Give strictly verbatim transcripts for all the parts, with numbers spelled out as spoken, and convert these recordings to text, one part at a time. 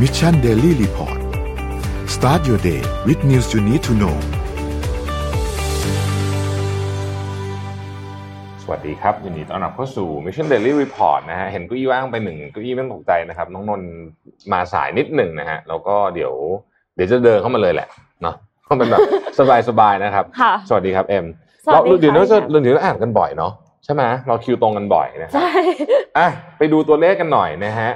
Mission Daily Report start your day with news you need to know สวัสดีครับยินดีต้อนรับเข้าสู่ Mission Daily Report นะฮะเห็นเก้าอี้ว่างไปหนึ่งเก้าอี้ไม่ต้องตกใจนะครับน้องนนท์มาสายนิดหนึ่งนะฮะแล้วก็เดี๋ยวเดี๋ยวจะเดินเข้ามาเลยแหละเนาะต้องเป็นแบบสบายๆนะครับสวัสดีครับเอ็มเราเดี๋ยวเราจะเดี๋ยวเราอ่านกันบ่อยเนาะใช่ไหมเราคิวตรงกันบ่อยนะใช่อ่ะไปดูตัวเลขกันหน่อยนะฮะ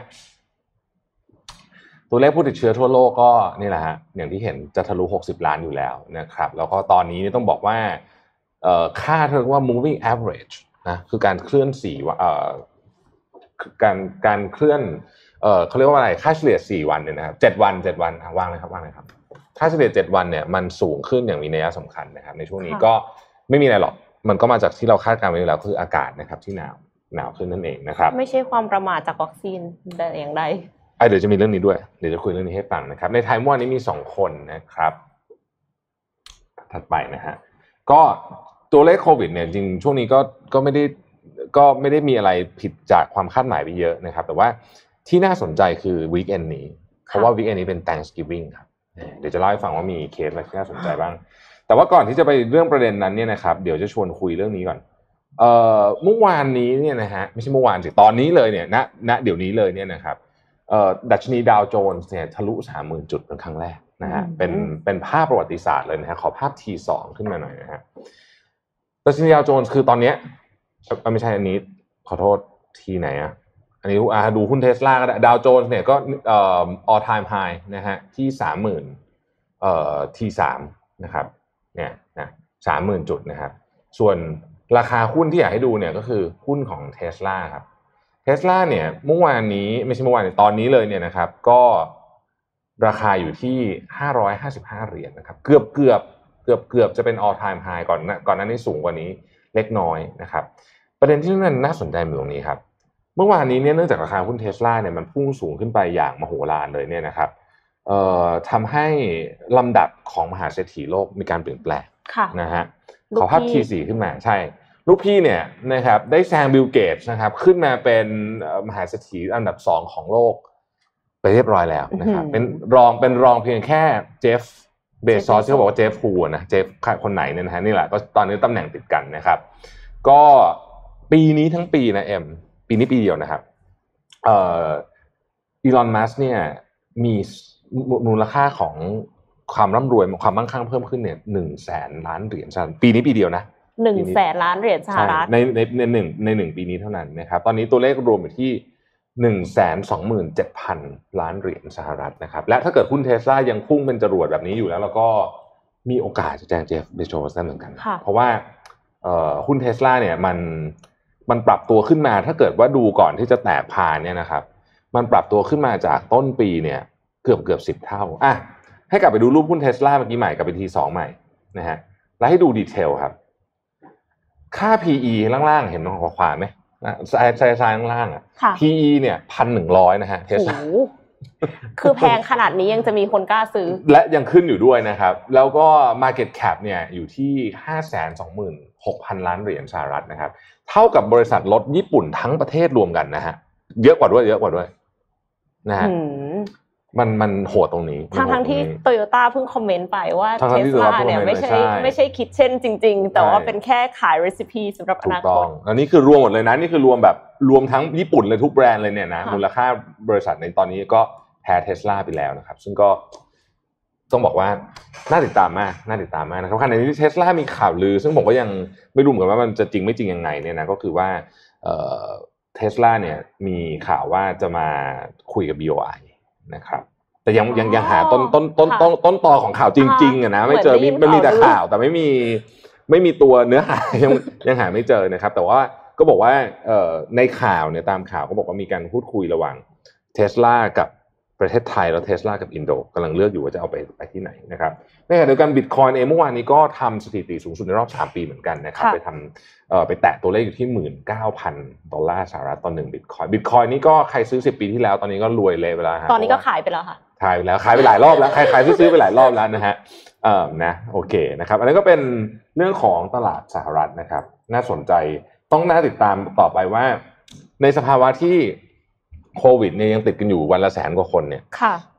ตัวเลขผู้ติดเชื้อทั่วโลกก็นี่แหละฮะอย่างที่เห็นจะทะลุหกสิบล้านอยู่แล้วนะครับแล้วก็ตอนนี้ต้องบอกว่าเอ่อค่าเรียกว่า moving average นะคือการเคลื่อนสี่เอ่อการการเคลื่อนเอ่อเขาเรียกว่าอะไรค่าเฉลี่ยสี่วันเนี่ยนะครับเจ็ดวันเจ็ดวันวางเลยครับวางเลยครับค่าเฉลี่ยเจ็ดวันเนี่ยมันสูงขึ้นอย่างมีนัยสำคัญนะครับในช่วงนี้ก็ไม่มีอะไรหรอกมันก็มาจากที่เราคาดการณ์ไว้อยู่แล้วคืออากาศนะครับที่หนาวหนาวขึ้นนั่นเองนะครับไม่ใช่ความประมาทจากวัคซีนแต่อย่างใดเดี๋ยวจะมีเรื่องนี้ด้วยเดี๋ยวจะคุยเรื่องนี้ให้ฟังนะครับในไทยเมื่อวานนี้มีสองคนนะครับถัดไปนะฮะก็ตัวเลขโควิดเนี่ยจริงช่วงนี้ก็ก็ไม่ได้ก็ไม่ได้มีอะไรผิดจากความคาดหมายไปเยอะนะครับแต่ว่าที่น่าสนใจคือวีคเอนด์นี้เพราะว่าวีคเอนด์นี้เป็น Thanksgiving ครับเดี๋ยวจะเล่าให้ฟังว่ามีเคสอะไรที่น่าสนใจบ้างแต่ว่าก่อนที่จะไปเรื่องประเด็นนั้นเนี่ยนะครับเดี๋ยวจะชวนคุยเรื่องนี้ก่อนเอ่อเมื่อวานนี้เนี่ยนะฮะไม่ใช่เมื่อวานสิตอนนี้เลยเนี่ยณณเดี๋ยวนี้เลยเนี่ยนะครับเอ่อดัชนีดาวโจนส์เนี่ยทะลุ สามหมื่น จุดเป็นครั้งแรกนะฮะเป็นเป็นภาพประวัติศาสตร์เลยนะฮะขอภาพ ที สอง ขึ้นมาหน่อยนะฮะดัชนีดาวโจนส์คือตอนเนี้ยไม่ใช่อันนี้ขอโทษทีไหนอ่ะอันนี้อ่าดูหุ้น Tesla ก็ได้ดาวโจนส์เนี่ยก็เอ่อ all time high นะฮะที่ สามหมื่น เอ่อ ที สาม นะครับเนี่ยนะ สามหมื่น จุดนะครับส่วนราคาหุ้นที่อยากให้ดูเนี่ยก็คือหุ้นของ Tesla ครับTesla เนี่ยเมื่อวานนี้ไม่ใช่เมื่อวานตอนนี้เลยเนี่ยนะครับก็ราคาอยู่ที่ห้าร้อยห้าสิบห้าเหรียญนะครับเกือบเกือบเกือบเกือบจะเป็น all time high ก่อนนะก่อนหน้านี้สูงกว่านี้เล็กน้อยนะครับประเด็นที่มันน่าสนใจอยู่ตรงนี้ครับเมื่อวานนี้เนี่ยเนื่องจากราคาหุ้น Tesla เนี่ยมันพุ่งสูงขึ้นไปอย่างมโหฬารเลยเนี่ยนะครับเอ่อทำให้ลำดับของมหาเศรษฐีโลกมีการเปลี่ยนแปลงนะฮะขอภาพ ที สี่ ขึ้นมาใช่ลูกพี่เนี่ยนะครับได้แซงบิลเกตส์นะครับขึ้นมาเป็นมหาเศรษฐีอันดับสองของโลกไปเรียบร้อยแล้วนะครับเป็นรองเป็นรองเพียงแค่เจฟเบซอสที่เขาบอกว่าเจฟฮูนะเจฟคนไหนเนี่ยนะฮะนี่แหละก็ตอนนี้ตำแหน่งติดกันนะครับก็ปีนี้ทั้งปีนะเอ็มปีนี้ปีเดียวนะครับเอ่ออีลอนมัสก์เนี่ยมีมูลค่าของความร่ำรวยความมั่งคั่งเพิ่มขึ้นเนี่ยหนึ่งแสนล้านเหรียญสหรัฐปีนี้ปีเดียวนะหนึ่งแสนล้านเหรียญสหรัฐในในในหนึ่งในหนึ่งปีนี้เท่านั้นนะครับตอนนี้ตัวเลขรวมอยู่ที่หนึ่งแสนสองหมื่นเจ็ดพันล้านเหรียญสหรัฐนะครับและถ้าเกิดหุ้น Tesla ยังพุ่งเป็นจรวดแบบนี้อยู่แล้วแล้วก็มีโอกาสจะแซงเจฟเบโซสได้เหมือนกันเพราะว่าเอ่อหุ้น Tesla เนี่ยมันมันปรับตัวขึ้นมาถ้าเกิดว่าดูก่อนที่จะแตกพานเนี่ยนะครับมันปรับตัวขึ้นมาจากต้นปีเนี่ยเกือบเกือบสิบเท่าอ่ะให้กลับไปดูรูปหุ้น Tesla เมื่อกี้ใหม่กลับไปทีสองใหม่นะฮะแล้วให้ดูดีเทลครับค่า พี อี ล่างๆเห็นตรงขวาไหมซ้ายซ้ายซ้ายล่างๆอ่ะ พี อี เนี่ย หนึ่งพันหนึ่งร้อย นะฮะ Tesla คือแพงขนาดนี้ยังจะมีคนกล้าซื้อและยังขึ้นอยู่ด้วยนะครับแล้วก็ market cap เนี่ยอยู่ที่ ห้าแสนสองหมื่นหกพันล้านเหรียญสหรัฐนะครับเท่ากับบริษัทรถญี่ปุ่นทั้งประเทศรวมกันนะฮะเยอะกว่าด้วยเยอะกว่าด้วยนะฮะมันมันโหดตรงนี้ทั้งทั้งที่ Toyota เพิ่งคอมเมนต์ไปว่า Tesla เนี่ยไม่ใช่ไม่ใช่คิดเช่นจริงๆแต่ว่าเป็นแค่ขาย recipe สำหรับอนาคตอันนี้คือรวมหมดเลยนะนี่คือรวมแบบรวมทั้งญี่ปุ่นเลยทุกแบรนด์เลยเนี่ยนะมูลค่าบริษัทในตอนนี้ก็แพ้ Tesla ไปแล้วนะครับซึ่งก็ต้องบอกว่าน่าติดตามมากน่าติดตามมากนะครับขณะที่ Tesla มีข่าวลือซึ่งผมก็ยังไม่รู้เหมือนกันว่ามันจะจริงไม่จริงยังไงเนี่ยนะก็คือว่าเอ่อ Tesla เนี่ยมีข่าวว่าจะมาคุยกับ บี โอ ไอ นะครับแต่ยังยังยังหาต้นต้นต้นต้นต้นตอของข่าวจริงๆอ่ะนะไม่เจอมีไม่มีแต่ข่าวแต่ไม่มีไม่มีตัวเนื้อหายังยังหาไม่เจอนะครับแต่ว่าก็บอกว่าเอ่อในข่าวเนี่ยตามข่าวก็บอกว่ามีการพูดคุยระหว่าง Tesla กับประเทศไทยแล้ว Tesla กับอินโดกำลังเลือกอยู่ว่าจะเอาไปไปที่ไหนนะครับในขณะเดียวกัน Bitcoin เองเมื่อวานนี้ก็ทำสถิติสูงสุดในรอบสามปีเหมือนกันนะครับไปทำเอ่อไปแตะตัวเลขอยู่ที่ หนึ่งหมื่นเก้าพัน ดอลลาร์สหรัฐต่อหนึ่ง Bitcoin Bitcoin นี่ก็ใครซื้อสิบปีที่แล้วตอนนี้ก็รวยเลยไปแล้วฮะตอนนี้ก็ขายไปแล้วค่ะขายไปแล้วขายไปหลายรอบแล้วใครๆซื้อไปหลายรอบแล้วนะฮะเอ่อนะโอเคนะครับอันนี้ก็เป็นเรื่องของตลาดสหรัฐนะครับน่าสนใจต้องน่าติดตามต่อไปว่าในสภาวะที่โควิดเนี่ยยังติดกันอยู่วันละแสนกว่าคนเนี่ย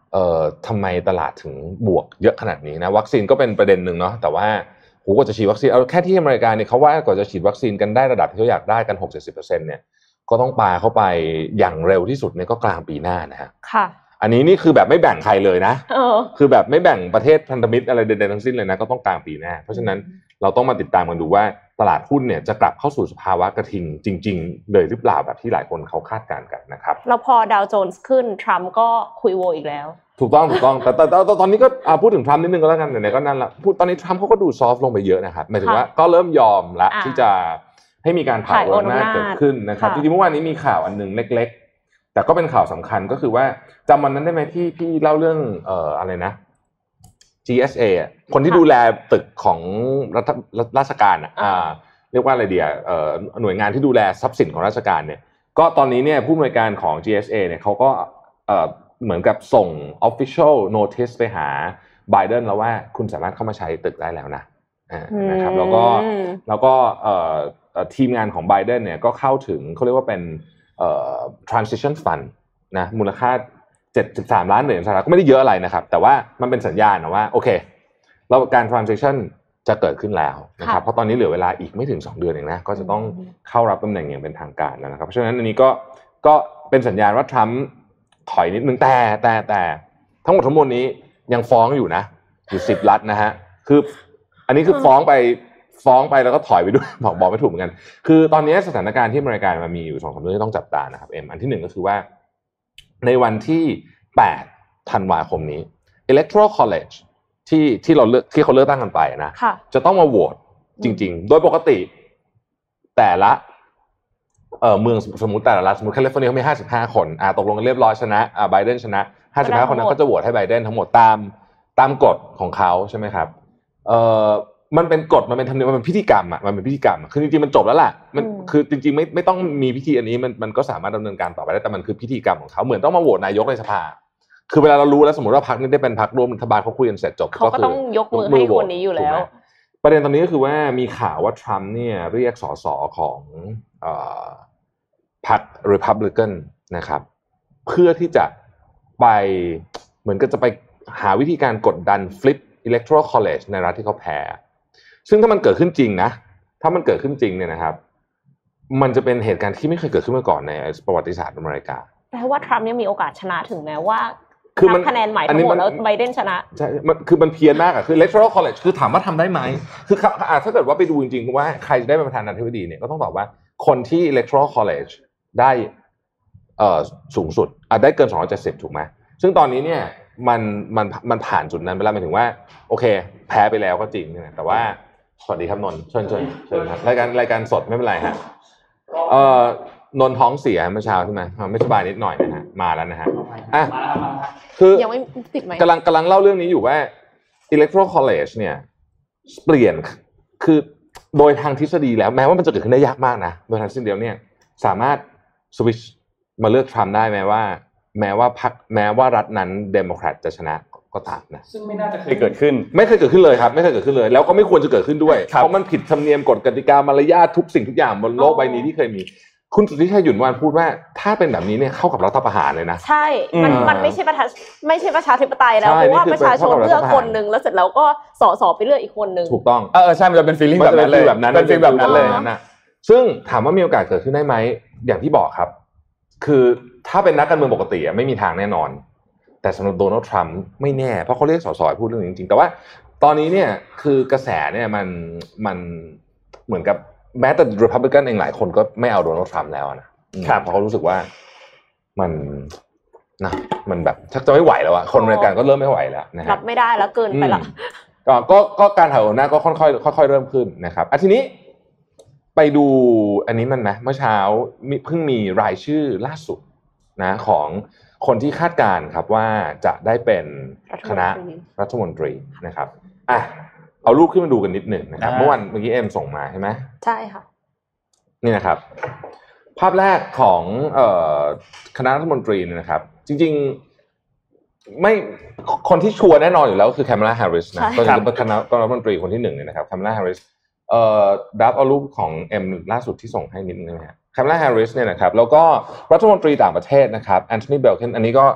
เอ่อทำไมตลาดถึงบวกเยอะขนาดนี้นะวัคซีนก็เป็นประเด็นหนึ่งเนาะแต่ว่าโหกว่าจะฉีดวัคซีนเอาแค่ที่อเมริกาเนี่ยเขาว่ากว่าจะฉีดวัคซีนกันได้ระดับที่เขาอยากได้กัน หกสิบเจ็ดสิบเปอร์เซ็นต์ เนี่ยก็ต้องปาเข้าไปอย่างเร็วที่สุดเนี่ยก็กลางปีหน้านะฮะค่ะอันนี้นี่คือแบบไม่แบ่งใครเลยนะเออคือแบบไม่แบ่งประเทศพันธมิตรอะไรใดๆทั้งสิ้นเลยนะก็ต้องกลางปีหน้าเพราะฉะนั้นเราต้องมาติดตามกันดูว่าตลาดหุ้นเนี่ยจะกลับเข้าสู่สภาวะกระทิงจริงๆเลยหรือเปล่าแบบที่หลายคนเขาคาดการณ์กันนะครับแล้วพอดาวโจนส์ขึ้นทรัมป์ก็คุยโวอีกแล้วถูกต้องถูกต้องแต่แต่ตอนนี้ก็พูดถึงทรัมป์นิดนึงก็แล้วกันไหนๆก็นั่นละพูดตอนนี้ทรัมป์เขาก็ดูซอฟต์ลงไปเยอะนะครับหมายถึงว่าก็เริ่มยอมละที่จะให้มีการผ่ายโอนหน้าเกิดขึ้นนะครับจริงๆเมื่อวานนี้มีข่าวอันนึงเล็กๆแต่ก็เป็นข่าวสำคัญก็คือว่าจำวันนั้นได้ไหมที่พี่เล่าเรื่องเอ่ออะไรนะ จี เอส เอ อ่ะคนที่ดูแลตึกของรัฐราชการอ่ะอ่าเรียกว่าอะไรเดียเอ่อหน่วยงานที่ดูแลทรัพย์สินของราชการเนี่ยก็ตอนนี้เนี่ยผู้อำนวยการของ จี เอส เอ เนี่ยเขาก็เอ่อเหมือนกับส่ง official notice ไปหาไบเดนแล้วว่าคุณสามารถเข้ามาใช้ตึกได้แล้วนะนะครับแล้วก็แล้วก็เอ่อทีมงานของไบเดนเนี่ยก็เข้าถึงเขาเรียกว่าเป็นเอ่อ transition fund นะมูลค่าเจ็ดสิบสามล้านเหรียญสหรัฐก็ไม่ได้เยอะอะไรนะครับแต่ว่ามันเป็นสัญญาณนะว่าโอเคแล้วการ transition จะเกิดขึ้นแล้วนะครับเพราะตอนนี้เหลือเวลาอีกไม่ถึงสองเดือนเองนะก็จะต้องเข้ารับตำแหน่งอย่างเป็นทางการแล้วนะครับเพราะฉะนั้นอันนี้ก็ก็เป็นสัญญาณว่าทรัมป์ถอยนิดนึงแต่แต่แต่ทั้งหมดทั้งมวลนี้ยังฟ้องอยู่นะอยู่สิบรัฐนะฮะคืออันนี้คือฟ้องไปฟ้องไปแล้วก็ถอยไปด้วยบอกบอกไม่ถูกเหมือนกันคือตอนนี้สถานการณ์ที่อเมริกามันมีอยู่สองสามเรื่องที่ต้องจับตานะครับเอ็มอันที่หนึ่งก็คือว่าในวันที่แปดธันวาคมนี้ Electoral College ที่ที่เราเลือกที่เขาเลือกตั้งกันไปนะจะต้องมาโหวตจริงๆโดยปกติแต่ละเอ่อเมืองสมมุติแต่ละรัฐสมมุติแคลิฟอร์เนียเขามีห้าสิบห้าคนอ่าตกลงกันเรียบร้อยชนะอ่าไบเดนชนะห้าสิบห้าคนนั้นก็จะโหวตให้ไบเดนทั้งหมดตามตามกฎของเขาใช่ไหมครับเอ่อมันเป็นกฎมันเป็นธรรมเนียมมันเป็นพิธีกรรมอ่ะมันเป็นพิธีกรรมคือจริงๆมันจบแล้วล่ะมันคือจริงๆไม่ไม่ต้องมีพิธีอันนี้มันมันก็สามารถดำเนินการต่อไปได้แต่มันคือพิธีกรรมของเขาเหมือนต้องมาโหวตนายกในสภาคือเวลาเรารู้แล้วสมมติว่าพรรคนี้ได้เป็นพรรคร่วมรัฐบาลเขาคุยกันเสร็จจบเขาก็ต้องยกมือให้คนนี้อยู่แล้วประเด็นตอนนี้ก็คือว่ามีข่าวว่าทรัมป์เนี่ยเรียกสสของเอ่อพรรค Republican นะครับเพื่อที่จะไปเหมือนกับจะไปหาวิธีการกดดัน flip Electoral College ในรัฐที่เขาแพ้ซึ่งถ้ามันเกิดขึ้นจริงนะถ้ามันเกิดขึ้นจริงเนี่ยนะครับมันจะเป็นเหตุการณ์ที่ไม่เคยเกิดขึ้นมาก่อนในประวัติศาสตร์อเมริกาแปลว่าทรัมป์ยังมีโอกาสชนะถึงแม้ว่าคือมันคะแนนใหม่ทั้งหมดแล้วไบเดนชนะใช่มันคือมันเพี้ยนมากอ่ะคือ Electoral College คือถามว่าทำได้ไหมคือถ้าเกิดว่าไปดูจริงๆว่าใครจะได้เป็นประธานาธิบดีเนี่ยก็ต้องตอบว่าคนที่ Electoral College ได้เอ่อสูงสุดอ่ะได้เกินสองร้อยเจ็ดสิบถูกไหมซึ่งตอนนี้เนี่ยมันมันมันผ่านจุดนั้นไปแล้วหมายถึงว่าโอเคแพ้ไปแล้วก็จริงนะแต่ว่าสวัสดีครับนนท์เชิญเชิญเชิญครับรายการรายการสดไม่เป็นไรฮะเอ่อนนท์ท้องเสียเมื่อเช้าใช่ไหมไม่สบายนิดหน่อยนะฮะมาแล้วนะฮะอ่ะคือยังไม่ติดไหมกำลังกำลังเล่าเรื่องนี้อยู่ว่า Electoral College เนี่ยเปลี่ยนคือโดยทางทฤษฎีแล้วแม้ว่ามันจะเกิดขึ้นได้ยากมากนะโดยทางทฤษฎีเดียวเนี่ยสามารถสวิตช์มาเลือกทรัมป์ได้แม้ว่าแม้ว่าพรรคแม้ว่ารัฐนั้นเดโมแครตจะชนะก็ตามนะซึ่งไม่น่าจะเคยเกิดขึ้นไม่เคยเกิดขึ้นเลยครับไม่เคยเกิดขึ้นเลยแล้วก็ไม่ควรจะเกิดขึ้นด้วยเพราะมันผิดธรรมเนียมกฎกติกามารยาททุกสิ่งทุกอย่างบนโลกใบนี้ที่เคยมีคุณสุทธิชัยหยุ่นวานพูดว่าถ้าเป็นแบบนี้เนี่ยเข้ากับรัฐประหารเลยนะใช่มันมันไม่ใช่ประชาไม่ใช่ประชาธิปไตยแล้วเพราะว่าประชาชนเลือกคนนึงแล้วเสร็จแล้วก็สสไปเลือกอีกคนนึงถูกต้องเออใช่มันจะเป็นฟีลลิ่งแบบนั้นเลยเป็นฟีลแบบนั้นเลยนะซึ่งถามว่ามีโอกาสเกิดขึ้นได้ไหมอย่างที่บอกครับคือถ้าเป็นนักการเมืองปกติไม่มีทางแน่นอนแต่สำหรับโดนัลด์ทรัมป์ไม่แน่เพราะเขาเรียกสสพูดเรื่องนี้จริงๆแต่ว่าตอนนี้เนี่ยคือกระแสเนี่ยมันมันเหมือนกับแม้แต่ Republican เองหลายคนก็ไม่เอาโดนัลด์ทรัมป์แล้วนะครับเพราะเขารู้สึกว่ามันนะมันแบบชักจะไม่ไหวแล้วอะคนอเมริกันก็เริ่มไม่ไหวแล้วนะรับไม่ได้แล้วเกินไปละก็ก็ก็การถ่ายโอนหน้าก็ค่อยๆค่อยๆเริ่มขึ้นนะครับอ่ะทีนี้ไปดูอันนี้มันไหมเมื่อเช้าเพิ่งมีรายชื่อล่าสุดนะของคนที่คาดการณ์ครับว่าจะได้เป็นคณะรัฐมนตรีนะครับอ่ะเอารูปขึ้นมาดูกันนิดหนึ่งนะครับเมื่อวันเมื่อกี้เอ็มส่งมาใช่ไหมใช่ค่ะนี่นะครับภาพแรกของเอ่อคณะรัฐมนตรีเนี่ยนะครับจริงๆไม่คนที่ชัวร์แน่นอนอยู่แล้วคือแคมเมลาแฮร์ริสนะก็จะเป็นคณะรัฐมนตรีคนที่หนึ่งเนี่ยนะครับแคมเมลาแฮร์ริสเอ่อดับเอารูปของเอ็มล่าสุดที่ส่งให้นิดนึงนะฮะแคมเมลาแฮร์ริสเนี่ยนะครับแล้วก็รัฐมนตรีต่างประเทศนะครับแอนโทนีเบลคินอันนี้ก็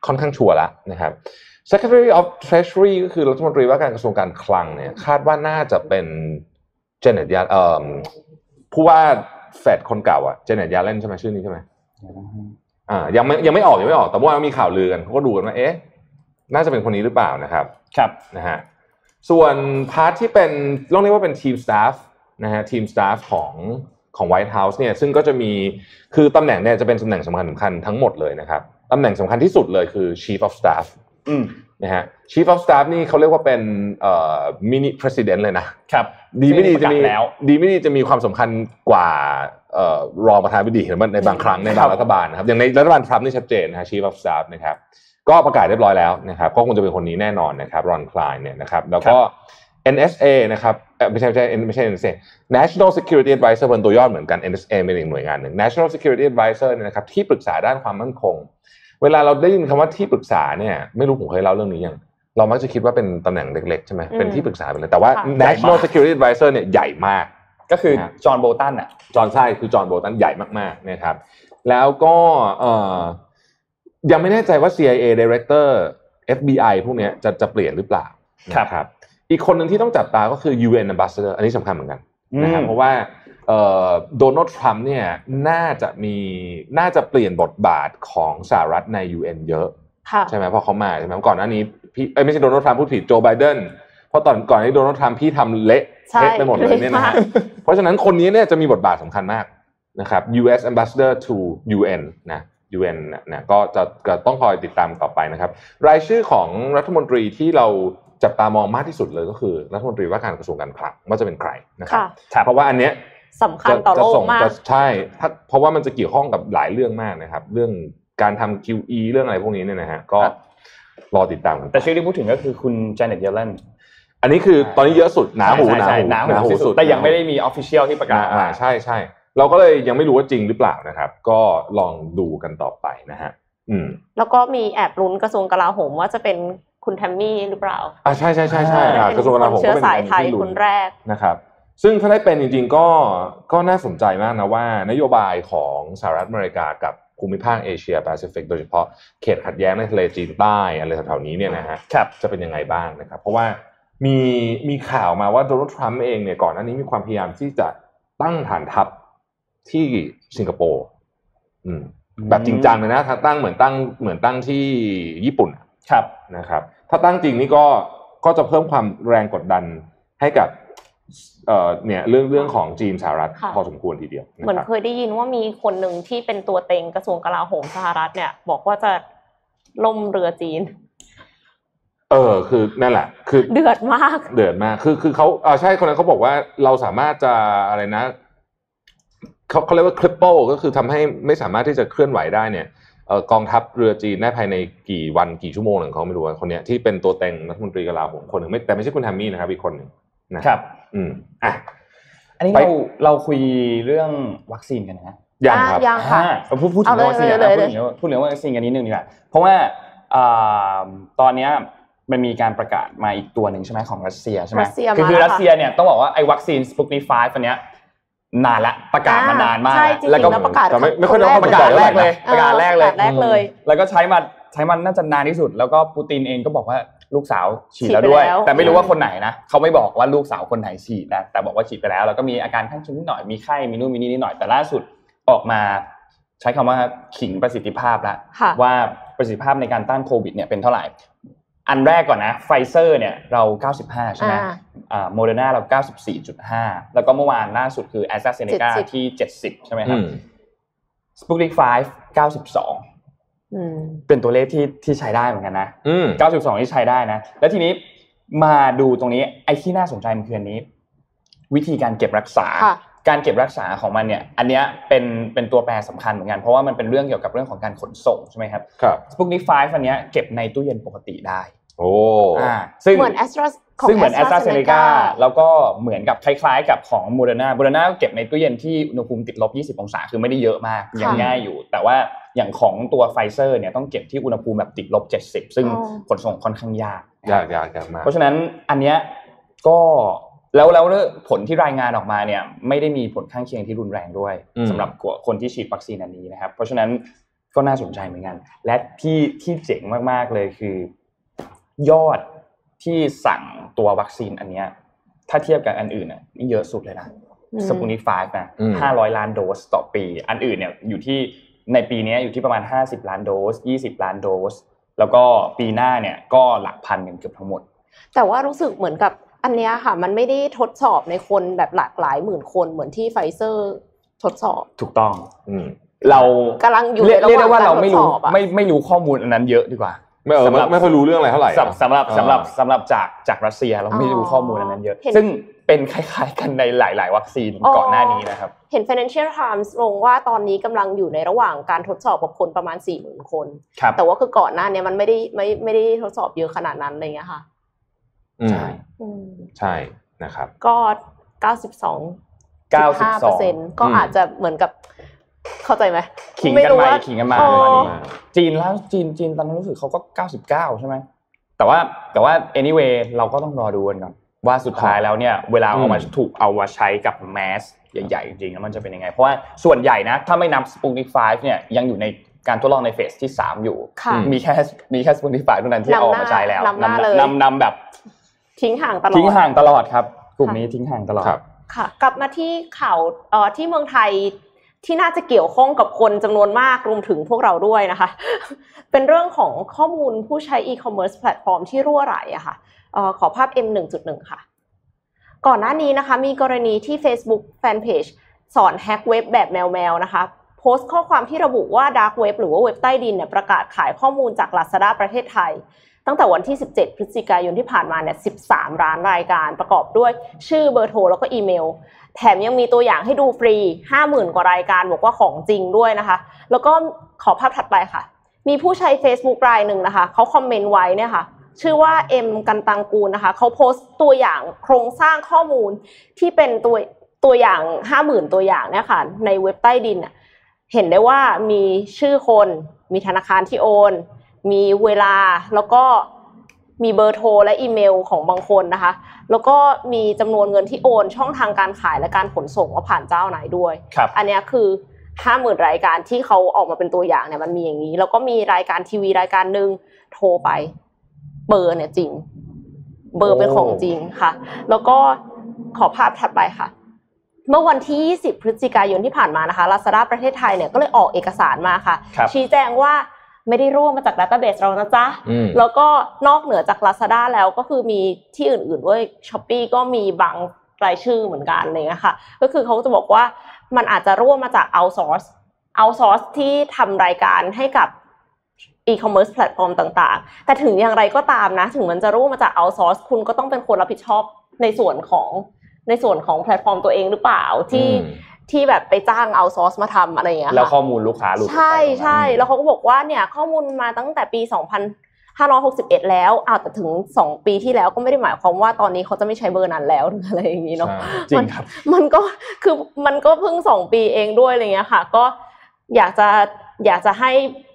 ค่อนข้างชัวร์แล้วนะครับ Secretary of Treasury ก็คือรัฐมนตรีว่าการกระทรวงการคลังเนี่ยคาดว่าน่าจะเป็นเจเน็ตยาเอ่อผู้ว่าเฟดคนเก่าอ่ะเจเน็ตยาเลนใช่ไหมชื่อนี้ใช่ไหมอ่ายังไม่ยังไม่ออกยังไม่ออกแต่ว่ามีข่าวลือกันเขาก็ดูกันว่าเอ๊ะน่าจะเป็นคนนี้หรือเปล่านะครับครับนะฮะส่วนพาร์ทที่เป็นต้องเรียกว่าเป็นทีมสตาฟนะฮะทีมสตาฟของของ White House เนี่ยซึ่งก็จะมีคือตำแหน่งเนี่ยจะเป็นตำแหน่งสำคัญสำคัญทั้งหมดเลยนะครับตำแหน่งสำคัญที่สุดเลยคือ Chief of Staff อืมนะฮะ Chief of Staff นี่เขาเรียกว่าเป็นเอ่อ mini president เลยนะครับดีไม่ดีจะมีดีไม่ดีจะมีความสำคัญกว่าเอ่อรองประธานาธิบดีในบางครั้งในบางรัฐบาลนะครับอย่างในรัฐบาลทรัมป์นี่ชัดเจนนะฮะ Chief of Staff นะครับก็ประกาศเรียบร้อยแล้วนะครับก็คงจะเป็นคนนี้แน่นอนนะครับรอนคลายเนี่ยนะครับแล้วก็ เอ็น เอส เอ นะครับไม่ใช่ไม่ใช่ไม่ใช่ เอ็น เอส เอ National Security Advisor เป็นตัวย่อเหมือนกัน เอ็น เอส เอ เป็นอีกหน่วยงานหนึ่ง National Security Advisor เนี่ยนะครับที่ปรึกษาด้านความมั่นคงเวลาเราได้ยินคำว่าที่ปรึกษาเนี่ยไม่รู้ผมเคยเล่าเรื่องนี้ยังเรามักจะคิดว่าเป็นตำแหน่งเล็กๆใช่ไหมเป็นที่ปรึกษาไปเลยแต่ว่า National Security Advisor เนี่ยใหญ่มากก็คือจอห์นโบลตันอ่ะจอห์นใช่คือจอห์นโบลตันใหญ่มากๆนะครับแล้วก็เอ่อยังไม่แน่ใจว่า ซี ไอ เอ Director เอฟ บี ไอ พวกนี้จะจะเปลี่ยนหรือเปล่านะครับอีกคนหนึ่งที่ต้องจับตาก็คือ ยู เอ็น Ambassador อันนี้สำคัญเหมือนกันนะครับเพราะว่าโดนัลด์ทรัมป์เนี่ยน่าจะมีน่าจะเปลี่ยนบทบาทของสหรัฐใน ยู เอ็น เยอะใช่ไหมเพราะเขามาใช่ไหมก่อนหน้านี้พี่เอ้ยไม่ใช่โดนัลด์ทรัมป์พูดผิดโจไบเดนเพราะตอนก่อนที่โดนัลด์ทรัมป์พี่ทำเละเทะไปหมดเลยเนี่ยนะฮะเพราะฉะนั้นคนนี้เนี่ยจะมีบทบาทสำคัญมากนะครับ ยู เอส Ambassador to ยู เอ็น นะ ยู เอ็น นะก็จะก็ต้องคอยติดตามต่อไปนะครับรายชื่อของรัฐมนตรีที่เราจับตามองมากที่สุดเลยก็คือรัฐมนตรีว่าการกระทรวงการคลังว่าจะเป็นใครนะครับเพราะว่าอันเนี้ยสำคัญต่อโลกมากใช่เพราะว่ามันจะเกี่ยวข้องกับหลายเรื่องมากนะครับเรื่องการทำ คิว อี เรื่องอะไรพวกนี้เนี่ยนะฮะก็รอติดตามกันแต่ชื่อที่พูดถึงก็คือคุณแจเน็ตเยเลนอันนี้คือตอนนี้เยอะสุดหนาหูหนาหูหนาหูสุดแต่ยังไม่ได้มี official ที่ประกาศอ่าใช่ใช่เราก็เลยยังไม่รู้ว่าจริงหรือเปล่านะครับก็ลองดูกันต่อไปนะฮะอืมแล้วก็มีแอบลุ้นกระทรวงกลาโหมว่าจะเป็นคุณแทมมี่หรือเปล่าอ่าใช่ใช่ใช่ใช่กระทรวงกลาโหมก็เป็นเชื้อสายไทยคนแรกนะครับซึ่งถ้าได้เป็นจริงๆก็ก็น่าสนใจมากนะว่านโยบายของสหรัฐอเมริกากับภูมิภาคเอเชียแปซิฟิกโดยเฉพาะเขตขัดแย้งในทะเลจีนใต้อะไรแถวๆนี้เนี่ยนะฮะจะเป็นยังไงบ้างนะครับเพราะว่ามีมีข่าวมาว่าโดนัลด์ทรัมป์เองเนี่ยก่อนหน้านี้มีความพยายามที่จะตั้งฐานทัพที่สิงคโปร์แบบจริงจังเลยนะตั้งเหมือนตั้งเหมือนตั้งที่ญี่ปุ่นครับนะครับถ้าตั้งจริงนี่ก็ก็จะเพิ่มความแรงกดดันให้กับเอ่อเนี่ยเรื่องเรื่องของจีนสหรัฐพอสมควรทีเดียวเหมือนเคยได้ยินว่ามีคนหนึ่งที่เป็นตัวเต็งกระทรวงกลาโหมสหรัฐเนี่ยบอกว่าจะล่มเรือจีนเออคือนั่นแหละคือเดือดมากเดือดมากคือคือเขาอ่าใช่คนนั้นเขาบอกว่าเราสามารถจะอะไรนะเขาเขาเรียกว่า cripple ก็คือทำให้ไม่สามารถที่จะเคลื่อนไหวได้เนี่ยเอ่อกองทัพเรือจีนได้ภายในกี่วันกี่ชั่วโมงหนึ่งเขาไม่รู้ว่าคนเนี้ยที่เป็นตัวเต็งรัฐมนตรีกลาโหมคนหนึ่งไม่แต่ไม่ใช่คุณแฮมมี่นะครับอีกคนหนึ่งนะครับอืมอ่ะอันนี้เราเราคุยเรื่องวัคซีนกันนะยังครับยังค่ะเราพูดพูดถึงวัคซีนนะพูดถึงพูดถึงวัคซีนกันนิดนึงดีกว่าเพราะว่าอ่าตอนเนี้ยมันมีการประกาศมาอีกตัวหนึ่งใช่ไหมของรัสเซียใช่ไหมคือคือรัสเซียเนี่ยต้องบอกว่าไอ้วัคซีนสปุตนิกไฟว์อันเนี้ยนานละประกาศมานานมากแล้วก็ประกาศไม่ไม่ค่อยได้ประกาศแรกเลยประกาศแรกเลยแรกเลยแล้วก็ใช้มาใช้มันน่าจะนานที่สุดแล้วก็ปูตินเองก็บอกว่าลูกสาวฉีดแล้วด้วยแต่ไม่รู้ว่าคนไหนนะเขาไม่บอกว่าลูกสาวคนไหนฉีดนะแต่บอกว่าฉีดไปแล้วแล้วก็มีอาการข้างเคียงนิดหน่อยมีไข้มีนู่นมีนี่นิดหน่อยแต่ล่าสุดออกมาใช้คำว่าขิงประสิทธิภาพแล้วว่าประสิทธิภาพในการต้านโควิดเนี่ยเป็นเท่าไหร่อันแรกก่อนนะไฟเซอร์เนี่ยเราเก้าสิบห้าใช่ไหมอ่าโมเดอร์นาเรา เก้าสิบสี่จุดห้า แล้วก็เมื่อวานล่าสุดคือ AstraZeneca ที่เจ็ดสิบใช่ไหมครับ Sputnik ไฟว์ เก้าสิบสองอืมเป็นตัวเลขที่ที่ใช้ได้เหมือนกันนะอืมเก้าสิบสองที่ใช้ได้นะแล้วทีนี้มาดูตรงนี้ไอ้ที่น่าสนใจมันคืออันนี้วิธีการเก็บรักษาการเก็บรักษาของมันเนี่ยอันเนี้ยเป็นเป็นตัวแปรสำคัญเหมือนกันเพราะว่ามันเป็นเรื่องเกี่ยวกับเรื่องของการขนส่งใช่ไหมครับครับ Sputnik ไฟว์อันเนี้ยเก็บในตู้เย็นปกติได้โอ้อ่าซึ่งเหมือน Astra ของซึ่งเหมือน AstraZeneca แล้วก็เหมือนกับคล้ายๆกับของ Moderna Moderna ก็เก็บในตู้เย็นที่อุณหภูมิติดลบยี่สิบองศาคือไม่ได้เยอะมากยังง่ายอยู่แต่ว่าอย่างของตัว Pfizer เนี่ยต้องเก็บที่อุณหภูมิแบบติดลบเจ็ดสิบซึ่งขนส่งค่อนข้างยากยากๆๆมากเพราะฉะนั้นอันเนี้ยก็แล้วแล้วผลที่รายงานออกมาเนี่ยไม่ได้มีผลข้างเคียงที่รุนแรงด้วยสำหรับคนที่ฉีดวัคซีนอันนี้นะครับเพราะฉะนั้นก็น่าสนใจเหมือนกันและที่ที่เจ๋งมากๆเลยคือยอดที่สั่งตัววัคซีนอันเนี้ยถ้าเทียบกับอันอื่นน่ะนี่เยอะสุดเลยนะสปุตนิกห้านะห้าร้อยล้านโดสต่อปีอันอื่นเนี่ยอยู่ที่ในปีนี้อยู่ที่ประมาณห้าสิบล้านโดสยี่สิบล้านโดสแล้วก็ปีหน้าเนี่ยก็หลักพันกันเกือบทั้งหมดแต่ว่ารู้สึกเหมือนกับอันเนี้ยค่ะมันไม่ได้ทดสอบในคนแบบหลากหลายหมื่นคนเหมือนที่ไฟเซอร์ทดสอบถูกต้องเรากำลังอยู่ในระหว่างการทดสอบไม่ไม่รู้ข้อมูลอันนั้นเยอะดีกว่าไม่เออไม่ค่อยรู้เรื่องอะไรเท่าไหร่สำหรับสำหรับสำหรับจากจากรัสเซียเราไม่รู้ข้อมูลอันนั้นเยอะซึ่งเป็นคล้ายๆกันในหลายๆวัคซีนก่อนหน้านี้นะครับเห็น Financial Times ลงว่าตอนนี้กำลังอยู่ในระหว่างการทดสอบกับคนประมาณ สี่หมื่น คนแต่ว่าคือก่อนหน้านี้มันไม่ได้ไม่ไม่ได้ทดสอบเยอะขนาดนั้นอะไรเงี้ยค่ะใช่ใช่นะครับก็เก้าสิบสอง เก้าสิบห้าเปอร์เซ็นต์ ก็อาจจะเหมือนกับเข้าใจไหมขิงกันมาขิงกันมาประมาณนี้จีนแล้วจีนจีนตอนนั้นรู้สึกเขาก็เก้าสิบเก้าใช่ไหมแต่ว่าแต่ว่า anyway เราก็ต้องรอดูกันก่อนว่าสุดท้ายแล้วเนี่ยเวลาเอามาถูกเอามาใช้กับแมสใหญ่ๆจริงๆแล้วมันจะเป็นยังไงเพราะว่าส่วนใหญ่นะถ้าไม่นับ Sputnik ห้าเนี่ยยังอยู่ในการทดลองในเฟสที่สามอยู่มีแค่มีแค่ Sputnik ห้าเท่านั้นที่เอามาใช้แล้วนำนำนำแบบทิ้งห่างตลอดทิ้งห่างตลอดครับกลุ่มนี้ทิ้งห่างตลอดค่ะกลับมาที่ข่าวเอ่อที่เมืองไทยที่น่าจะเกี่ยวข้องกับคนจำนวนมากรวมถึงพวกเราด้วยนะคะเป็นเรื่องของข้อมูลผู้ใช้ e-commerce แพลตฟอร์มที่รั่วไหลอะค่ะเอ่อขอภาพ เอ็ม หนึ่งจุดหนึ่ง ค่ะก่อนหน้านี้นะคะมีกรณีที่ Facebook Fanpage สอนแฮกเว็บแบบแมวๆนะคะโพสต์ข้อความที่ระบุว่า Dark Web หรือว่าเว็บใต้ดินเนี่ยประกาศขายข้อมูลจาก Lazada ประเทศไทยตั้งแต่วันที่สิบเจ็ดพฤศจิกายนที่ผ่านมาเนี่ยสิบสามล้านรายการประกอบด้วยชื่อเบอร์โทรแล้วก็อีเมลแถมยังมีตัวอย่างให้ดูฟรี ห้าหมื่น กว่ารายการบอกว่าของจริงด้วยนะคะแล้วก็ขอภาพถัดไปค่ะมีผู้ใช้ Facebook รายหนึ่งนะคะเขาคอมเมนต์ไว้เนี่ยค่ะชื่อว่าเอ็มกันตังกูลนะคะเขาโพสต์ตัวอย่างโครงสร้างข้อมูลที่เป็นตัวตัวอย่าง ห้าหมื่น ตัวอย่างเนี่ยค่ะในเว็บใต้ดินเนี่ยเห็นได้ว่ามีชื่อคนมีธนาคารที่โอนมีเวลาแล้วก็มีเบอร์โทรและอีเมลของบางคนนะคะแล้วก็มีจำนวนเงินที่โอนช่องทางการขายและการขนส่งว่าผ่านเจ้าไหนด้วยอันนี้คือ ห้าหมื่น รายการที่เขาออกมาเป็นตัวอย่างเนี่ยมันมีอย่างนี้แล้วก็มีรายการทีวีรายการนึงโทรไปเบอร์เนี่ยจริงเบอร์เป็นของจริงค่ะแล้วก็ขอภาพถัดไปค่ะเมื่อวันที่ยี่สิบพฤศจิกายนที่ผ่านมานะคะ Lazada ประเทศไทยเนี่ยก็เลยออกเอกสารมาค่ะชี้แจงว่าไม่ได้ร่วมมาจาก database เรานะจ๊ะแล้วก็นอกเหนือจาก Lazada แล้วก็คือมีที่อื่นๆด้วย Shopee ก็มีบางรายชื่อเหมือนกันอะไรเงี้ยค่ะก็คือเขาจะบอกว่ามันอาจจะร่วมมาจาก outsource outsource ที่ทำรายการให้กับ e-commerce แพลตฟอร์มต่างๆแต่ถึงอย่างไรก็ตามนะถึงมันจะร่วมมาจาก outsource คุณก็ต้องเป็นคนรับผิดชอบในส่วนของในส่วนของแพลตฟอร์มตัวเองหรือเปล่าที่ที่แบบไปจ้างเอาซอร์สมาทำอะไรอย่างเงี้ยแล้วข้อมูลลูกค้าหลุดใช่ใช่แล้วเขาก็บอกว่าเนี่ยข้อมูลมาตั้งแต่ปีสองพันห้าร้อยหกสิบเอ็ดแล้วอ้าวแต่ถึงสองปีที่แล้วก็ไม่ได้หมายความว่าตอนนี้เขาจะไม่ใช้เบอร์นั้นแล้วอะไรอย่างงี้เนาะจริงครับมันก็คือมันก็เพิ่งสองปีเองด้วยอะไรเงี้ยค่ะก็อยากจะอยากจะให้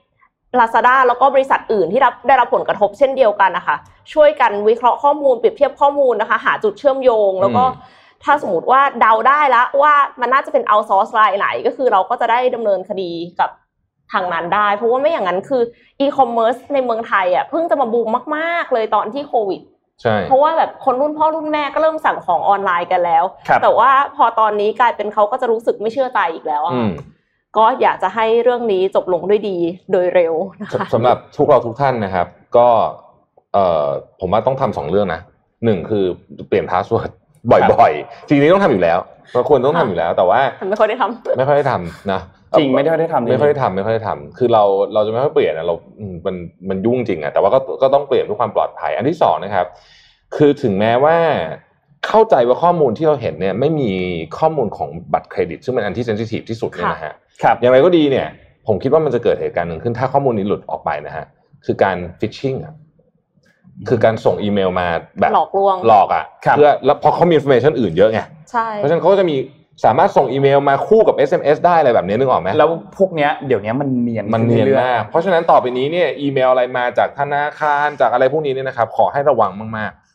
Lazada แล้วก็บริษัทอื่นที่รับได้รับผลกระทบเช่นเดียวกันนะคะช่วยกันวิเคราะห์ข้อมูลเปรียบเทียบข้อมูลนะคะหาจุดเชื่อมโยงแล้วก็ถ้าสมมติว่าเดาได้แล้วว่ามันน่าจะเป็น outsource รายไหนก็คือเราก็จะได้ดำเนินคดีกับทางนั้นได้เพราะว่าไม่อย่างนั้นคือ e-commerce ในเมืองไทยอ่ะเพิ่งจะมาบูมมากๆเลยตอนที่โควิดใช่เพราะว่าแบบคนรุ่นพ่อรุ่นแม่ก็เริ่มสั่งของออนไลน์กันแล้วแต่ว่าพอตอนนี้กลายเป็นเขาก็จะรู้สึกไม่เชื่อใจอีกแล้วอ่ะก็อยากจะให้เรื่องนี้จบลงด้วยดีโดยเร็วนะคะสำหรับทุกเราทุกท่านนะครับก็เอ่อผมว่าต้องทำสองเรื่องนะหนึ่งคือเปลี่ยนพาสเวิร์ดบ่อยๆจริงๆต้องทำอยู่แล้วเราควรต้องทำอยู่แล้วแต่ว่าไม่ค่อยได้ทำไม่ค่อยได้ทำนะจริงไม่ได้ได้ทำไม่ค่อยได้ทำไม่ค่อยได้ทำคือเราเราจะไม่ค่อยเปลี่ยนนะเรามันมันยุ่งจริงอะแต่ว่าก็ก็ต้องเปลี่ยนเพื่อความปลอดภัยอันที่สองนะครับคือถึงแม้ว่าเข้าใจว่าข้อมูลที่เราเห็นเนี่ยไม่มีข้อมูลของบัตรเครดิตซึ่งเป็นอันที่เซนซิทีฟที่สุดเนี่ยนะฮะอย่างไรก็ดีเนี่ยผมคิดว่ามันจะเกิดเหตุการณ์หนึ่งขึ้นถ้าข้อมูลนี้หลุดออกไปนะฮะคือการฟิชชิ่งอะคือการส่งอีเมลมาแบบหลอกลวงหลอกอ่ะเพื่อแล้วพอเขามี information อื่นเยอะไงใช่เพราะฉะนั้นเขาก็จะมีสามารถส่งอีเมลมาคู่กับ เอส เอ็ม เอส ได้อะไรแบบนี้นึกออกไหมแล้วพวกเนี้ยเดี๋ยวนี้มันเนียนมันเนียนมากเพราะฉะนั้นต่อไปนี้เนี่ยอีเมลอะไรมาจากธนาคารจากอะไรพวกนี้เนี่ยนะครับขอให้ระวังมากๆ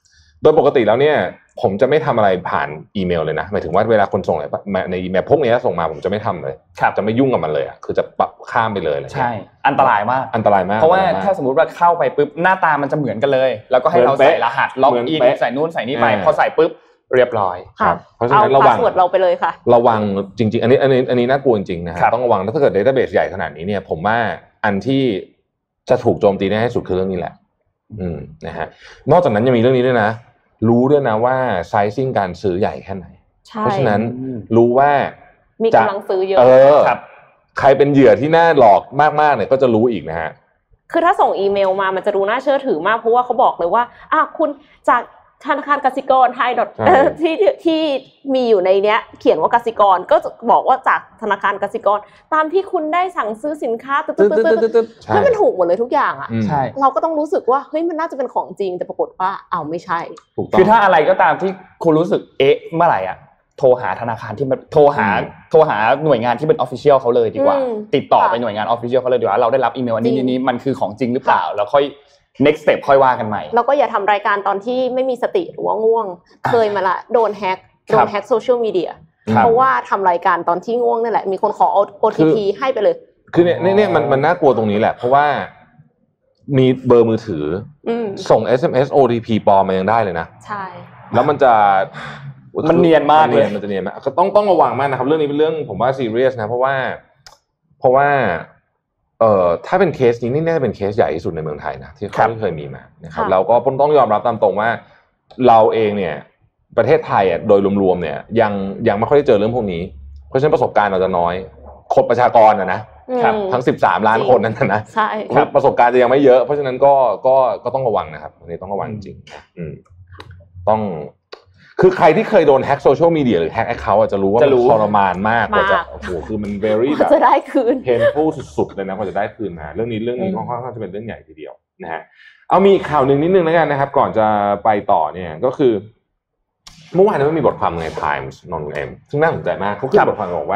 โดยปกติแล้วเนี่ยผมจะไม่ทำอะไรผ่านอีเมลเลยนะหมายถึงว่าเวลาคนส่งอะไรในอีเมลพวกนี้ส่งมาผมจะไม่ทำเลยจะไม่ยุ่งกับมันเลยอ่ะคือจะปัดข้ามไปเลยอะไรเงี้ยใช่อันตรายมากอันตรายมากเพราะว่าถ้าสมมติว่าเข้าไปปุ๊บหน้าตามันจะเหมือนกันเลยแล้วก็ให้เราใส่รหัสล็อกอินใส่นู่นใส่นี่ไปพอใส่ปุ๊บเรียบร้อยเพราะฉะนั้นระวังเราไปเลยค่ะระวังจริงๆอันนี้อันนี้อันนี้น่ากลัวจริงๆนะฮะต้องระวังถ้าเกิด database ใหญ่ขนาดนี้เนี่ยผมว่าอันที่จะถูกโจมตีได้ให้สุดคือเรื่องนี้แหละอืมนะฮะนอกจากนั้นยังมีเรื่องนี้ด้วยนะรู้ด้วยนะว่าไซซิ่งการซื้อใหญ่แค่ไหนเพราะฉะนั้นรู้ว่ามีกำลังซื้อเยอะครับใครเป็นเหยื่อที่น่าหลอกมากๆเนี่ยก็จะรู้อีกนะฮะคือถ้าส่งอีเมลมามันจะดูน่าเชื่อถือมากเพราะว่าเขาบอกเลยว่าอ่ะคุณจากธนาคารกสิกรไทยที่ที่มีอยู่ในเนี้ยเขียนว่ากสิกรก็บอกว่าจากธนาคารกสิกรตามที่คุณได้สั่งซื้อสินค้าตึ๊ดๆๆๆให้มันถูกหมดเลยทุกอย่างอ่ะใช่เราก็ต้องรู้สึกว่าเฮ้ยมันน่าจะเป็นของจริงแต่ปรากฏว่าอ้าวไม่ใช่คือถ้าอะไรก็ตามที่คุณรู้สึกเอ๊ะเมื่อไหร่อ่ะโทรหาธนาคารที่มันโทรหาโทรหาหน่วยงานที่เป็น official เขาเลยดีกว่าติดต่อไปหน่วยงาน official เขาเลยดีกว่าเราได้รับอีเมลอันนี้ๆมันคือของจริงหรือเปล่าแล้วค่อยnext step ค่อยว่ากันใหม่แล้วก็อย่าทำรายการตอนที่ไม่มีสติหรือว่าง่วงเคยมาละโดนแฮกโดนแฮกโซเชียลมีเดียเพราะว่าทำรายการตอนที่ง่วงนั่นแหละมีคนขอ โอ ที พี ให้ไปเลยคือเนี่ยเนี่ยมันมันน่ากลัวตรงนี้แหละเพราะว่ามีเบอร์มือถือส่ง เอส เอ็ม เอส โอ ที พี ปลอมมายังได้เลยนะใช่แล้วมันจะมันเนียนมากเลยมันจะเนียนมากก็ต้องต้องระวังมากนะครับเรื่องนี้เป็นเรื่องผมว่าซีเรียสนะเพราะว่าเพราะว่าเอ่อถ้าเป็นเคสนี้นี่น่าจะเป็นเคสใหญ่ที่สุดในเมืองไทยนะที่เขาเคยมีมานะครับเราก็ต้องยอมรับตามตรงว่าเราเองเนี่ยประเทศไทยอ่ะโดยรวมๆเนี่ยยังยังไม่ค่อยได้เจอเรื่องพวกนี้เพราะฉะนั้นประสบการณ์เราจะน้อยคนประชากรอ่ะนะครับทั้งสิบสามล้านคนนั้นนะใช่ครับประสบการณ์จะยังไม่เยอะเพราะฉะนั้นก็ก็ก็ต้องระวังนะครับอันนี้ต้องระวังจริงๆอืมต้องคือใครที่เคยโดนแฮ็กโซเชียลมีเดียหรือแฮ็กแอคเคาท์จะรู้ว่ามันทรมานมากกว่าจะโอ้โหคือมัน very แบบจะได้คืน painful สุดๆเลยนะกว่าจะได้คืนมาเรื่องนี้เรื่องนี้ค่อนข้างจะเป็นเรื่องใหญ่ทีเดียวนะฮะเอามีข่าวนึงนิดนึงแล้วกันนะครับก่อนจะไปต่อเนี่ยก็คือเมื่อวานนี้มันมีบทความใน Times นนเอ็มซึ่งน่าสนใจมากเขาเขียนบทความบอกว่า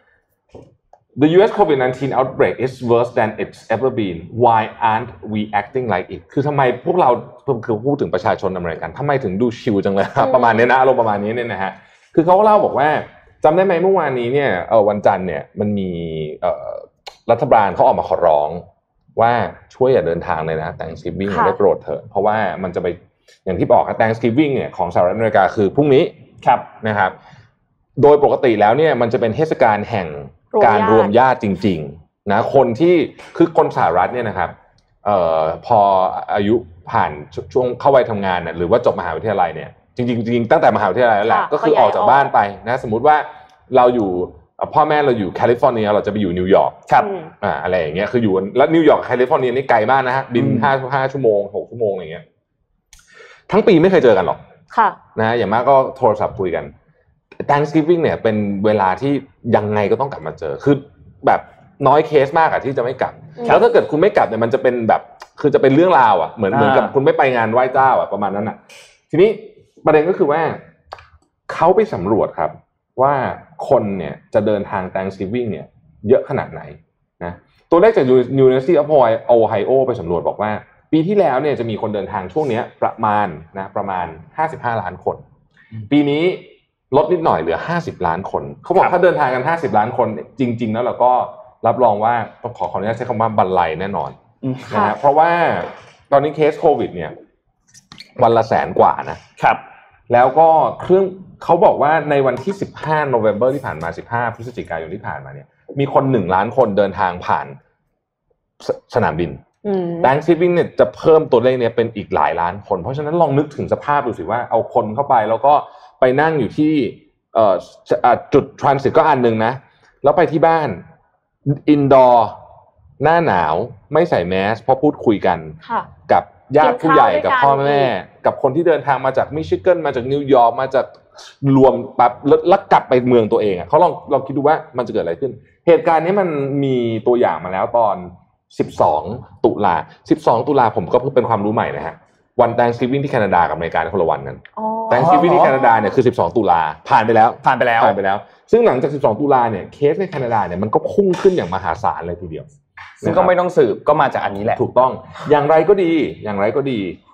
The ยู เอส โควิด nineteen outbreak is worse than it's ever been. Why aren't we acting like it? คือทำไมพวกเราคือพูดถึงประชาชนอเมริกันทำไมถึงดูชิลจังเลยประมาณนี้นะอารมณ์ประมาณนี้เนี่ยนะฮะคือเขาก็เล่าบอกว่าจำได้ไหมเมื่อวานนี้เนี่ยเออวันจันทร์เนี่ยมันมีเอ่อรัฐบาลเขาออกมาขอร้องว่าช่วยอย่าเดินทางเลยนะ Thanksgiving ได้โปรดเถอะเพราะว่ามันจะไปอย่างที่บอกครับ Thanksgiving เนี่ยของสหรัฐอเมริกาคือพรุ่งนี้ครับนะครับโดยปกติแล้วเนี่ยมันจะเป็นเทศกาลแห่งการรวมญาติจริงๆนะคนที่คือคนสหรัฐเนี่ยนะครับเอ่อพออายุผ่านช่วงเข้าวัยทำงานเนี่ยหรือว่าจบมหาวิทยาลัยเนี่ยจริงๆจริงๆตั้งแต่มหาวิทยาลัยแล้วแหละก็คือออกจากบ้านไปนะสมมุติว่าเราอยู่พ่อแม่เราอยู่แคลิฟอร์เนียเราจะไปอยู่นิวยอร์กครับอ่าอะไรอย่างเงี้ยคืออยู่แล้วนิวยอร์กแคลิฟอร์เนียนี่ไกลมากนะฮะบินห้า ห้าชั่วโมงหกชั่วโมงอะไรเงี้ยทั้งปีไม่เคยเจอกันหรอกค่ะนะอย่างมากก็โทรศัพท์คุยกัน Thanksgiving เนี่ยเป็นเวลาที่ยังไงก็ต้องกลับมาเจอคือแบบน้อยเคสมากอะที่จะไม่กลับแล้วถ้าเกิดคุณไม่กลับเนี่ยมันจะเป็นแบบคือจะเป็นเรื่องราวอะเหมือนเหมือนกับคุณไม่ไปงานไหว้เจ้าอะประมาณนั้นอะทีนี้ประเด็นก็คือว่าเขาไปสำรวจครับว่าคนเนี่ยจะเดินทาง Thanksgiving เนี่ยเยอะขนาดไหนนะตัวเลขจาก University of Ohio ไปสำรวจบอกว่าปีที่แล้วเนี่ยจะมีคนเดินทางช่วงนี้ประมาณนะประมาณห้าสิบห้าล้านคนปีนี้ลดนิดหน่อยเหลือห้าสิบล้านคนเขาบอกถ้าเดินทางกันห้าสิบล้านคนจริงๆแล้วเราก็รับรองว่าต้องขอขออนุญาตใช้คำว่าบรรลัยแน่นอนนะฮะเพราะว่าตอนนี้เคสโควิดเนี่ยวันละแสนกว่านะครับแล้วก็เครื่องเขาบอกว่าในวันที่สิบห้า November ที่ผ่านมาสิบห้าพฤศจิกายนที่ผ่านมาเนี่ยมีคนหนึ่งล้านคนเดินทางผ่านสนามบินThanksgiving เนี่ยจะเพิ่มตัวเลขเนี่ยเป็นอีกหลายล้านคนเพราะฉะนั้นลองนึกถึงสภาพดูสิว่าเอาคนเข้าไปแล้วก็ไปนั่งอยู่ที่เอ่อจุด transit ก็อันนึงนะแล้วไปที่บ้าน indoor หน้าหนาวไม่ใส่แมสเพราะพูดคุยกันกับญาติผู้ใหญ่กับพ่อแม่กับคนที่เดินทางมาจากมิชิแกนมาจากนิวยอร์กมาจากรวมปั๊บแล้วกลับไปเมืองตัวเองอ่ะเขาลองลองคิดดูว่ามันจะเกิดอะไรขึ้นเหตุการณ์นี้มันมีตัวอย่างมาแล้วตอนสิบสองตุลาสิบสองตุลาผมก็เพิ่งเป็นความรู้ใหม่นะฮะวัน Thanksgiving ที่แคนาดากับอเมริกาคนละวันกัน Thanksgiving ที่แคนาดาเนี่ยคือสิบสองตุลาผ่านไปแล้วผ่านไปแล้วผ่านไปแล้วซึ่งหลังจากสิบสองตุลาเนี่ยเคสในแคนาดาเนี่ยมันก็พุ่งขึ้นอย่างมหาศาลเลยทีเดียวซึ่งก็ไม่ต้องสืบก็มาจากอันนี้แหละถูกต้องอย่างไรก็ดีอย่างไรก็ดี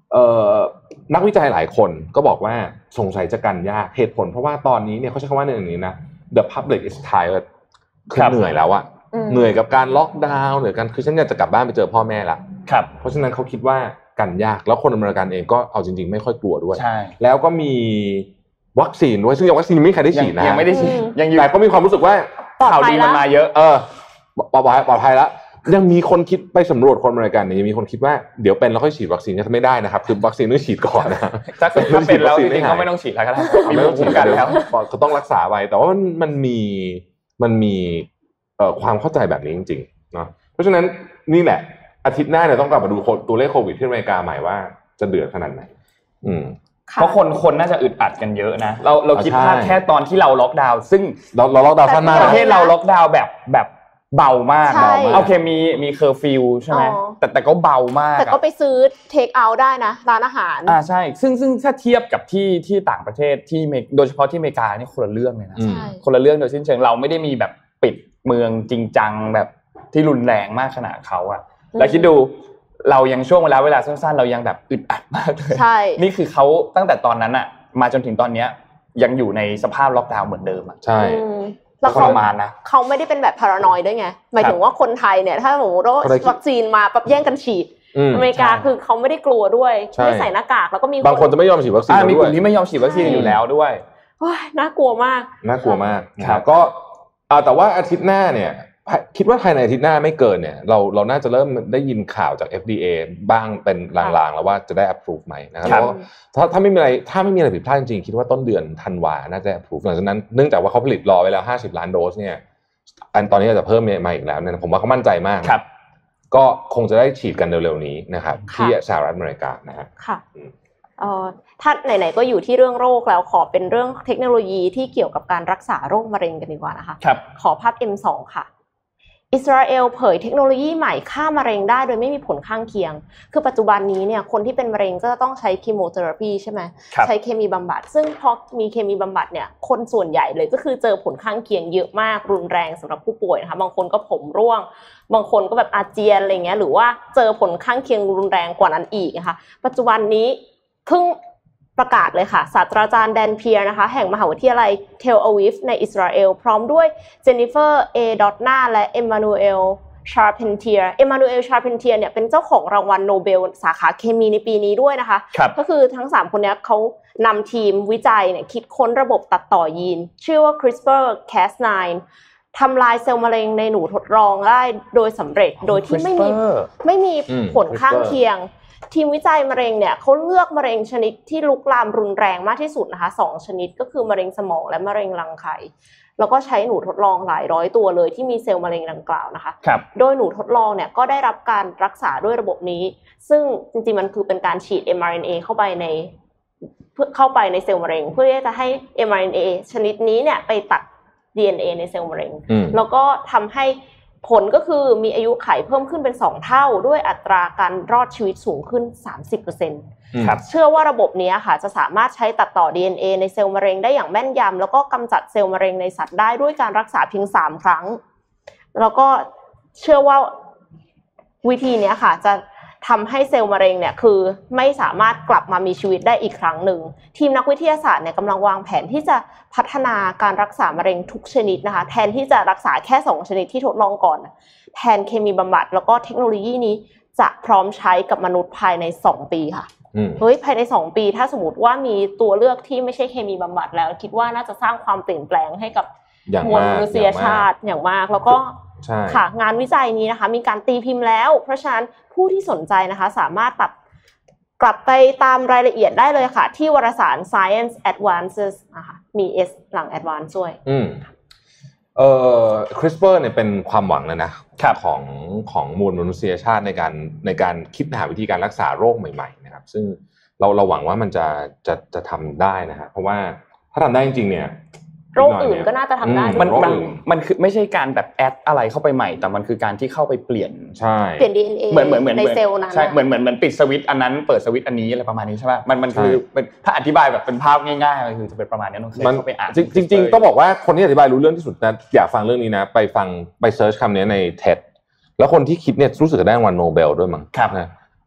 เอ่อนักวิจัยหลายคนก็บอกว่าสงสัยจะกันยากเหตุผลเพราะว่าตอนนี้เนี่ยเขาใช้คำว่าในอย่างนี้นะ the public is tired คือเหนื่อยแล้วอะเหนื่อยกับการล็อกดาวน์เหนื่อยกันคือฉันอยากจะกลับบ้านไปเจอพ่อแม่ละครับเพราะฉะนั้นเขาคิดว่ากันยากแล้วคนอเมริกันเองก็เอาจริงๆไม่ค่อยกลัวด้วยใช่แล้วก็มีวัคซีนด้วยซึ่งยังวัคซีนไม่มีใครได้ฉีดนะยังไม่ได้ฉีดยังอยู่แต่ก็มีความรู้สึกว่าข่าวดีมันมาเยอะเออปลอดภัยปลอดภัยแล้วยังมีคนคิดไปสำรวจคนอเมริกันเนี่ยยังมีคนคิดว่าเดี๋ยวเป็นแล้วค่อยฉีดวัคซีนก็ไม่ได้นะครับคือวัคซีนต้องฉีดก่อนนะถ้าเป็นแล้วจริงๆก็ไม่ต้องฉีดแล้วก็ได้มีภูมิคุ้มกันแล้วก็ต้องรักษาไว้แต่ว่ามันมันมีมันมีเอ่อความเข้าใจแบบนี้จริงๆเนาะเพราะฉะนั้นนี่แหละอาทิตย์หน้าเนี่ยต้องกลับมาดูตัวเลขโควิดที่อเมริกาใหม่ว่าจะเดือดขนาดไหนอืมเพราะคนคนน่าจะอึดอัดกันเยอะนะเราเราคิดภาพแค่ตอนที่เราล็อกดาวน์ซึ่งเราเราล็อกดาวน์สั้นมากประเทศเราล็อกดาวน์แบบแบบเบามากโอเคมีมีเคอร์ฟิวใช่ไหมแต่แต่ก็เบามากแต่ก็ไปซื้อเทคเอาท์ได้นะร้านอาหารอ่าใช่ซึ่งซึ่งถ้าเทียบกับที่ที่ต่างประเทศที่โดยเฉพาะที่อเมริกานี่คนละเรื่องเลยนะคนละเรื่องโดยสิ้นเชิงเราไม่ได้มีแบบปิดเมืองจริงจังแบบที่รุนแรงมากขนาดเขาอะแล้วคิดดูเรายังช่วงเวลาเวลาสั้นๆเรายังแบบอึดอัดมากเลยใช่นี่คือเขาตั้งแต่ตอนนั้นอะมาจนถึงตอนเนี้ยยังอยู่ในสภาพล็อกดาวน์เหมือนเดิมอะใช่แล้วเขาเขาไม่ได้เป็นแบบพารานอยด์ด้วยไงหมายถึงว่าคนไทยเนี่ยถ้าสมมติว่าวัคซีนมาปั๊บแย่งกันฉีดอเมริกาคือเขาไม่ได้กลัวด้วยไม่ใส่หน้ากากแล้วก็มีบางคนจะไม่ยอมฉีดวัคซีนด้วยมีกลุ่มที่ไม่ยอมฉีดวัคซีนอยู่แล้วด้วยน่ากลัวมากน่ากลัวมากครับก็แต่ว่าอาทิตย์หน้าเนี่ยคิดว่าภายในอาทิตย์หน้าไม่เกินเนี่ยเราเราน่าจะเริ่มได้ยินข่าวจาก เอฟ ดี เอ บ้างเป็นลางๆแล้วว่าจะได้ approve ไหมนะครับถ้าถ้าไม่มีอะไรถ้าไม่มีอะไรผิดพลาดจริงๆคิดว่าต้นเดือนธันวาน่าจะ approve หลังจากนั้นเนื่องจากว่าเขาผลิตรอไว้แล้วห้าสิบล้านโดสเนี่ยอันตอนนี้อาจจะเพิ่มมาอีกแล้วเนี่ยผมว่าเขามั่นใจมากก็คงจะได้ฉีดกันเร็วๆนี้นะครับที่สหรัฐอเมริกานะฮะค่ะเอ่อถ้าไหนๆก็อยู่ที่เรื่องโรคแล้วขอเป็นเรื่องเทคโนโลยีที่เกี่ยวกับการรักษาโรคมะเร็งกันดีกว่านะคะขอภาพ เอ็ม สอง ค่ะอิสราเอลเผยเทคโนโลยีใหม่ฆ่ามะเร็งได้โดยไม่มีผลข้างเคียงคือปัจจุบันนี้เนี่ยคนที่เป็นมะเร็งก็จะต้องใช้คีโมเทอราปีใช่ไหมใช้เคมีบำบัดซึ่งพอมีเคมีบำบัดเนี่ยคนส่วนใหญ่เลยก็คือเจอผลข้างเคียงเยอะมากรุนแรงสำหรับผู้ป่วยนะคะบางคนก็ผมร่วงบางคนก็แบบอาเจียนอะไรเงี้ยหรือว่าเจอผลข้างเคียงรุนแรงกว่านั้นอีกนะคะปัจจุบันนี้เพิ่งประกาศเลยค่ะศาสตราจารย์แดนเพียร์นะคะแห่งมหาวิทยาลัยเทลอาวิฟในอิสราเอลพร้อมด้วยเจนนิเฟอร์เอดอตนาและเอมมานูเอลชาร์เพนเทียร์เอมมานูเอลชาร์เพนเทียร์เนี่ยเป็นเจ้าของรางวัลโนเบลสาขาเคมีในปีนี้ด้วยนะคะก็คือทั้งสามคนนี้เขานำทีมวิจัยเนี่ยคิดค้นระบบตัดต่อยีนชื่อว่า คริสเปอร์ แคส ไนน์ ทำลายเซลล์มะเร็งในหนูทดลองได้โดยสำเร็จโดยที่ไม่มีไม่มีผลข้างเคียงทีมวิจัยมะเร็งเนี่ยเขาเลือกมะเร็งชนิดที่ลุกลามรุนแรงมากที่สุดนะคะสองชนิดก็คือมะเร็งสมองและมะเร็งรังไข่แล้วก็ใช้หนูทดลองหลายร้อยตัวเลยที่มีเซลล์มะเร็งดังกล่าวนะคะโดยหนูทดลองเนี่ยก็ได้รับการรักษาด้วยระบบนี้ซึ่งจริงๆมันคือเป็นการฉีด เอ็ม อาร์ เอ็น เอ เข้าไปในเข้าไปในเซลล์มะเร็งเพื่อที่จะให้ เอ็ม อาร์ เอ็น เอ ชนิดนี้เนี่ยไปตัด ดี เอ็น เอ ในเซลล์มะเร็งแล้วก็ทำให้ผลก็คือมีอายุขัยเพิ่มขึ้นเป็นสองเท่าด้วยอัตราการรอดชีวิตสูงขึ้น สามสิบเปอร์เซ็นต์ ครับเชื่อว่าระบบนี้ค่ะจะสามารถใช้ตัดต่อ ดี เอ็น เอ ในเซลล์มะเร็งได้อย่างแม่นยำแล้วก็กำจัดเซลล์มะเร็งในสัตว์ได้ด้วยการรักษาเพียงสามครั้งแล้วก็เชื่อว่าวิธีนี้ค่ะจะทำให้เซลล์มะเร็งเนี่ยคือไม่สามารถกลับมามีชีวิตได้อีกครั้งหนึ่งทีมนักวิทยาศาสตร์เนี่ยกำลังวางแผนที่จะพัฒนาการรักษามะเร็งทุกชนิดนะคะแทนที่จะรักษาแค่สองชนิดที่ทดลองก่อนแทนเคมีบำบัดแล้วก็เทคโนโลยีนี้จะพร้อมใช้กับมนุษย์ภายในสองปีค่ะเฮ้ยภายในสองปีถ้าสมมติว่ามีตัวเลือกที่ไม่ใช่เคมีบำบัดแล้วคิดว่าน่าจะสร้างความเปลี่ยนแปลงให้กับมวลมนุษยชาติอย่างมากแล้วก็ค่ะงานวิจัยนี้นะคะมีการตีพิมพ์แล้วเพราะฉะนั้นผู้ที่สนใจนะคะสามารถตัดกลับไปตามรายละเอียดได้เลยค่ะที่วารสาร Science Advances นะคะมี S หลัง Advance ด้วยอืมเอ่อ คริสเปอร์ เนี่ยเป็นความหวังเลยนะของของมวลมนุษยชาติในการในการคิดหาวิธีการรักษาโรคใหม่ๆนะครับซึ่งเราเราหวังว่ามันจะจะจะทำได้นะฮะเพราะว่าถ้าทำได้จริงๆเนี่ยโรคอื่นก็น่าจะทำได้มันมันมันคือไม่ใช่การแบบแอดอะไรเข้าไปใหม่แต่มันคือการที่เข้าไปเปลี่ยนใช่เปลี่ยน ดี เอ็น เอเหมือนเหมือนเหมือนในเซลล์นั้นใช่เหมือนเหมือนเหมือนปิดสวิตช์อันนั้นเปิดสวิตช์อันนี้อะไรประมาณนี้ใช่ป่ะมันมันคือถ้าอธิบายแบบเป็นภาพง่ายๆมันคือจะเป็นประมาณนี้ต้องเข้าไปอ่านจริงๆต้องบอกว่าคนที่อธิบายรู้เรื่องที่สุดนะอยากฟังเรื่องนี้นะไปฟังไปเซิร์ชคำนี้ใน เท็ด แล้วคนที่คิดเนี่ยรู้สึกได้รางวัลโนเบลด้วยมั้งนะ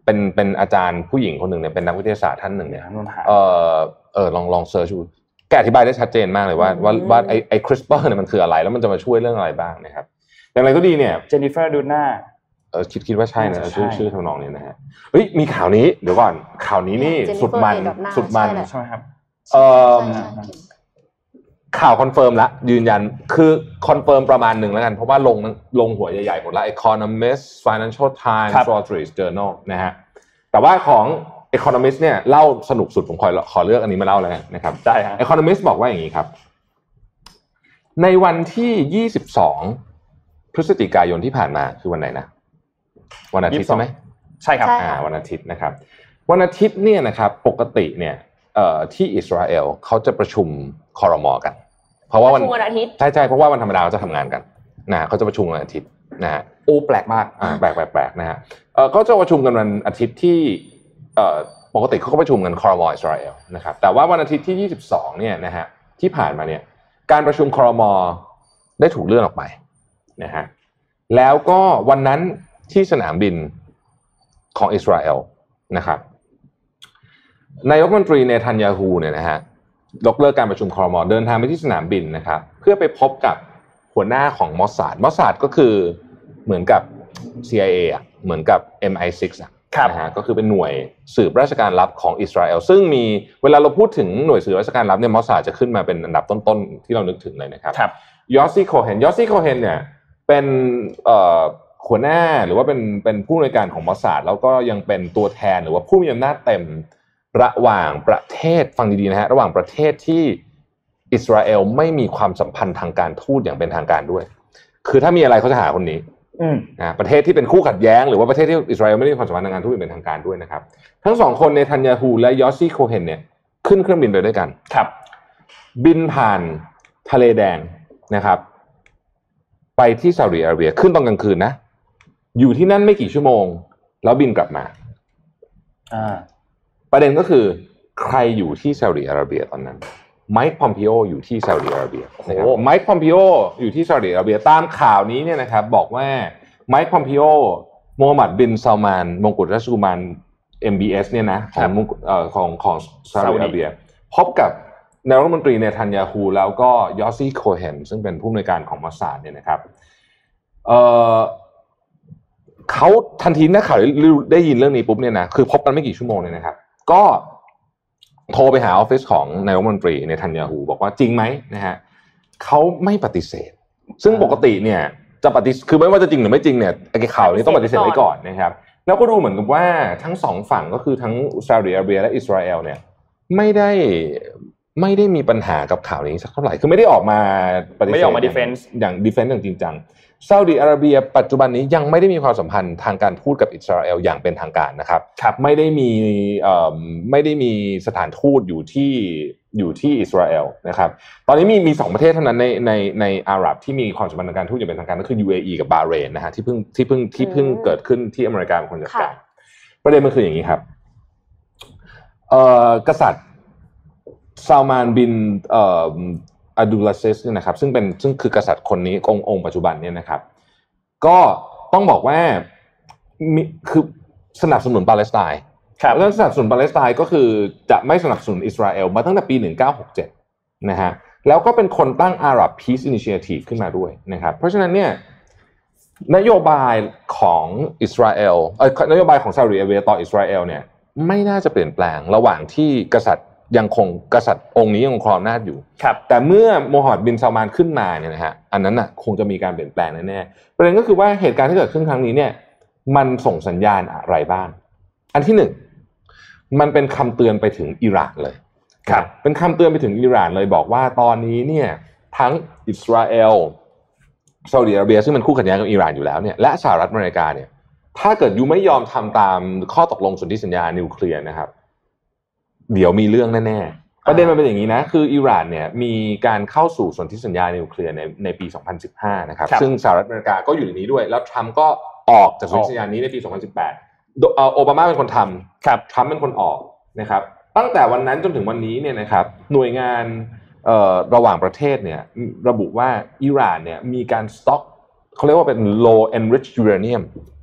เป็นเป็นอาจารย์ผู้หญิงคนหนึ่งเนี่ยเป็นนักวิทยาศาสตร์ท่านหนึ่งเนี่ยเออเออลองลองเซิร์ชดูแกอธิบายได้ชัดเจนมากเลยว่าว่าว่าไอ้ไอ้ CRISPR เนี่ยมันคืออะไรแล้วมันจะมาช่วยเรื่องอะไรบ้างนะครับอย่างไรก็ดีเนี่ยเจนนิเฟอร์ดูน่าเออคิดคิดว่าใช่นะชื่อชื่อทำนองนี้นะฮะเฮ้ยมีข่าวนี้เดี๋ยวก่อนข่าวนี้นี่สุดมันสุดมันใช่ไหมครับเออข่าวคอนเฟิร์มละยืนยันคือคอนเฟิร์มประมาณหนึ่งแล้วกันเพราะว่าลงลงหัวใหญ่ๆหมดละ Economist Financial Times Wall Street Journal นะฮะแต่ว่าของ Economist เนี่ยเล่าสนุกสุดผมขอขอเลือกอันนี้มาเล่าเลยนะครับได้ฮะ Economist บอกว่าอย่างนี้ครับในวันที่ยี่สิบสองพฤศจิกายนที่ผ่านมาคือวันไหนนะวันอาทิตย์ใช่ไหมใช่ครับอ่าวันอาทิตย์นะครับวันอาทิตย์เนี่ยนะครับปกติเนี่ยเอ่อที่อิสราเอลเขาจะประชุมครม.กันเพราะว่าวันวันอาทิตย์ใช่ๆเพราะว่าวันธรรมดาเขาจะทำงานกันนะเขาจะประชุมวันอาทิตย์นะฮะโอ้แปลกมากอ่าแปลกแปลกๆนะฮะเอ่อก็จะประชุมกันวันอาทิตย์ที่เอ่อปกติเขาก็ประชุมกันครม.อิสราเอลนะครับแต่ว่าวันอาทิตย์ที่ยี่สิบสองเนี่ยนะฮะที่ผ่านมาเนี่ยการประชุมครม.ได้ถูกเลื่อนออกไปนะฮะแล้วก็วันนั้นที่สนามบินของอิสราเอลนะครับนายกรัฐมนตรีเนทันยาฮูเนี่ยนะฮะยกเลิกการประชุมครม.เดินทางไปที่สนามบินนะครับเพื่อไปพบกับหัวหน้าของมอสซาดมอสซาดก็คือเหมือนกับ ซี ไอ เอ อ่ะเหมือนกับ เอ็ม ไอ ซิกซ์ อ่ะนะฮะก็คือเป็นหน่วยสืบราชการลับของอิสราเอลซึ่งมีเวลาเราพูดถึงหน่วยสืบราชการลับเนี่ยมอสซาดจะขึ้นมาเป็นอันดับต้นๆที่เรานึกถึงเลยนะครับยอสซี่โคเฮนยอสซี่โคเฮนเนี่ยเป็นเอ่อหัวหน้าหรือว่าเป็นเป็นผู้อำนวยการของมอสซาดแล้วก็ยังเป็นตัวแทนหรือว่าผู้มีอำนาจเต็มระหว่างประเทศฟังดีๆนะฮะระหว่างประเทศที่อิสราเอลไม่มีความสัมพันธ์ทางการทูตอย่างเป็นทางการด้วยคือถ้ามีอะไรเขาจะหาคนนี้นะประเทศที่เป็นคู่ขัดแย้งหรือว่าประเทศที่อิสราเอลไม่ได้มีความสัมพันธ์ทางการทูตอย่างเป็นทางการด้วยนะครับทั้งสองคนเนทันยาฮูและยอสซี่โคเฮนเนี่ยขึ้นเครื่องบินไปด้วยกันครับบินผ่านทะเลแดงนะครับไปที่ซาอุดิอาระเบียขึ้นตอนกลางคืนนะอยู่ที่นั่นไม่กี่ชั่วโมงแล้วบินกลับมาอ่าประเด็นก็คือใครอยู่ที่ซาอุดิอาระเบียตอนนั้นไมค์พอมปิโออยู่ที่ซาอุดิอาระเบียนะครับไมค์พอมปิโออยู่ที่ซาอุดิอาระเบียตามข่าวนี้เนี่ยนะครับบอกว่าไมค์พอมปิโอโมฮัมหมัดบินซาลมานมงกุฎราชกุมาร เอ็ม บี เอส เนี่ยนะของเอ่อของของซาอุดิอาระเบียพบกับนายรัฐมนตรีเนทันยาฮูแล้วก็ยอสซี่โคเฮนซึ่งเป็นผู้อำนวยการของมอสซาดเนี่ยนะครับเอ่อเขาทันทีนักข่าวได้ยินเรื่องนี้ปุ๊บเนี่ยนะคือพบกันไม่กี่ชั่วโมงเนี่ยนะครับก็โทรไปหาออฟฟิศของนายรัฐมนตรีเนทันยาฮูบอกว่าจริงไหมนะฮะเขาไม่ปฏิเสธซึ่งปกติเนี่ยจะปฏิคือไม่ว่าจะจริงหรือไม่จริงเนี่ยไอ้ข่าวนี้ต้องปฏิเสธไว้ก่อนนะครับแล้วก็ดูเหมือนกับว่าทั้งสองฝั่งก็คือทั้งซาอุดิอาระเบียและอิสราเอลเนี่ยไม่ได้ไม่ได้มีปัญหากับข่าวนี้สักเท่าไหร่คือไม่ได้ออกมาปฏิเสธไม่ออกมาดิเฟนซ์อย่างดิเฟนซ์อย่างจริงจังซาอุดิอาระเบียปัจจุบันนี้ยังไม่ได้มีความสัมพันธ์ทางการทูตกับอิสราเอลอย่างเป็นทางการนะครับไม่ได้มีเอ่อไม่ได้มีสถานทูตอยู่ที่อยู่ที่อิสราเอลนะครับตอนนี้มีมีสองประเทศเท่านั้นในในในอาหรับที่มีความสัมพันธ์ทางการทูตอย่างเป็นทางการก็คือ ยู เอ อี กับบาห์เรนนะฮะที่เพิ่งที่เพิ่งที่เพิ่งเกิดขึ้นที่อเมริกาเป็นคนจัดการประเด็นมันคืออย่างนี้ครับเอ่อกษัตริย์ซาลมานบินเอ่ออับดุลอาซิซเนี่ยนะครับซึ่งเป็นซึ่งคือกษัตริย์คนนี้องค์องค์ปัจจุบันเนี่ยนะครับก็ต้องบอกว่ามีคือสนับสนุนปาเลสไตน์ครับแล้วสนับสนุนปาเลสไตน์ก็คือจะไม่สนับสนุนอิสราเอลมาตั้งแต่ปีหนึ่งพันเก้าร้อยหกสิบเจ็ดนะฮะแล้วก็เป็นคนตั้ง Arab Peace Initiative ขึ้นมาด้วยนะครับเพราะฉะนั้นเนี่ยนโยบายของอิสราเอลเอ่อนโยบายของซาอุดิอาระเบียต่ออิสราเอลเนี่ยไม่น่าจะเปลี่ยนแปลงระหว่างที่กษัตริย์ยังคงกษัตริย์องค์นี้ยังครองอำนาจอยู่แต่เมื่อโมฮัมหมัดบินซาลมานขึ้นมาเนี่ยนะฮะอันนั้นน่ะคงจะมีการเปลี่ยนแปลงแน่ๆประเด็นก็คือว่าเหตุการณ์ที่เกิดขึ้นครั้งนี้เนี่ยมันส่งสัญญาณอะไรบ้างอันที่หนึ่งมันเป็นคำเตือนไปถึงอิหร่านเลยครับเป็นคำเตือนไปถึงอิหร่านเลยบอกว่าตอนนี้เนี่ยทั้งอิสราเอลซาอุดิอาระเบียซึ่งมันคู่ขัดแย้งกับอิหร่านอยู่แล้วเนี่ยและสหรัฐอเมริกาเนี่ยถ้าเกิดยูไม่ยอมทำตามข้อตกลงสนธิสัญญานิวเคลียร์นะครับเดี๋ยวมีเรื่องแน่ๆประเด็นมันเป็นอย่างนี้นะคืออิหร่านเนี่ยมีการเข้าสู่สนธิสัญญานิวเคลียร์ในในปีสองพันสิบห้านะครับซึ่งสหรัฐอเมริกาก็อยู่ในนี้ด้วยแล้วทรัมป์ก็ออกจากสนธิสัญญานี้ในปีสองพันสิบแปดโอบามาเป็นคนทำครับทรัมป์เป็นคนออกนะครับตั้งแต่วันนั้นจนถึงวันนี้เนี่ยนะครับหน่วยงานระหว่างประเทศเนี่ยระบุว่าอิหร่านเนี่ยมีการสต็อกเขาเรียกว่าเป็น low enriched uranium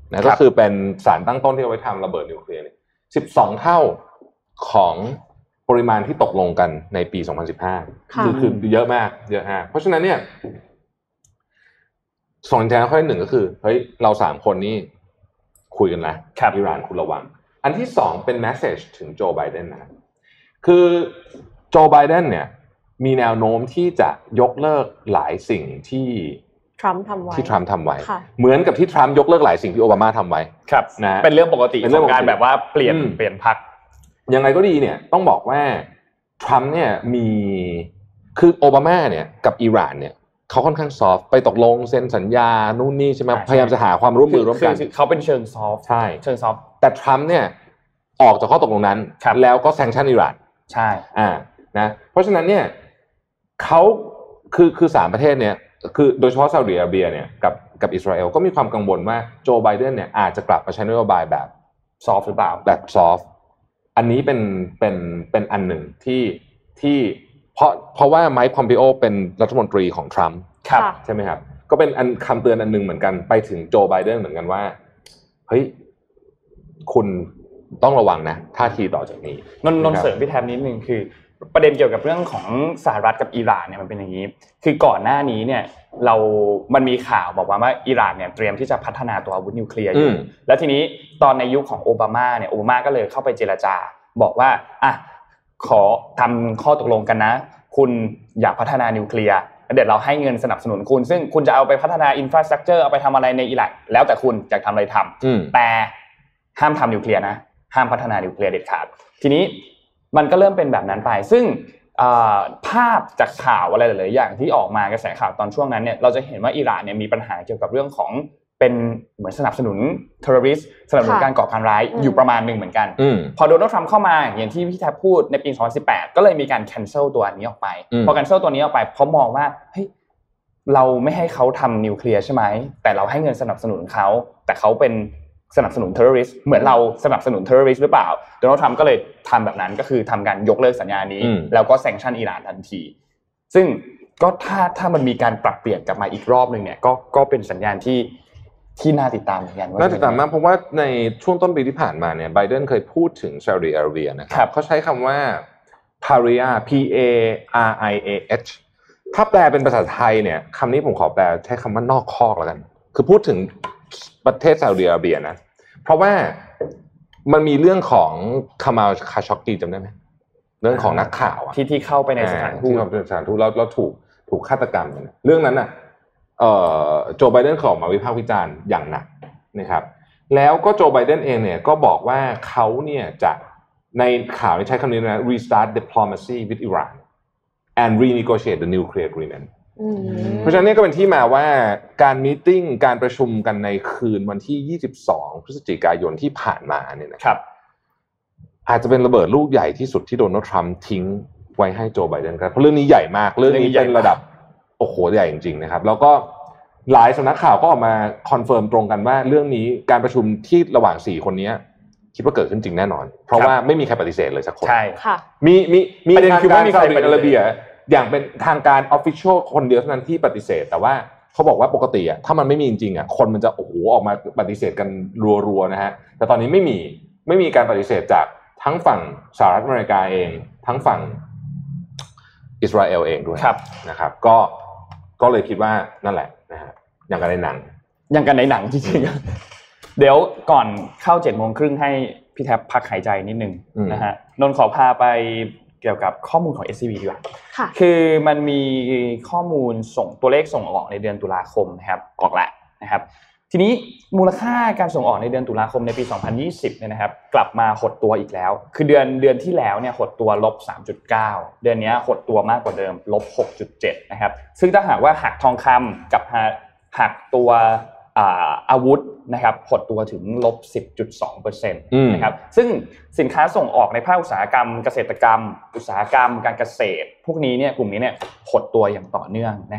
นะก็คือเป็นสารตั้งต้นที่เอาไว้ทำระเบิดนิวเคลียร์เนี่ยสิบสองเท่าของปริมาณที่ตกลงกันในปีสองพันสิบห้าคือคือเยอะมากเยอะมากเพราะฉะนั้นเนี่ยสองแทนข้อที่หนึ่งก็คือเฮ้ยเราสามคนนี่คุยกันนะอิหร่านคุณระวังอันที่สองเป็นแมสเสจถึงโจไบเดนนะคือโจไบเดนเนี่ยมีแนวโน้มที่จะยกเลิกหลายสิ่งที่ทรัมป์ทำไว้ที่ทรัมป์ทำไว้เหมือนกับที่ทรัมป์ยกเลิกหลายสิ่งที่โอบามาทำไว้ครับนะเป็นเรื่องปกติของการแบบว่าเปลี่ยนเปลี่ยนพรรคยังไงก็ดีเนี่ยต้องบอกว่าทรัมป์เนี่ยมีคือโอบามาเนี่ยกับอิหร่านเนี่ยเขาค่อนข้างซอฟต์ไปตกลงเซ็นสัญญานู่นนี่ใช่ไหมพยายามจะหาความร่วมมือร่วมกันเขาเป็นเชิงซอฟต์ใช่เชิงซอฟต์แต่ทรัมป์เนี่ยออกจากข้อตกลงนั้นแล้วก็แซงชั่นอิหร่านใช่อ่านะเพราะฉะนั้นเนี่ยเขาคือคือสามประเทศเนี่ยคือโดยเฉพาะซาอุดิอาระเบียเนี่ยกับกับอิสราเอลก็มีความกังวลว่าโจไบเดนเนี่ยอาจจะกลับมาใช้นโยบายแบบซอฟต์หรือเปล่าแบบซอฟต์อันนี้เป็นเป็นเป็นอันหนึ่งที่ที่เพราะเพราะว่าไมค์พอมปิโอเป็นรัฐมนตรีของทรัมป์ใช่ไหมครับก็เป็นอันคำเตือนอันหนึ่งเหมือนกันไปถึงโจไบเดนเหมือนกันว่าเฮ้ยคุณต้องระวังนะท่าทีต่อจากนี้นนนเสริมพี่แทมนิดนึงคือประเด็นเกี่ยวกับเรื่องของสหรัฐกับอิหร่านเนี่ยมันเป็นอย่างนี้คือก่อนหน้านี้เนี่ยเรามันมีข่าวบอกว่าว่าอิหร่านเนี่ยเตรียมที่จะพัฒนาตัวอาวุธนิวเคลียร์อยู่แล้วทีนี้ตอนในยุคของโอบามาเนี่ยโอบามาก็เลยเข้าไปเจรจาบอกว่าอ่ะขอทำข้อตกลงกันนะคุณอยากพัฒนานิวเคลียร์เดี๋ยวเราให้เงินสนับสนุนคุณซึ่งคุณจะเอาไปพัฒนาอินฟราสตรัคเจอร์เอาไปทำอะไรในอิหร่านแล้วแต่คุณอยากทำอะไรทำแต่ห้ามทำนิวเคลียร์นะห้ามพัฒนานิวเคลียร์เด็ดขาดทีนี้มันก็เริ่มเป็นแบบนั้นไปซึ่งภาพจากข่าวอะไรหลายๆอย่างที่ออกมากระแสข่าวตอนช่วงนั้นเนี่ยเราจะเห็นว่าอิหร่านเนี่ยมีปัญหาเกี่ยวกับเรื่องของเป็นเหมือนสนับสนุนเทอร์ริสต์สนับสนุนการก่อการร้ายอยู่ประมาณนึงเหมือนกันพอโดนัลด์ทรัมป์เข้ามาอย่างที่พี่แทบพูดในปีสองพันสิบแปดก็เลยมีการแคนเซิลตัวนี้ออกไปพอแคนเซิลตัวนี้ออกไปเพราะมองว่าเฮ้ยเราไม่ให้เขาทำนิวเคลียร์ใช่ไหมแต่เราให้เงินสนับสนุนเขาแต่เขาเป็นสนับสนุนเทอร์ริสต์เหมือนเราสนับสนุนเทอร์ริสต์หรือเปล่าโดนัลด์ทรัมป์ก็เลยทำแบบนั้นก็คือทำการยกเลิกสัญญานี้แล้วก็แซงชั่นอิหร่านทันทีซึ่งก็ถ้าถ้ามันมีการปรับเปลี่ยนกลับมาอีกรอบนึงเนี่ยก็ก็เป็นสัญญาณที่ที่น่าติดตามเหมือนกันน่าติดตามมากเพราะว่าในช่วงต้นปีที่ผ่านมาเนี่ยไบเดนเคยพูดถึงซาอุดิอาระเบียนะครับเขาใช้คำว่า Paria P A R I A H ถ้าแปลเป็นภาษาไทยเนี่ยคำนี้ผมขอแปลใช้คำว่านอกคอกแล้วกันคือพูดถึงประเทศซาอุดิอาระเบียนะเพราะว่ามันมีเรื่องของคามาลคาช็อกกีจำได้ไหมเรื่องของนักข่าวที่ที่เข้าไปในสถานทูตในสถานทูตแล้วแล้วถูกถูกฆาตกรรมเรื่องนั้นน่ะเอ่อโจไบเดนขอมาวิพากษ์วิจารณ์อย่างหนักนะครับแล้วก็โจไบเดนเองเนี่ยก็บอกว่าเขาเนี่ยจะในข่าวใช้คำนี้นะ restart diplomacy with Iran and renegotiate the nuclear agreementเพราะฉะนั้นนี่ก็เป็นที่มาว่าการมีตติ้งการประชุมกันในคืนวันที่ยี่สิบสองพฤศจิกายนที่ผ่านมาเนี่ยนะครับอาจจะเป็นระเบิดลูกใหญ่ที่สุดที่โดนัลด์ทรัมป์ทิ้งไว้ให้โจไบเดนครับเพราะเรื่องนี้ใหญ่มากเรื่องนี้เป็นระดับโอ้โหใหญ่จริงๆนะครับแล้วก็หลายสำนักข่าวก็ออกมาคอนเฟิร์มตรงกันว่าเรื่องนี้การประชุมที่ระหว่างสี่คนนี้คิดว่าเกิดขึ้นจริงแน่นอนเพราะว่าไม่มีใครปฏิเสธเลยสักคนใช่ค่ะมีมีมีทางการซาอุดิอาระเบียอย่างเป็นทางการ official คนเดียวเท่านั้นที่ปฏิเสธแต่ว่าเขาบอกว่าปกติอ่ะถ้ามันไม่มีจริงๆอ่ะคนมันจะโอ้โหออกมาปฏิเสธกันรัวๆนะฮะแต่ตอนนี้ไม่มีไม่มีการปฏิเสธจากทั้งฝั่งสหรัฐอเมริกาเองทั้งฝั่งอิสราเอลเองด้วยนะครับก็ก็เลยคิดว่านั่นแหละนะฮะอย่างกันในหนังอย่างกันในหนังจริงๆเดี๋ยวก่อนเข้าเจ็ดโมงครึ่งให้พี่แทบพักหายใจนิดนึงนะฮะนนท์ขอพาไปเกี่ยวกับข้อมูลของ เอส ซี บี ดีกว่าคือมันมีข้อมูลส่งตัวเลขส่งออกในเดือนตุลาคมนะครับออกแล้วนะครับทีนี้มูลค่าการส่งออกในเดือนตุลาคมในปีสองพันยี่สิบเนี่ยนะครับกลับมาหดตัวอีกแล้วคือเดือนเดือนที่แล้วเนี่ยหดตัว ลบสามจุดเก้า เดือนนี้หดตัวมากกว่าเดิม ลบหกจุดเจ็ด นะครับซึ่งถ้าหากว่าหักทองคำกับหักตัวอาวุธนะครับหดตัวถึง ลบสิบจุดสองเปอร์เซ็นต์ นะครับซึ่งสินค้าส่งออกในภาคอุตสาหกรรมเกษตรกรรมอุตสาหกรรมการเกษตรพวกนี้เนี่ยกลุ่มนี้เนี่ยหดตัวอย่างต่อเนื่องนะครับ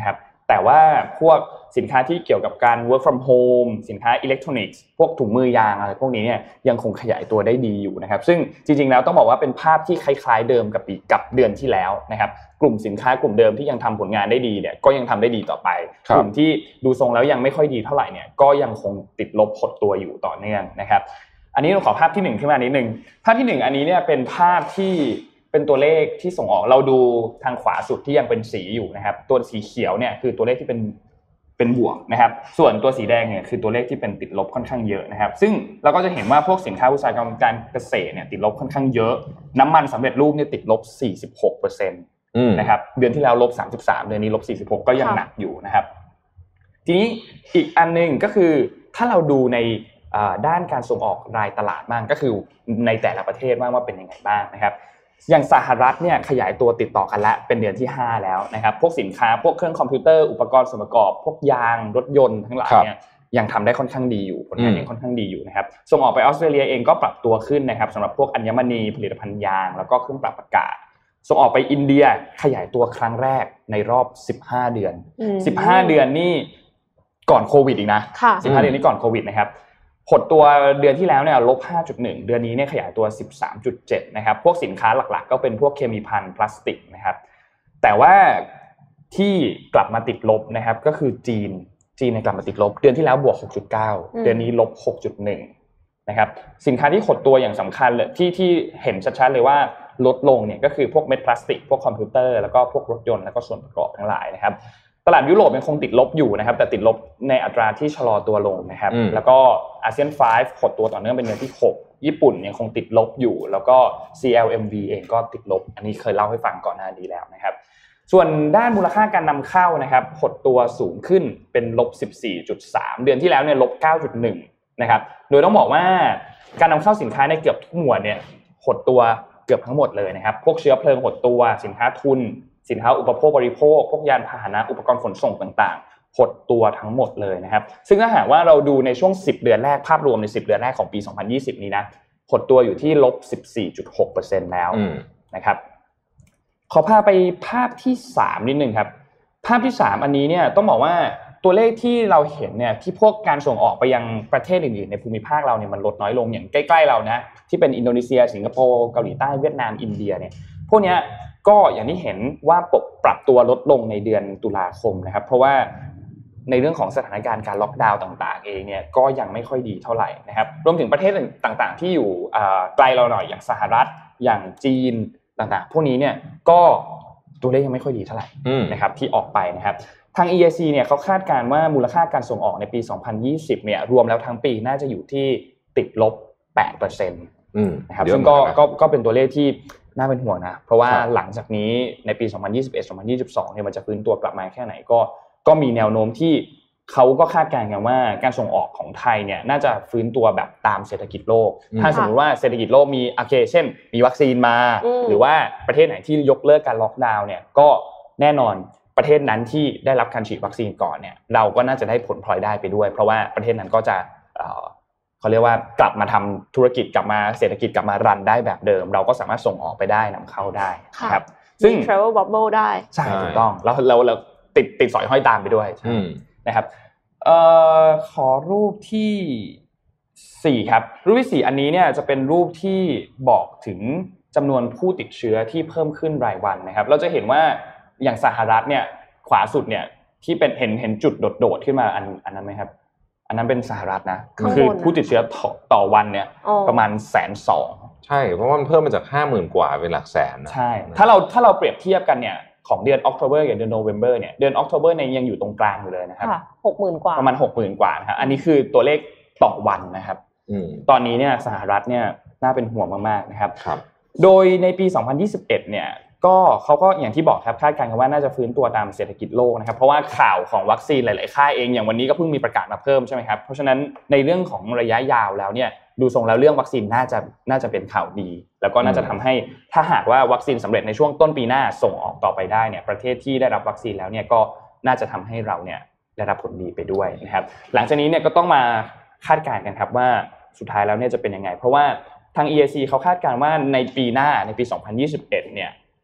แต่ว่าพวกสินค้าที่เกี่ยวกับการ work from home สินค้าอิเล็กทรอนิกส์พวกถุงมือยางอะไรพวกนี้เนี่ยยังคงขยายตัวได้ดีอยู่นะครับซึ่งจริงๆแล้วต้องบอกว่าเป็นภาพที่คล้ายๆเดิมกับปีกับเดือนที่แล้วนะครับกลุ่มสินค้ากลุ่มเดิมที่ยังทำผลงานได้ดีเนี่ยก็ยังทำได้ดีต่อไปกลุ่มที่ดูทรงแล้วยังไม่ค่อยดีเท่าไหร่เนี่ยก็ยังคงติดลบหดตัวอยู่ต่อเนื่องนะครับอันนี้เราขอภาพที่หนึ่งขึ้นมานิดนึงภาพที่หนึ่งอันนี้เนี่ยเป็นภาพที่เป็นตัวเลขที่ส่งออกเราดูทางขวาสุดที่ยังเป็นสีอยู่นะครับตัวสีเขียวเนี่ยคือตัวเลขที่เป็นเป็นบวกนะครับส่วนตัวสีแดงเนี่ยคือตัวเลขที่เป็นติดลบค่อนข้างเยอะนะครับซึ่งเราก็จะเห็นว่าพวกสินค้าอุตสาหกรรมการเกษตรเนี่ยติดลบค่อนข้างเยอะน้ำมันสำเร็จรูปเนี่ยติดลบ สี่สิบหกเปอร์เซ็นต์ นะครับเดือนที่แล้วลบสามสิบสามเดือนนี้ลบสี่สิบหกก็ยังหนักอยู่นะครับทีนี้อีกอันนึงก็คือถ้าเราดูในด้านการส่งออกรายตลาดบ้างก็คือในแต่ละประเทศว่าว่าเป็นยังไงบ้างนะครับอย่างสหรัฐเนี่ยขยายตัวติดต่อกันแล้วเป็นเดือนที่ห้าแล้วนะครับพวกสินค้าพวกเครื่องคอมพิวเตอร์อุปกรณ์ส่วนประกอบพวกยางรถยนต์ทั้งหลายเนี่ยยังทำได้ค่อนข้างดีอยู่ผลงานยังค่อนข้างดีอยู่นะครับส่งออกไปออสเตรเลียเองก็ปรับตัวขึ้นนะครับสำหรับพวกอัญมณีผลิตภัณฑ์ยางแล้วก็เครื่องปรับอากาศส่งออกไปอินเดียขยายตัวครั้งแรกในรอบสิบห้าเดือนสิบห้าเดือนนี่ก่อนโควิดอีกนะสิบห้าเดือนนี้ก่อนโควิดนะครับหดตัวเดือนที่แล้วเนี่ย ลบห้าจุดหนึ่ง เดือนนี้เนี่ยขยายตัว สิบสามจุดเจ็ด นะครับพวกสินค้าหลักๆก็เป็นพวกเคมีภัณฑ์พลาสติกนะครับแต่ว่าที่กลับมาติดลบนะครับก็คือจีนจีนเนี่ยกลับมาติดลบเดือนที่แล้วบวก หกจุดเก้า เดือนนี้ลบ หกจุดหนึ่ง นะครับสินค้าที่หดตัวอย่างสำคัญเลยที่ที่เห็นชัดๆเลยว่าลดลงเนี่ยก็คือพวกเม็ดพลาสติกพวกคอมพิวเตอร์แล้วก็พวกรถยนต์แล้วก็ส่วนประกอบทั้งหลายนะครับตลาดยุโรปยังคงติดลบอยู่นะครับแต่ติดลบในอัตราที่ชะลอตัวลงนะครับแล้วก็อาเซียนห้าหดตัวต่อเนื่องเป็นเดือนที่หกญี่ปุ่นยังคงติดลบอยู่แล้วก็ ซี แอล เอ็ม วี เองก็ติดลบอันนี้เคยเล่าให้ฟังก่อนหน้านี้แล้วนะครับส่วนด้านมูลค่าการนำเข้านะครับหดตัวสูงขึ้นเป็น ลบสิบสี่จุดสาม เดือนที่แล้วเนี่ย ลบเก้าจุดหนึ่ง นะครับโดยต้องบอกว่าการนำเข้าสินค้าในเกือบทุกหมวดเนี่ยหดตัวเกือบทั้งหมดเลยนะครับพวกเชื้อเพลิงหดตัวสินค้าทุนสินค้าอุปโภคบริโภคพวกยานพาหนะอุปกรณ์ขนส่งต่างๆหดตัวทั้งหมดเลยนะครับซึ่งถ้าหากว่าเราดูในช่วงสิบเดือนแรกภาพรวมในสิบเดือนแรกของปีสองพันยี่สิบนี้นะหดตัวอยู่ที่ ลบสิบสี่จุดหกเปอร์เซ็นต์ แล้วนะครับขอพาไปภาพที่สามนิดนึงครับภาพที่สามอันนี้เนี่ยต้องบอกว่าตัวเลขที่เราเห็นเนี่ยที่พวกการส่งออกไปยังประเทศอื่นๆในภูมิภาคเราเนี่ยมันลดน้อยลงอย่างใกล้ๆเรานะที่เป็นอินโดนีเซียสิงคโปร์เกาหลีใต้เวียดนามอินเดียเนี่ยพวกเนี้ยก็อย่างที่เห็นว่าปรับตัวลดลงในเดือนตุลาคมนะครับเพราะว่าในเรื่องของสถานการณ์การล็อกดาวน์ต่างๆเองเนี่ยก็ยังไม่ค่อยดีเท่าไหร่นะครับรวมถึงประเทศต่างๆที่อยู่ไกลเราหน่อยอย่างสหรัฐอย่างจีนต่างๆพวกนี้เนี่ยก็ตัวเลขยังไม่ค่อยดีเท่าไหร่นะครับที่ออกไปนะครับทาง อี ไอ ซี เนี่ยเขาคาดการณ์ว่ามูลค่าการส่งออกในปีสองพันยี่สิบเนี่ยรวมแล้วทั้งปีน่าจะอยู่ที่ติดลบ แปดเปอร์เซ็นต์ อืมนะครับซึ่งก็ก็ก็เป็นตัวเลขที่น่าเป็นห่วงนะเพราะว่าหลังจากนี้ในปีสองพันยี่สิบเอ็ด สองพันยี่สิบสองเนี่ยมันจะฟื้นตัวกลับมาแค่ไหนก็ก็มีแนวโน้มที่เขาก็คาดการณ์กันว่าการส่งออกของไทยเนี่ยน่าจะฟื้นตัวแบบตามเศรษฐกิจโลกถ้าสมมติว่าเศรษฐกิจโลกมีโอเคเช่นมีวัคซีนมาหรือว่าประเทศไหนที่ยกเลิกการล็อกดาวน์เนี่ยก็แน่นอนประเทศนั้นที่ได้รับการฉีดวัคซีนก่อนเนี่ยเราก็น่าจะได้ผลพลอยได้ไปด้วยเพราะว่าประเทศนั้นก็จะเขาเรียกว่ากลับมาทำธุรกิจกลับมาเศรษฐกิจกลับมารันได้แบบเดิมเราก็สามารถส่งออกไปได้นำเข้าได้นะครับซึ่ง travel bubble ได้ใช่ถูกต้องแล้วเราเราติดติดสอยห้อยตามไปด้วยนะครับเอ่อขอรูปที่สี่ครับรูปที่สี่อันนี้เนี่ยจะเป็นรูปที่บอกถึงจำนวนผู้ติดเชื้อที่เพิ่มขึ้นรายวันนะครับเราจะเห็นว่าอย่างสหรัฐเนี่ยขวาสุดเนี่ยที่เป็นเห็นเห็นจุดโดดๆขึ้นมาอันอันนั้นไหมครับอันนั้นเป็นสหรัฐนะคือผู้ติดเชื้อต่อวันเนี่ยประมาณแสนสองใช่เพราะว่ามันเพิ่มมาจากห้าหมื่นกว่าเป็นหลักแสนนะใช่ถ้าเราถ้าเราเปรียบเทียบกันเนี่ยของเดือน October กับเดือน November เนี่ยเดือน October เนี่ยยังอยู่ตรงกลางอยู่เลยนะครับหกหมื่น กว่าประมาณ หกหมื่น กว่านะครับอันนี้คือตัวเลขต่อวันนะครับตอนนี้เนี่ยสหรัฐเนี่ยน่าเป็นห่วงมากๆนะครับโดยในปีสองพันยี่สิบเอ็ดเนี่ยก็เขาก็อย่างที่บอกครับคาดการณ์กันว่าน่าจะฟื้นตัวตามเศรษฐกิจโลกนะครับเพราะว่าข่าวของวัคซีนหลายๆค่ายเองอย่างวันนี้ก็เพิ่งมีประกาศมาเพิ่มใช่ไหมครับเพราะฉะนั้นในเรื่องของระยะยาวแล้วเนี่ยดูทรงแล้วเรื่องวัคซีนน่าจะน่าจะเป็นข่าวดีแล้วก็น่าจะทำให้ถ้าหากว่าวัคซีนสำเร็จในช่วงต้นปีหน้าส่งออกต่อไปได้เนี่ยประเทศที่ได้รับวัคซีนแล้วเนี่ยก็น่าจะทำให้เราเนี่ยได้รับผลดีไปด้วยนะครับหลังจากนี้เนี่ยก็ต้องมาคาดการณ์กันครับว่าสุดท้ายแล้วเนี่ยจะเป็นยังไงเพราะว่าทาง อี ไอ ซี เขาคาดการณ์ว่าในปีหน้าในปีสองพันยี่สิบเอ็ดเนี่ย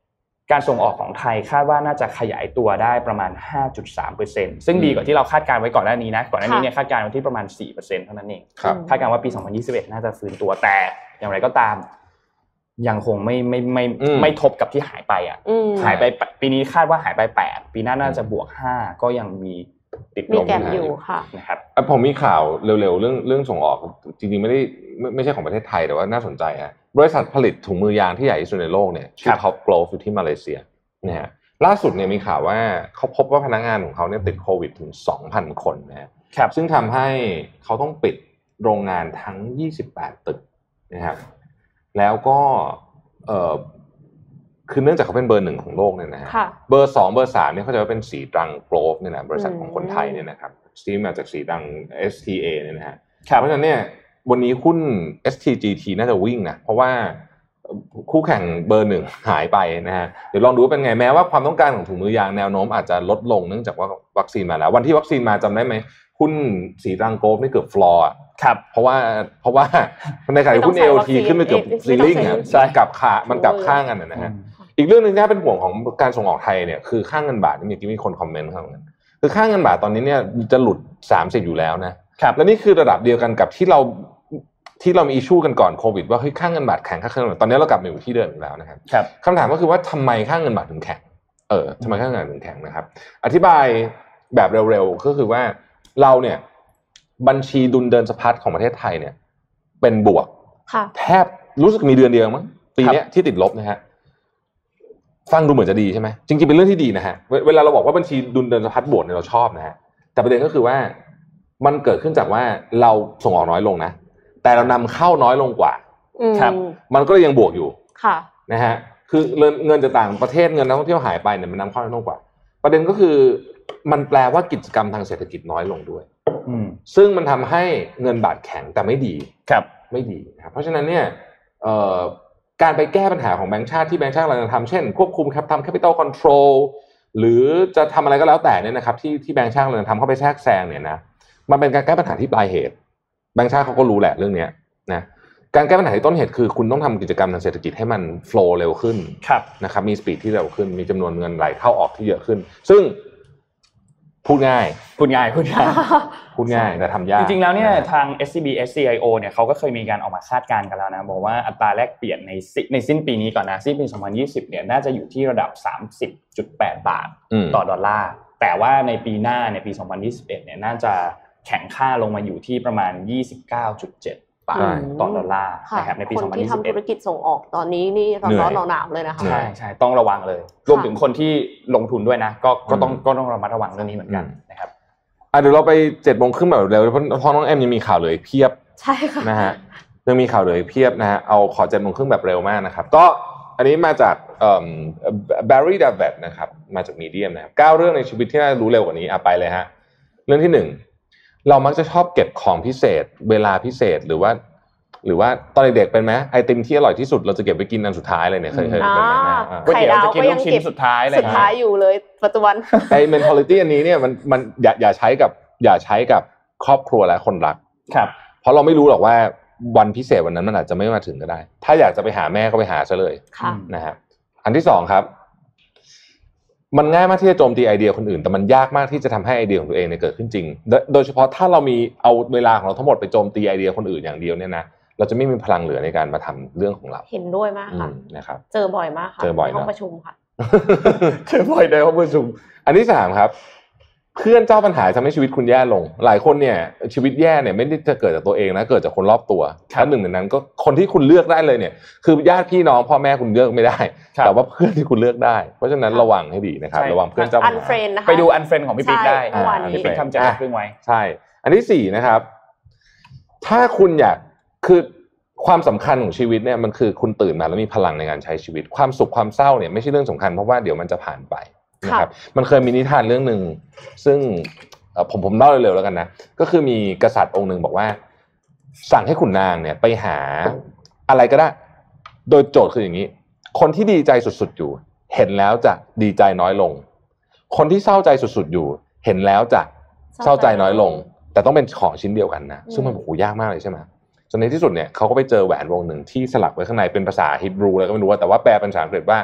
การส่งออกของไทยคาดว่าน่าจะขยายตัวได้ประมาณ ห้าจุดสามเปอร์เซ็นต์ ซึ่งดีกว่าที่เราคาดการไว้ก่อนหน้านี้นะก่อนหน้านี้เนี่ยคาดการไว้ที่ประมาณ สี่เปอร์เซ็นต์ เท่านั้นเองคาดการว่าปีสองพันยี่สิบเอ็ดน่าจะฟื้นตัวแต่อย่างไรก็ตามยังคงไม่ไม่ไม่ไม่ทบกับที่หายไปอ่ะหายไปปีนี้คาดว่าหายไปแปดปีหน้าน่าจะบวกห้าก็ยังมีติดลมอยู่ค่ะนะครับผมมีข่าวเร็วๆเรื่องเรื่องส่งออกจริงๆไม่ได้ไม่ใช่ของประเทศไทยแต่ว่าน่าสนใจฮะบริษัทผลิตถุงมือยางที่ใหญ่ที่สุดในโลกเนี่ยชื่อ Top Glove อยู่ที่มาเลเซียนะฮะล่าสุดเนี่ยมีข่าวว่าเขาพบว่าพนักงานของเขาเนี่ยติดโควิดถึง สองพัน คนนะฮะซึ่งทำให้เขาต้องปิดโรงงานทั้งยี่สิบแปดตึกนะครับแล้วก็เอ่อคือเนื่องจากเขาเป็นเบอร์หนึ่งของโลกเนี่ยนะฮะเบอร์สองเบอร์สามเนี่ยเขาจะเป็นสีตรังโกลฟเนี่ยนะบริษัทของคนไทยเนี่ยนะครับที่มาจากสีตรัง เอส ที เอ เนี่ยนะฮะเพราะฉะนั้นเนี่ยวันนี้หุ้น เอส ที จี ที น่าจะวิ่งนะเพราะว่าคู่แข่งเบอร์หนึ่งหายไปนะฮะเดี๋ยวลองดูว่าเป็นไงแม้ว่าความต้องการของถุงมือยางแนวโน้มอาจจะลดลงเนื่องจากว่าวัคซีนมาแล้ววันที่วัคซีนมาจำได้ไหมหุ้นสีตรังโกลฟนี่เกือบฟลอร์ครับเพราะว่าเพราะว่าในขณะที่หุ้น เอ โอ ที ขึ้นไปเกือบซีลิ่งอ่ะใช่กลับขามันกลับข้างกันนะฮะอีกเรื่องนึงที่น่าเป็นห่วงของการส่งออกไทยเนี่ยคือค่าเงินบาทนี่มีมีคนคอมเมนต์เข้ามาคือค่าเงินบาทตอนนี้เนี่ยจะหลุดสามสิบอยู่แล้วนะครับและนี่คือระดับเดียวกันกับที่เราที่เรามีอิชชูกันก่อนโควิดว่าเฮ้ยค่าเงินบาทแข็งค่าเงินบาทตอนนี้เรากลับมาอยู่ที่เดิมอีกแล้วนะครับคำถามก็คือว่าทำไมค่าเงินบาทถึงแข็งเออทำไมค่าเงินบาทถึงแข็งนะครับอธิบายแบบเร็วๆก็คือว่าเราเนี่ยบัญชีดุลเดินสะพัดของประเทศไทยเนี่ยเป็นบวกแทบรู้สึกมีเดือนเดียวมั้งปีนี้ที่ติดลบนะฮะฟังดูเหมือนจะดีใช่ไหมจริงๆเป็นเรื่องที่ดีนะฮะเวลาเราบอกว่าบัญชีดุลเดินสะพัดบวกเนี่ยเราชอบนะฮะแต่ประเด็นก็คือว่ามันเกิดขึ้นจากว่าเราส่งออกน้อยลงนะแต่เรานำเข้าน้อยลงกว่าครับมันก็ยังบวกอยู่ค่ะนะฮะคือเงินจากต่างประเทศเงินนักท่องเที่ยวหายไปเนี่ยมันนำเข้าน้อยลงกว่าประเด็นก็คือมันแปลว่ากิจกรรมทางเศรษฐกิจน้อยลงด้วยซึ่งมันทำให้เงินบาทแข็งแต่ไม่ดีครับไม่ดีนะครับเพราะฉะนั้นเนี่ยการไปแก้ปัญหาของแบงก์ชาติที่แบงก์ชาติกำลังทำเช่นควบคุมครับทำ capital control หรือจะทำอะไรก็แล้วแต่เนี่ยนะครับที่ที่แบงก์ชาติกำลังทำเข้าไปแทรกแซงเนี่ยนะมันเป็นการแก้ปัญหาที่ปลายเหตุแบงก์ชาติเขาก็รู้แหละเรื่องนี้นะการแก้ปัญหาที่ต้นเหตุคือคุณต้องทำกิจกรรมทางเศรษฐกิจให้มัน flow เร็วขึ้นนะครับมี speed ที่เร็วขึ้นมีจำนวนเงินไหลเข้าออกที่เยอะขึ้นซึ่งพูดง่ายพูดง่ายพูดง่ายพูดง่ายแต่ทำยากจริงๆแล้วเนี่ยทาง เอส ซี บี เอส ซี ไอ โอ เนี่ยเขาก็เคยมีการออกมาคาดการณ์กันแล้วนะบอกว่าอัตราแลกเปลี่ยนในในสิ้นปีนี้ก่อนนะสิ้นปีสองพันยี่สิบเนี่ยน่าจะอยู่ที่ระดับ สามสิบจุดแปด บาทต่อดอลลาร์แต่ว่าในปีหน้าในปีสองพันยี่สิบเอ็ดเนี่ยน่าจะแข็งค่าลงมาอยู่ที่ประมาณ ยี่สิบเก้าจุดเจ็ด บาทต่อดอลลาร์นะครับในปีสองพันยี่สิบเอ็ดคนที่ทำธุรกิจส่งออกตอนนี้นี่ร้อนๆหนาวๆเลยนะคะใช่ๆต้องระวังเลยรวมถึงคนที่ลงทุนด้วยนะก็ก็ต้องก็ต้องระมัดระวังเรื่องนี้เหมือนกันนะครับอ่ะเดี๋ยวเราไป เจ็ดโมงครึ่งแบบเร็วเพราะน้องแอมยังมีข่าวเหลืออีกเพียบใช่ค่ะนะฮะยังมีข่าวเหลืออีกเพียบนะฮะเอาขอ เจ็ดโมงครึ่งแบบเร็วมากนะครับก็อันนี้มาจากเอ่อ Barry David นะครับมาจาก Medium นะครับเก้าเรื่องในชีวิตที่น่ารู้เร็วกว่านี้อ่ะไปเลยฮะเรื่องที่หนึ่งเรามักจะชอบเก็บของพิเศษเวลาพิเศษหรือว่าหรือว่าตอนเด็กๆเป็นไหมไอติมที่อร่อยที่สุดเราจะเก็บไปกินอันสุดท้ายเลยเนี่ยเคยเคยเป็นไหมไข่ดาวก็ยังเก็บสุดท้ายเลยสุดท้ายอยู่เลยปัจจุบันไอ mentality อันนี้เนี่ยมันมันอย่าอย่าใช้กับอย่าใช้กับครอบครัวและคนรักครับเพราะเราไม่รู้หรอกว่าวันพิเศษวันนั้นมันอาจจะไม่มาถึงก็ได้ถ้าอยากจะไปหาแม่ก็ไปหาซะเลยนะฮะอันที่สองครับมันง่ายมากที่จะโจมตีไอเดียคนอื่นแต่มันยากมากที่จะทำให้ไอเดียของตัวเองเนี่ยเกิดขึ้นจริงโดยเฉพาะถ้าเรามีเอาเวลาของเราทั้งหมดไปโจมตีไอเดียคนอื่นอย่างเดียวเนี่ยนะเราจะไม่มีพลังเหลือในการมาทำเรื่องของเราเห็นด้วยมากค่ะนะครับเจอบ่อยมากค่ะเจอบ่อยในห้องประชุมค่ะเจอบ่อยในห้องประชุมอันที่สามครับเพื่อนเจ้าปัญหาทำให้ชีวิตคุณแย่ลงหลายคนเนี่ยชีวิตแย่เนี่ยไม่ได้จะเกิดจากตัวเองนะเกิดจากคนรอบตัวและหนึ่งในนั้นก็คนที่คุณเลือกได้เลยเนี่ยคือญาติพี่น้องพ่อแม่คุณเลือกไม่ได้แต่ว่าเพื่อนที่คุณเลือกได้เพราะฉะนั้นระวังให้ดีนะครับระวังเพื่อนเจ้าปัญหาไปดูอันเฟรนของพี่ปิ๊กได้ที่เป็นคำจัดเรื่องไว้ใช่อันที่สี่นะครับถ้าคุณอยากคือความสำคัญของชีวิตเนี่ยมันคือคุณตื่นมาแล้วมีพลังในการใช้ชีวิตความสุขความเศร้าเนี่ยไม่ใช่เรื่องสำคัญเพราะว่าเดี๋ยวมันจะผ่านไปนะครับมันเคยมีนิทานเรื่องนึงซึ่งผมผมเล่าเร็วๆแล้วกันนะก็คือมีกษัตริย์องค์นึงบอกว่าสั่งให้ขุนนางเนี่ยไปหาอะไรก็ได้โดยโจทย์คืออย่างนี้คนที่ดีใจสุดๆอยู่เห็นแล้วจะดีใจน้อยลงคนที่เศร้าใจสุดๆอยู่เห็นแล้วจะเศร้าใจน้อยลงแต่ต้องเป็นของชิ้นเดียวกันนะซึ่งมันโหยากมากเลยใช่ไหมจนในที่สุดเนี่ยเขาก็ไปเจอแหวนวงหนึ่งที่สลักไว้ข้างในเป็นภาษาฮีบรูอะไรก็ไม่รู้แต่ว่าแปลเป็นภาษาอังกฤษว่า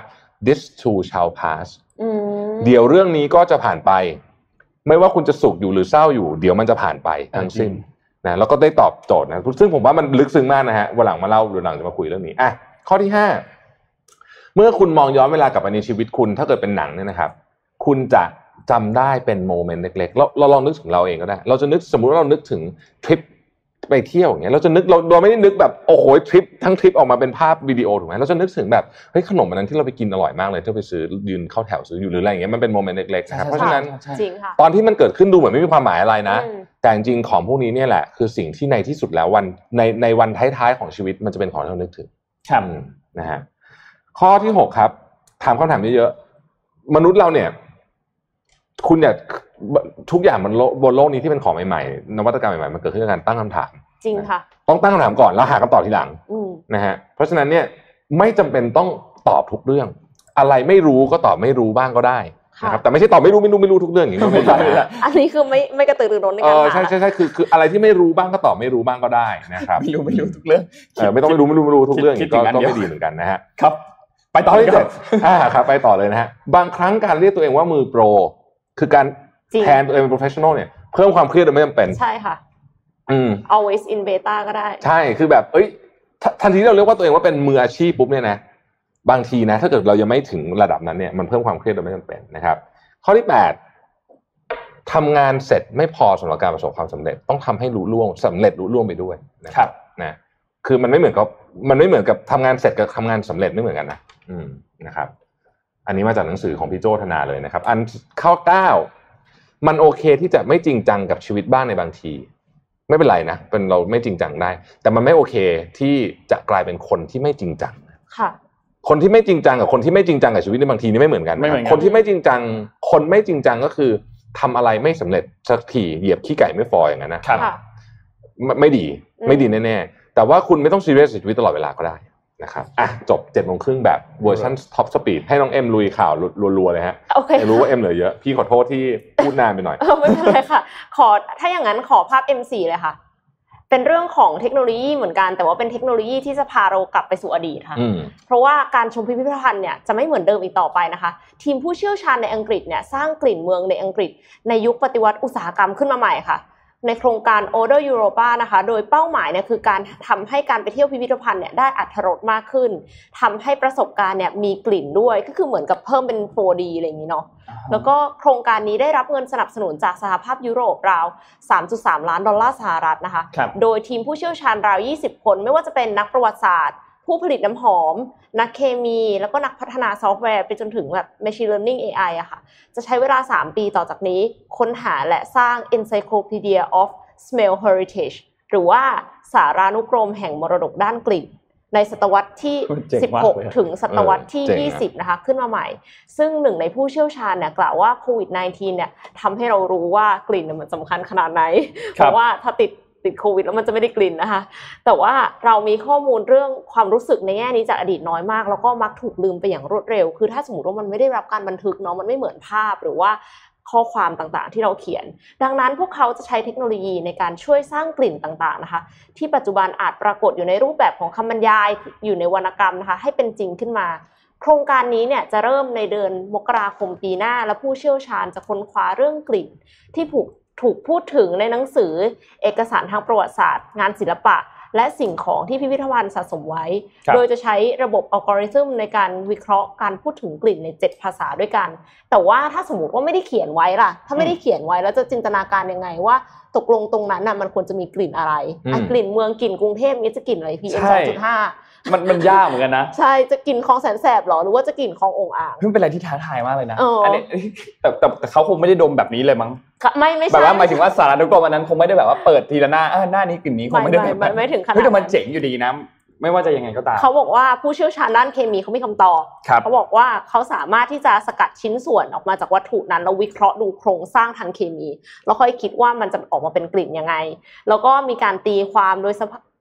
this too shall pass เดี๋ยวเรื่องนี้ก็จะผ่านไปไม่ว่าคุณจะสุขอยู่หรือเศร้าอยู่เดี๋ยวมันจะผ่านไปทั้งสิ้นนะแล้วก็ได้ตอบโจทย์นะซึ่งผมว่ามันลึกซึ้งมากนะฮะวันหลังมาเล่าหรือหลังจะมาคุยเรื่องนี้อ่ะข้อที่ห้าเมื่อคุณมองย้อนเวลากลับไปในชีวิตคุณถ้าเกิดเป็นหนังเนี่ยนะครับคุณจะจำได้เป็นโมเมนต์เล็กๆเราเราลองนึกถึงเราเองก็ได้เราจะนึกสมมุติว่าเรานึกถึงทริปไปเที่ยวอย่างเงี้ยเราจะนึกเราเราไม่ได้นึกแบบโอ้โหทริปทั้งทริปออกมาเป็นภาพวิดีโอถูกไหมเราจะนึกถึงแบบเฮ้ยขนมอันนั้นที่เราไปกินอร่อยมากเลยที่ไปซื้อยืนเข้าแถวซื้ออยู่หรืออะไรอย่างเงี้ยมันเป็นโมเมนต์เล็กๆนะครับเพราะฉะนั้นตอนที่มันเกิดขึ้นดูเหมือนไม่มีความหมายอะไรนะแต่จริงๆของพวกนี้เนี่ยแหละคือสิ่งที่ในที่สุดแล้ววันในในวันท้ายๆของชีวิตมันจะเป็นของที่เรานึกถึงครับนะฮะข้อที่หกครับถามคำถามเยอะๆมนุษย์เราเนี่ยคุณอยากทุกอย่างมันบนโลกนี้ที่เป็นของใหม่ๆนวัตกรรมใหม่ๆมันเกิดขึ้นจากการตั้งคำถามจริงค่ะต้องตั้งคำถามก่อนแล้วหาคำตอบทีหลังนะฮะเพราะฉะนั้นเนี่ยไม่จำเป็นต้องตอบทุกเรื่องอะไรไม่รู้ก็ตอบไม่รู้บ้างก็ได้นะครับแต่ไม่ใช่ตอบไม่รู้ไม่รู้ไม่รู้ทุกเรื่องอย่างนี้ไม่ใช่อันนี้คือไม่ไม่กระตือรือร้นในการถามใช่ใช่ใช่คือคืออะไรที่ไม่รู้บ้างก็ตอบไม่รู้บ้างก็ได้นะครับไม่รู้ไม่รู้ทุกเรื่องเออไม่ต้องไม่รู้ไม่รู้ไม่รู้ทุกเรื่องก็ก็ไม่ดีเหมือนกันนะฮะครับไปต่อเลยครับอ่าครับไปต่อเลยนะฮะบางครั้งการเรียกตัวเองว่ามือโปรคือการแทนตัวเองเป็น professional เนี่ยเพิ่มความเครียดโดยไม่จำเป็นใช่ค่ะอืม always in beta ก็ได้ใช่คือแบบเอ้ยทันทีที่เราเรียกว่าตัวเองว่าเป็นมืออาชีพปุ๊บเนี่ยนะบางทีนะถ้าเกิดเรายังไม่ถึงระดับนั้นเนี่ยมันเพิ่มความเครียดโดยไม่จำเป็นนะครับข้อที่แปดทำงานเสร็จไม่พอสำหรับการประสบความสำเร็จต้องทำให้รู้ล่วงสำเร็จรู้ล่วงไปด้วยนะครับนะคือมันไม่เหมือนกับมันไม่เหมือนกับทำงานเสร็จกับทำงานสำเร็จไม่เหมือนกันนะอืมนะครับอันนี้มาจากหนังสือของพี่โจธนาเลยนะครับอันข้อเก้ามันโอเคที่จะไม่จริงจังกับชีวิตบ้างในบางทีไม่เป็นไรนะเป็นเราไม่จริงจังได้แต่มันไม่โอเคที่จะกลายเป็นคนที่ไม่จริงจังค่ะคนที่ไม่จริงจังกับคนที่ไม่จริงจังกับชีวิตในบางทีนี่ไม่เหมือนกันคนที่ไม่จริงจังคนไม่จริงจังก็คือทำอะไรไม่สำเร็จสักทีเหยียบขี้ไก่ไม่ฟอยอย่างนั้นนะครับไม่ดีไม่ดีแน่ๆแต่ว่าคุณไม่ต้องซีเรียสกับชีวิตตลอดเวลาก็ได้นะครับอ่ะจบเจ็ดโมงครึ่งแบบเวอร์ชันท็อปสปีดให้น้องเอ็มลุยข่าวรัวๆเลยฮะโอเครู้ว่าเอ็มเหลือเยอะพี่ขอโทษที่พูดนานไปหน่อยไม่เป็นไรค่ะขอถ้าอย่างนั้นขอภาพ เอ็ม โฟร์ เลยค่ะเป็นเรื่องของเทคโนโลยีเหมือนกันแต่ว่าเป็นเทคโนโลยีที่จะพาเรากลับไปสู่อดีตค่ะเพราะว่าการชมพิพิธภัณฑ์เนี่ยจะไม่เหมือนเดิมอีกต่อไปนะคะทีมผู้เชี่ยวชาญในอังกฤษเนี่ยสร้างกลิ่นเมืองในอังกฤษในยุคปฏิวัติอุตสาหกรรมขึ้นมาใหม่ค่ะในโครงการ Order Europa นะคะโดยเป้าหมายเนี่ยคือการทำให้การไปเที่ยวพิพิธภัณฑ์เนี่ยได้อรรถรสมากขึ้นทำให้ประสบการณ์เนี่ยมีกลิ่นด้วยก็คือเหมือนกับเพิ่มเป็น โฟร์ ดี อะไรอย่างนี้เนาะแล้วก็โครงการนี้ได้รับเงินสนับสนุนจากสหภาพยุโรปราว สามจุดสาม ล้านดอลลาร์สหรัฐนะคะโดยทีมผู้เชี่ยวชาญราวยี่สิบคนไม่ว่าจะเป็นนักประวัติศาสตร์ผู้ผลิตน้ำหอมนักเคมีแล้วก็นักพัฒนาซอฟต์แวร์ไปจนถึงแบบ machine learning เอ ไอ อะค่ะจะใช้เวลาสามปีต่อจากนี้ค้นหาและสร้าง Encyclopedia of Smell Heritage หรือว่าสารานุกรมแห่งมรดกด้านกลิ่นในศตวรรษที่สิบหกถึงศตวรรษที่ยี่สิบนะคะขึ้นมาใหม่ซึ่งหนึ่งในผู้เชี่ยวชาญเนี่ยกล่าวว่าโควิด สิบเก้า เนี่ยทำให้เรารู้ว่ากลิ่นมันสำคัญขนาดไหนเพราะว่าถ้าติดติดโควิดแล้วมันจะไม่ได้กลิ่นนะคะแต่ว่าเรามีข้อมูลเรื่องความรู้สึกในแง่นี้จากอดีตน้อยมากแล้วก็มักถูกลืมไปอย่างรวดเร็วคือถ้าสมมติว่ามันไม่ได้รับการบันทึกเนาะมันไม่เหมือนภาพหรือว่าข้อความต่างๆที่เราเขียนดังนั้นพวกเขาจะใช้เทคโนโลยีในการช่วยสร้างกลิ่นต่างๆนะคะที่ปัจจุบันอาจปรากฏอยู่ในรูปแบบของคำบรรยายอยู่ในวรรณกรรมนะคะให้เป็นจริงขึ้นมาโครงการนี้เนี่ยจะเริ่มในเดือนมกราคมปีหน้าและผู้เชี่ยวชาญจะค้นคว้าเรื่องกลิ่นที่ถูกถูกพูดถึงในหนังสือเอกสารทางประวัติศาสตร์งานศิลปะและสิ่งของที่พิพิธภัณฑ์สะสมไว้โดยจะใช้ระบบอัลกอริทึมในการวิเคราะห์การพูดถึงกลิ่นในเจ็ดภาษาด้วยกันแต่ว่าถ้าสมมติว่าไม่ได้เขียนไว้ล่ะถ้าไม่ได้เขียนไว้แล้วจะจินตนาการยังไงว่าตกลงตรงนั้นน่ะมันควรจะมีกลิ่นอะไรกลิ่นเมืองกลิ่นกรุงเทพนี่จะกลิ่นอะไร พี เอ็ม สองจุดห้ามันมันยากเหมือนกันนะใช่จะกลิ่นคลองแสนแสบหรอหรือว่าจะกลิ่นคลององอ่างมันเป็นอะไรที่ท้าทายมากเลยนะอันนี้แต่แต่แต่เขาคงไม่ได้ดมแบบนี้เลยมั้งไม่ไม่ใช่แบบว่าหมายถึงว่าสารานุกรมอันนั้นคงไม่ได้แบบว่าเปิดทีละหน้าอ่าหน้านี้กลิ่นนี้คงไม่ได้แบบไม่ถึงขนาดเฮ้ยแต่มันเจ๋งอยู่ดีนะไม่ว่าจะยังไงก็ตามเขาบอกว่าผู้เชี่ยวชาญด้านเคมีเขามีคำตอบเขาบอกว่าเขาสามารถที่จะสกัดชิ้นส่วนออกมาจากวัตถุนั้นแล้ววิเคราะห์ดูโครงสร้างทางเคมีแล้วค่อยคิดว่ามันจะออกมาเป็นกลิ่นยังไงแล้วก็มีการตีความโดย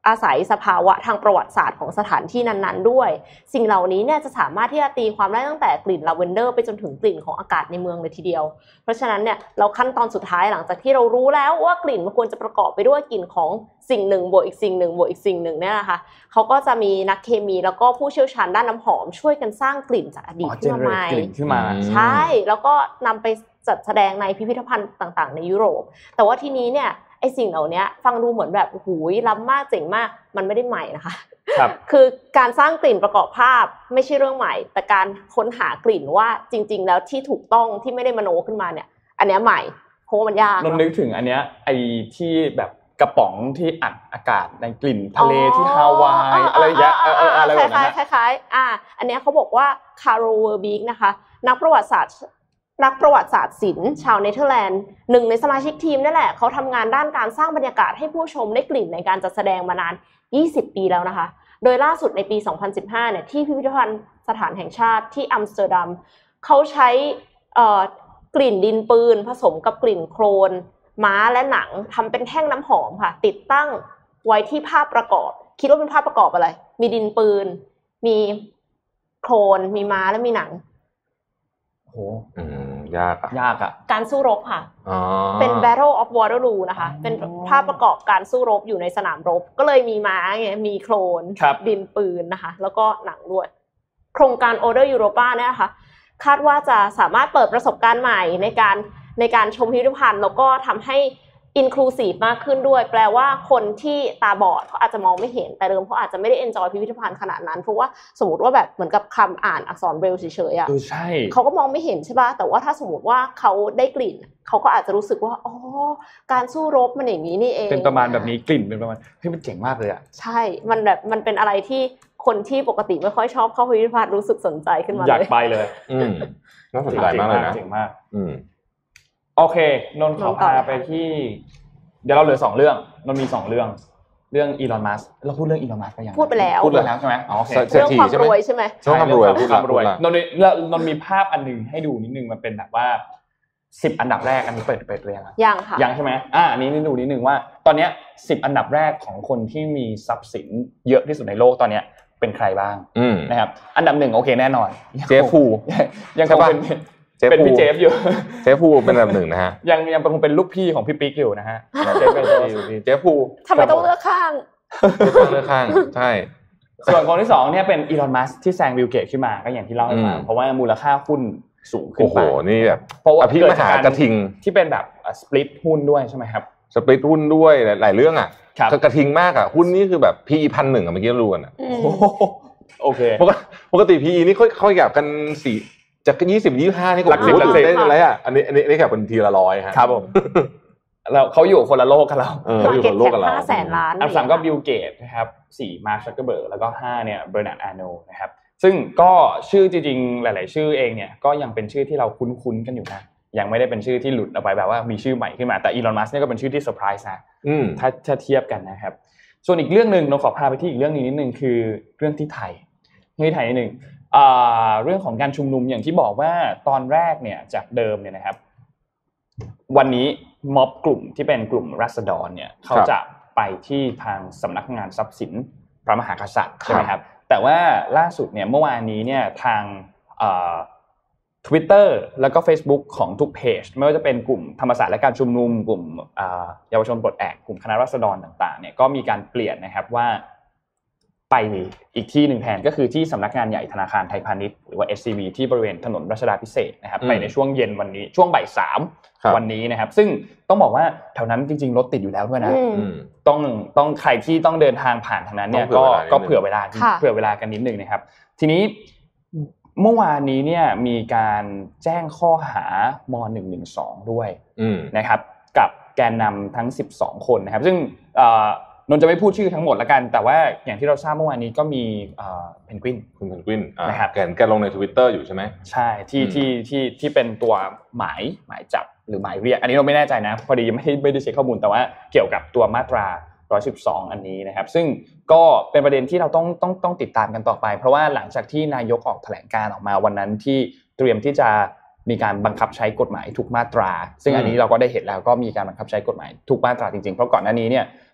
อาศัยสภาวะทางประวัติศาสตร์ของสถานที่นั้นๆด้วยสิ่งเหล่านี้เนี่ยจะสามารถที่จะตีความได้ตั้งแต่กลิ่นลาเวนเดอร์ไปจนถึงกลิ่นของอากาศในเมืองเลยทีเดียวเพราะฉะนั้นเนี่ยเราขั้นตอนสุดท้ายหลังจากที่เรารู้แล้วว่ากลิ่นมันควรจะประกอบไปด้วยกลิ่นของสิ่งหนึ่งบวกอีกสิ่งหนึ่งบวกอีกสิ่งหนึ่งเนี่ยนะคะเขาก็จะมีนักเคมีแล้วก็ผู้เชี่ยวชาญด้านน้ำหอมช่วยกันสร้างกลิ่นจากอดีตขึ้นมาใหม่ขึ้นมาใช่แล้วก็นำไปจัดแสดงในพิพิธภัณฑ์ต่างๆในยุโรปแต่ว่าทีนี้เนี่ยไอ้สิ่งเหล่านี้ฟังดูเหมือนแบบโอ้โหล้ำมากเจ๋งมากมันไม่ได้ใหม่นะคะครับคือการสร้างกลิ่นประกอบภาพไม่ใช่เรื่องใหม่แต่การค้นหากลิ่นว่าจริงๆแล้วที่ถูกต้องที่ไม่ได้มโนขึ้นมาเนี่ยอันนี้ใหม่เพราะมันยากนนนึกถึงอันเนี้ยไอ้ที่แบบกระป๋องที่อัดอากาศในกลิ่นทะเลที่ฮาวายอะไรอย่างเงี้ยเออๆอะไรแบบนั้นคล้ายๆอ่าอันนี้เขาบอกว่าคาร์โรเวอร์บิกนะคะนักประวัติศาสตร์นักประวัติศาสตร์ศิลป์ชาวเนเธอร์แลนด์หนึ่งในสมาชิกทีมนั่นแหละเขาทำงานด้านการสร้างบรรยากาศให้ผู้ชมได้กลิ่นในการจัดแสดงมานานยี่สิบปีแล้วนะคะโดยล่าสุดในปีสองพันสิบห้าเนี่ยที่พิพิธภัณฑ์สถานแห่งชาติที่อัมสเตอร์ดัมเขาใช้เอ่อกลิ่นดินปืนผสมกับกลิ่นโคลนม้าและหนังทำเป็นแท่งน้ำหอมค่ะติดตั้งไว้ที่ภาพประกอบคิดว่าเป็นภาพประกอบอะไรมีดินปืนมีโคลนมีม้าและมีหนังโหอืมยากอ่ะยากอ่ะการสู้รบค่ะอ๋อเป็น Battle of Waterloo นะคะเป็นภาพประกอบการสู้รบอยู่ในสนามรบก็เลยมีม้าไงมีโคลนดินปืนนะคะแล้วก็หนังด้วยโครงการ Order Europa เนี่ยนะคะคาดว่าจะสามารถเปิดประสบการณ์ใหม่ในการในการชมพิพิธภัณฑ์แล้วก็ทำให้inclusive มากขึ้นด้วยแปลว่าคนที่ตาบอดเขาอาจจะมองไม่เห็นแต่เดิมเขาอาจจะไม่ได้ enjoy พิพิธภัณฑ์ขนาดนั้นเพราะว่าสมมติว่าแบบเหมือนกับคำอ่านอักษรเบรลเฉยๆอ่ะใช่เขาก็มองไม่เห็นใช่ป่ะแต่ว่าถ้าสมมติว่าเขาได้กลิ่นเขาก็อาจจะรู้สึกว่าอ๋อการสู้รบมันอย่างนี้นี่เองเป็นประมาณแบบนี้กลิ่นเป็นประมาณเฮ้ยมันเจ๋งมากเลยอ่ะใช่มันแบบมันเป็นอะไรที่คนที่ปกติไม่ค่อยชอบเข้าพิพิธภัณฑ์รู้สึกสนใจขึ้นมาเลยอยากไปเลยอืมน่าสนใจมากเลยนะเจ๋งมากอืมโอเคนนท์ขอพาไปที่เดี๋ยวเราเหลือสองเรื่องนนท์มีสองเรื่องเรื่องอีลอนมัสก์เราพูดเรื่องอีลอนมัสก์ไปยังพูดไปแล้วพูดไปแล้วใช่มั้ยอ๋อโอเคเรื่องความรวยใช่มั้ยเรื่องความรวยพูดความรวยนนท์นนท์มีภาพอันนึงให้ดูนิดนึงมันเป็นแบบว่าสิบอันดับแรกอันนี้เปิดเปิดเรียงอ่ะยังค่ะยังใช่มั้ยอ่ะอันนี้นี่ดูนิดนึงว่าตอนเนี้ยสิบอันดับแรกของคนที่มีทรัพย์สินเยอะที่สุดในโลกตอนเนี้ยเป็นใครบ้างนะครับอันดับหนึ่งโอเคแน่นอนเจฟฟูยังคงเป็นเป็นพี่เจฟอยู่เจฟฟูเป็นอันดับหนึ่งนะฮะยังยังคงเป็นลูกพี่ของพี่ปิ๊กอยู่นะฮะเจฟเป็นเจฟฟูทำไมต้องเลือกข้างเลือกข้างใช่ส่วนคนที่สองเนี่ยเป็นอีลอนมัสก์ที่แซงบิลเกตขึ้นมาก็อย่างที่เล่าให้ฟังเพราะว่ามูลค่าหุ้นสูงขึ้นไปโอ้โหนี่แบบเพราะว่าพี่มหากระทิงที่เป็นแบบสปลิตหุ้นด้วยใช่ไหมครับสปลิตหุ้นด้วยหลายเรื่องอ่ะกระทิงมากอ่ะหุ้นนี่คือแบบ พี อี พันหนึ่งอ่ะเมื่อกี้รู้กันอ่ะโอเคปกติ พี อี นี่ค่อยค่อยหยับกันสี่จากยี่สิบ ยี่สิบห้านี่ก็โอ้โหตื่นเต้นอะไรอ่ะอันนี้อันนี้นี่แค่เป็นทีละร้อยฮะครับผมแล้วเขาอยู่คนละโลกกันแล้วเขาอยู่คนละโลกกันแล้วห้าแสนล้านอันสามก็บิลเกตนะครับสี่มาร์ค ซักเคอร์เบิร์กแล้วก็ห้าเนี่ยเบอร์นาร์ด อาร์โนล์นะครับซึ่งก็ชื่อจริงๆหลายๆชื่อเองเนี่ยก็ยังเป็นชื่อที่เราคุ้นๆกันอยู่นะยังไม่ได้เป็นชื่อที่หลุดออกไปแบบว่ามีชื่อใหม่ขึ้นมาแต่อีลอนมัสก์เนี่ยก็เป็นชื่อที่เซอร์ไพรส์นะถ้าถ้าเทียบกันนะครับส่วนอีกเรื่องนึงเราขอพาไปที่อีกเรื่องนึงนิดนึงคือเรื่องที่ไทยที่ไทยนิดนึงอ่าเรื่องของการชุมนุมอย่างที่บอกว่าตอนแรกเนี่ยจากเดิมเนี่ยนะครับวันนี้ม็อบกลุ่มที่เป็นกลุ่มราษฎรเนี่ยเขาจะไปที่ทางสำนักงานทรัพย์สินพระมหากษัตริย์ใช่ไหมครับแต่ว่าล่าสุดเนี่ยเมื่อวานนี้เนี่ยทางเอ่อ Twitter แล้วก็ Facebook ของทุกเพจไม่ว่าจะเป็นกลุ่มธรรมศาสตร์และการชุมนุมกลุ่มอ่าเยาวชนปลดแอกกลุ่มคณะราษฎรต่างๆเนี่ยก็มีการเปลี่ยนนะครับว่าไปอีกที่หนึ่งแทนก็คือที่สำนักงานใหญ่ธนาคารไทยพาณิชย์หรือว่า เอส ซี บี ที่บริเวณถนนรัชดาภิเษกนะครับไปในช่วงเย็นวันนี้ช่วงบ่ายสามวันนี้นะครับซึ่งต้องบอกว่าแถวนั้นจริงๆรถติดอยู่แล้วด้วยนะต้องต้องใครที่ต้องเดินทางผ่านทางนั้นเนี่ยก็ก็เผื่อเวลาเผื่อเวลากันนิดนึงนะครับทีนี้เมื่อวานนี้เนี่ยมีการแจ้งข้อหามหนึ่งหนึ่งสองด้วยนะครับกับแกนนำทั้งสิบสองคนนะครับซึ่งนนจะไม่พูดชื่อทั้งหมดละกันแต่ว่าอย่างที่เราทราบเมื่อวานนี้ก็มีเพนกวินคุณเพนกวินนะครับแกนแกลงใน Twitter อยู่ใช่มั้ยใช่ที่ที่ที่ที่เป็นตัวหมายหมายจับหรือหมายเรียกอันนี้เราไม่แน่ใจนะพอดีไม่ได้ไม่ได้เช็คข้อมูลแต่ว่าเกี่ยวกับตัวมาตราหนึ่งร้อยสิบสองอันนี้นะครับซึ่งก็เป็นประเด็นที่เราต้องต้องต้องติดตามกันต่อไปเพราะว่าหลังจากที่นายกออกแถลงการออกมาวันนั้นที่เตรียมที่จะมีการบังคับใช้กฎหมายทุกมาตราซึ่งอันนี้เราก็ได้เห็นแล้วก็มีการบังคับใช้กฎหมายทุกมาตราจริงๆเพราะก่อนหน้านี้เนี่ย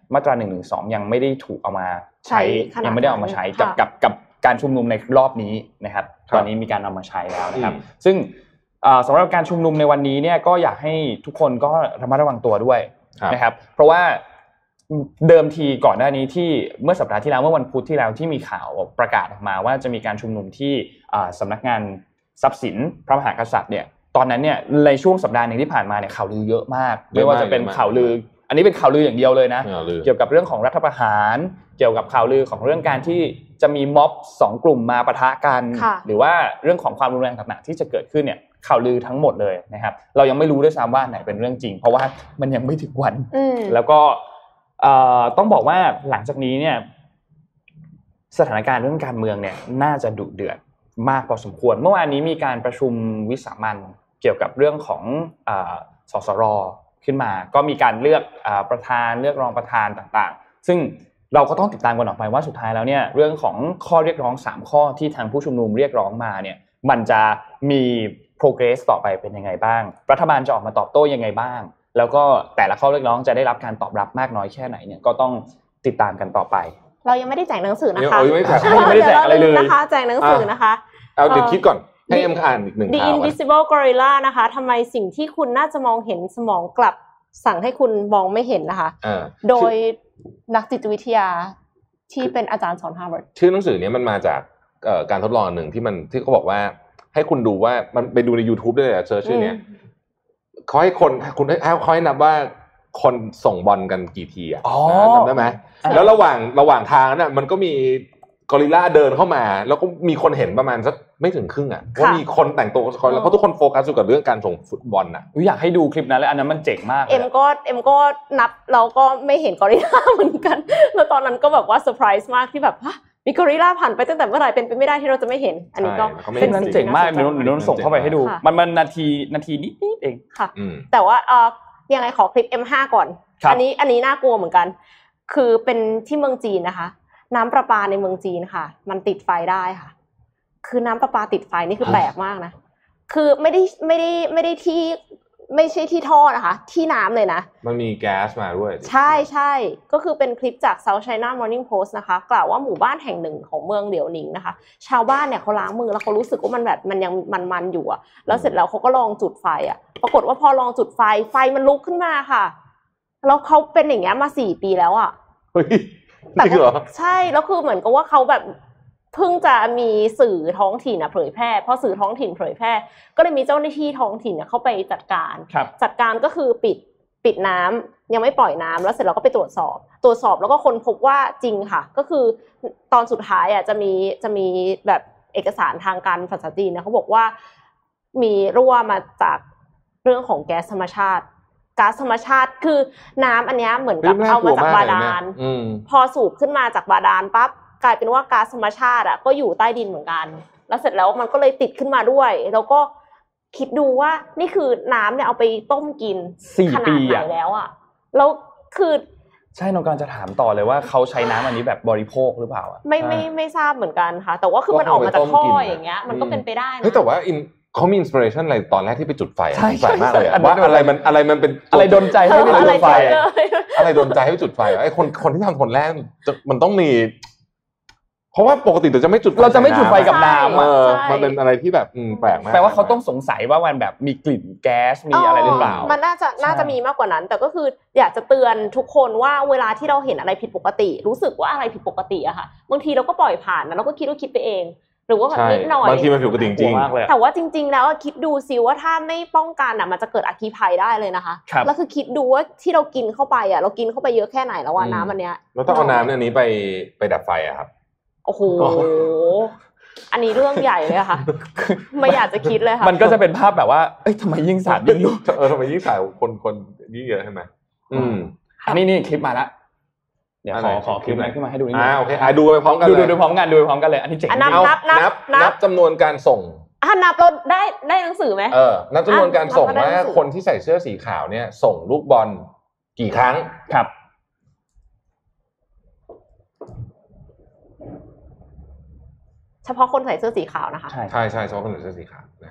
มาตราหนึ่งหนึ่งสองยังไม่ได้ถูกเอามาใช้ยังไม่ได้เอามาใช้กับกับกับการชุมนุมในรอบนี้นะครับตอนนี้มีการเอามาใช้แล้วนะครับซึ่งสำหรับการชุมนุมในวันนี้เนี่ยก็อยากให้ทุกคนก็ระมัดระวังตัวด้วยนะครับเพราะว่าเดิมทีก่อนหน้านี้ที่เมื่อสัปดาห์ที่แล้วเมื่อวันพุธที่แล้วที่มีข่าวประกาศออกมาว่าจะมีการชุมนุมที่สำนักงานทรัพย์สินพระมหากษัตริย์เนี่ยตอนนั้นเนี่ยในช่วงสัปดาห์นึงที่ผ่านมาเนี่ยข่าวลือเยอะมากไม่ว่าจะเป็นข่าวลืออันนี้เป็นข่าวลืออย่างเดียวเลยนะเกี่ยวกับเรื่องของรัฐประหารเกี่ยวกับข่าวลือของเรื่องการที่จะมีม็อบสองกลุ่มมาปะทะกันหรือว่าเรื่องของความรุนแรงต่างๆที่จะเกิดขึ้นเนี่ยข่าวลือทั้งหมดเลยนะครับเรายังไม่รู้ด้วยซ้ำว่าไหนเป็นเรื่องจริงเพราะว่ามันยังไม่ถึงวันแล้วก็ต้องบอกว่าหลังจากนี้เนี่ยสถานการณ์เรื่องการเมืองเนี่ยน่าจะดุเดือดมากพอสมควรเมื่อวานนี้มีการประชุมวิสามัญเกี่ยวกับเรื่องของสสรขึ้นมาก็มีการเลือกประธานเลือกรองประธานต่างๆซึ่งเราก็ต้องติดตามกันต่อไปว่าสุดท้ายแล้วเนี่ยเรื่องของข้อเรียกร้องสามข้อที่ทางผู้ชุมนุมเรียกร้องมาเนี่ยมันจะมี progress ต่อไปเป็นยังไงบ้างรัฐบาลจะออกมาตอบโต้ยังไงบ้างแล้วก็แต่ละข้อเรียกร้องจะได้รับการตอบรับมากน้อยแค่ไหนเนี่ยก็ต้องติดตามกันต่อไปเรายังไม่ได้แจกหนังสือนะคะยังไม่ได้แจกไม่ได้แจกอะไรเลยนะคะแจกหนังสือนะคะเอาเดี๋ยวคิดก่อนให้เอ็มอ่านอีกหนึ่งข่าว The Invisible Gorilla นะคะทำไมสิ่งที่คุณน่าจะมองเห็นสมองกลับสั่งให้คุณมองไม่เห็นนะคะโดยนักจิตวิทยาที่เป็นอาจารย์สอน Harvard ชื่อหนังสือนี้มันมาจากการทดลองหนึ่งที่มันที่เขาบอกว่าให้คุณดูว่ามันไปดูใน YouTube ได้เลยเซิร์ชชื่อนี้เขาให้คนคุณให้เขาให้นับว่าคนส่งบอลกันกี่ทีอ่ะจำได้ไหมแล้วระหว่างระหว่างทางนั้นมันก็มีกอริลลาเดินเข้ามาแล้วก็มีคนเห็นประมาณสักไม่ถึงครึ่งอ่ะว่ามีคนแต่งตัวแล้วเพราะทุกคนโฟกัสอยู่กับเรื่องการส่งฟุตบอลอ่ะอยากให้ดูคลิปนั้นแล้วอันนั้นมันเจ๋งมากเอ็มก็เอ็มก็นับเราก็ไม่เห็นกอริลลาเหมือนกันแล้วตอนนั้นก็แบบว่าเซอร์ไพรส์มากที่แบบมีกอริลลาผ่านไปตั้งแต่เมื่อไหร่เป็นไปไม่ได้ที่เราจะไม่เห็นอันนี้ก็เป็นนั้นเจ๋งมากเดี๋ยวเดี๋ยวส่งเข้าไปให้ดูมันมันนาทีนาทีนิดๆเองค่ะแต่ว่าเอ่อยังไงขอคลิป เอ็ม ห้า ก่อนอันนี้อันนี้น่ากลัวเหมือนกันคือเป็นที่เมืองจีนนะคะน้ำประปาในเมืองจีนค่ะมันติดไฟได้ค่ะคือน้ำประปาติดไฟนี่คือแปลกมากนะคือไม่ได้ไม่ได้ไม่ได้ที่ไม่ใช่ที่ท่อนะคะที่น้ำเลยนะมันมีแก๊สมาด้วยใช่ใช่ก็คือเป็นคลิปจาก South China Morning Post นะคะกล่าวว่าหมู่บ้านแห่งหนึ่งของเมืองเหลียวหนิงนะคะชาวบ้านเนี่ยเขาล้างมือแล้วเขารู้สึกว่ามันแบบมันยังมันๆอยู่อะแล้วเสร็จแล้วเขาก็ลองจุดไฟอะปรากฏว่าพอลองจุดไฟไฟมันลุกขึ้นมาค่ะแล้วเขาเป็นอย่างเงี้ยมาสี่ปีแล้วอะเฮ้ยแต่ใช่แล้วคือเหมือนกับว่าเขาแบบเพิ่งจะมีสื่อท้องถิ่นนะเผยแพร่พอสื่อท้องถิ่นเผยแพร่ก็เลยมีเจ้าหน้าที่ท้องถิ่นเนี่ยเข้าไปจัดการจัดการก็คือปิดปิดน้ำยังไม่ปล่อยน้ำแล้วเสร็จแล้วก็ไปตรวจสอบตรวจสอบแล้วก็ค้นพบว่าจริงค่ะก็คือตอนสุดท้ายอ่ะจะมีจะมีแบบเอกสารทางการภาษาจีนนะเขาบอกว่ามีรั่วมาจากเรื่องของแก๊สธรรมชาติก๊าซธรรมชาติคือน้ำอันนี้เหมือนกับเอามาจากบาดาลพอสูบขึ้นมาจากบาดาลปั๊บกลายเป็นว่าก๊าซธรรมชาติอ่ะก็อยู่ใต้ดินเหมือนกันแล้วเสร็จแล้วมันก็เลยติดขึ้นมาด้วยแล้วก็คิดดูว่านี่คือน้ำเนี่ยเอาไปต้มกินขนาดไหนแล้วอ่ะแล้วคือใช่น้องการจะถามต่อเลยว่าเขาใช้น้ำอันนี้แบบบริโภคหรือเปล่าอ่ะไม่ไม่ไม่ทราบเหมือนกันค่ะแต่ว่าคือมันออกมาจากท่ออย่างเงี้ยมันก็เป็นไปได้นะเฮ้ยแต่ว่าเขามีอินสปิเรชันอะไรตอนแรกที่ไปจุดไฟใช่ใช่มากเลยว่าอะไรมันอะไรมันเป็นอะไรดลใจให้ไปจุดไฟอะไรดลใจให้ไปจุดไฟไอ้คนคนที่ทำคนแรกมันต้องมีเพราะว่าปกติเราจะไม่จุดเราจะไม่จุดไฟกับน้ำเออมันเป็นอะไรที่แบบแปลกมากแปลว่าเขาต้องสงสัยว่ามันแบบมีกลิ่นแก๊สมีอะไรหรือเปล่ามันน่าจะน่าจะมีมากกว่านั้นแต่ก็คืออยากจะเตือนทุกคนว่าเวลาที่เราเห็นอะไรผิดปกติรู้สึกว่าอะไรผิดปกติอะค่ะบางทีเราก็ปล่อยผ่านนะเราก็คิดว่าคิดไปเองหรือว่าแบบนิดหน่อยบางทีมันผิดปกติจริงแต่ว่าจริงๆแล้วคิดดูซิว่าถ้าไม่ป้องกันอ่ะมันจะเกิดอัคคีภัยได้เลยนะคะแล้วคือคิดดูว่าที่เรากินเข้าไปอ่ะเรากินเข้าไปเยอะแค่ไหนแล้วว่าน้ำอันเนี้ยเราต้องเอาน้ำอันนี้ไปไปดับไฟอะครับโอ้โหอันนี้เรื่องใหญ่เลยค่ะไม่อยากจะคิดเลยค่ะมันก็จะเป็นภาพแบบว่าเอ้ยทำไมยิ่งสาดยิ่งรู้เออทำไมยิ่งสาดคนคนยิ่งเยอะใช่ไหมอืมอันนี้นี่คลิปมาแล้วเดี๋ยวขอขอคลิปนั้นขึ้นมาให้ดูนิดนึงอ่าโอเคอ่ะดูไปพร้อมกันเลยดูดูพร้อมกันดูไปพร้อมกันเลยอันนี้เจ๋งนับนับนับนับจำนวนการส่งอ่ะนับเราได้ได้หนังสือไหมเออนับจำนวนการส่งว่าคนที่ใส่เสื้อสีขาวเนี่ยส่งลูกบอลกี่ครั้งครับเฉพาะคนใส่เสื้อสีขาวนะคะใช่ใช่ใช่เฉพาะคนใส่เสื้อสีขาวนะ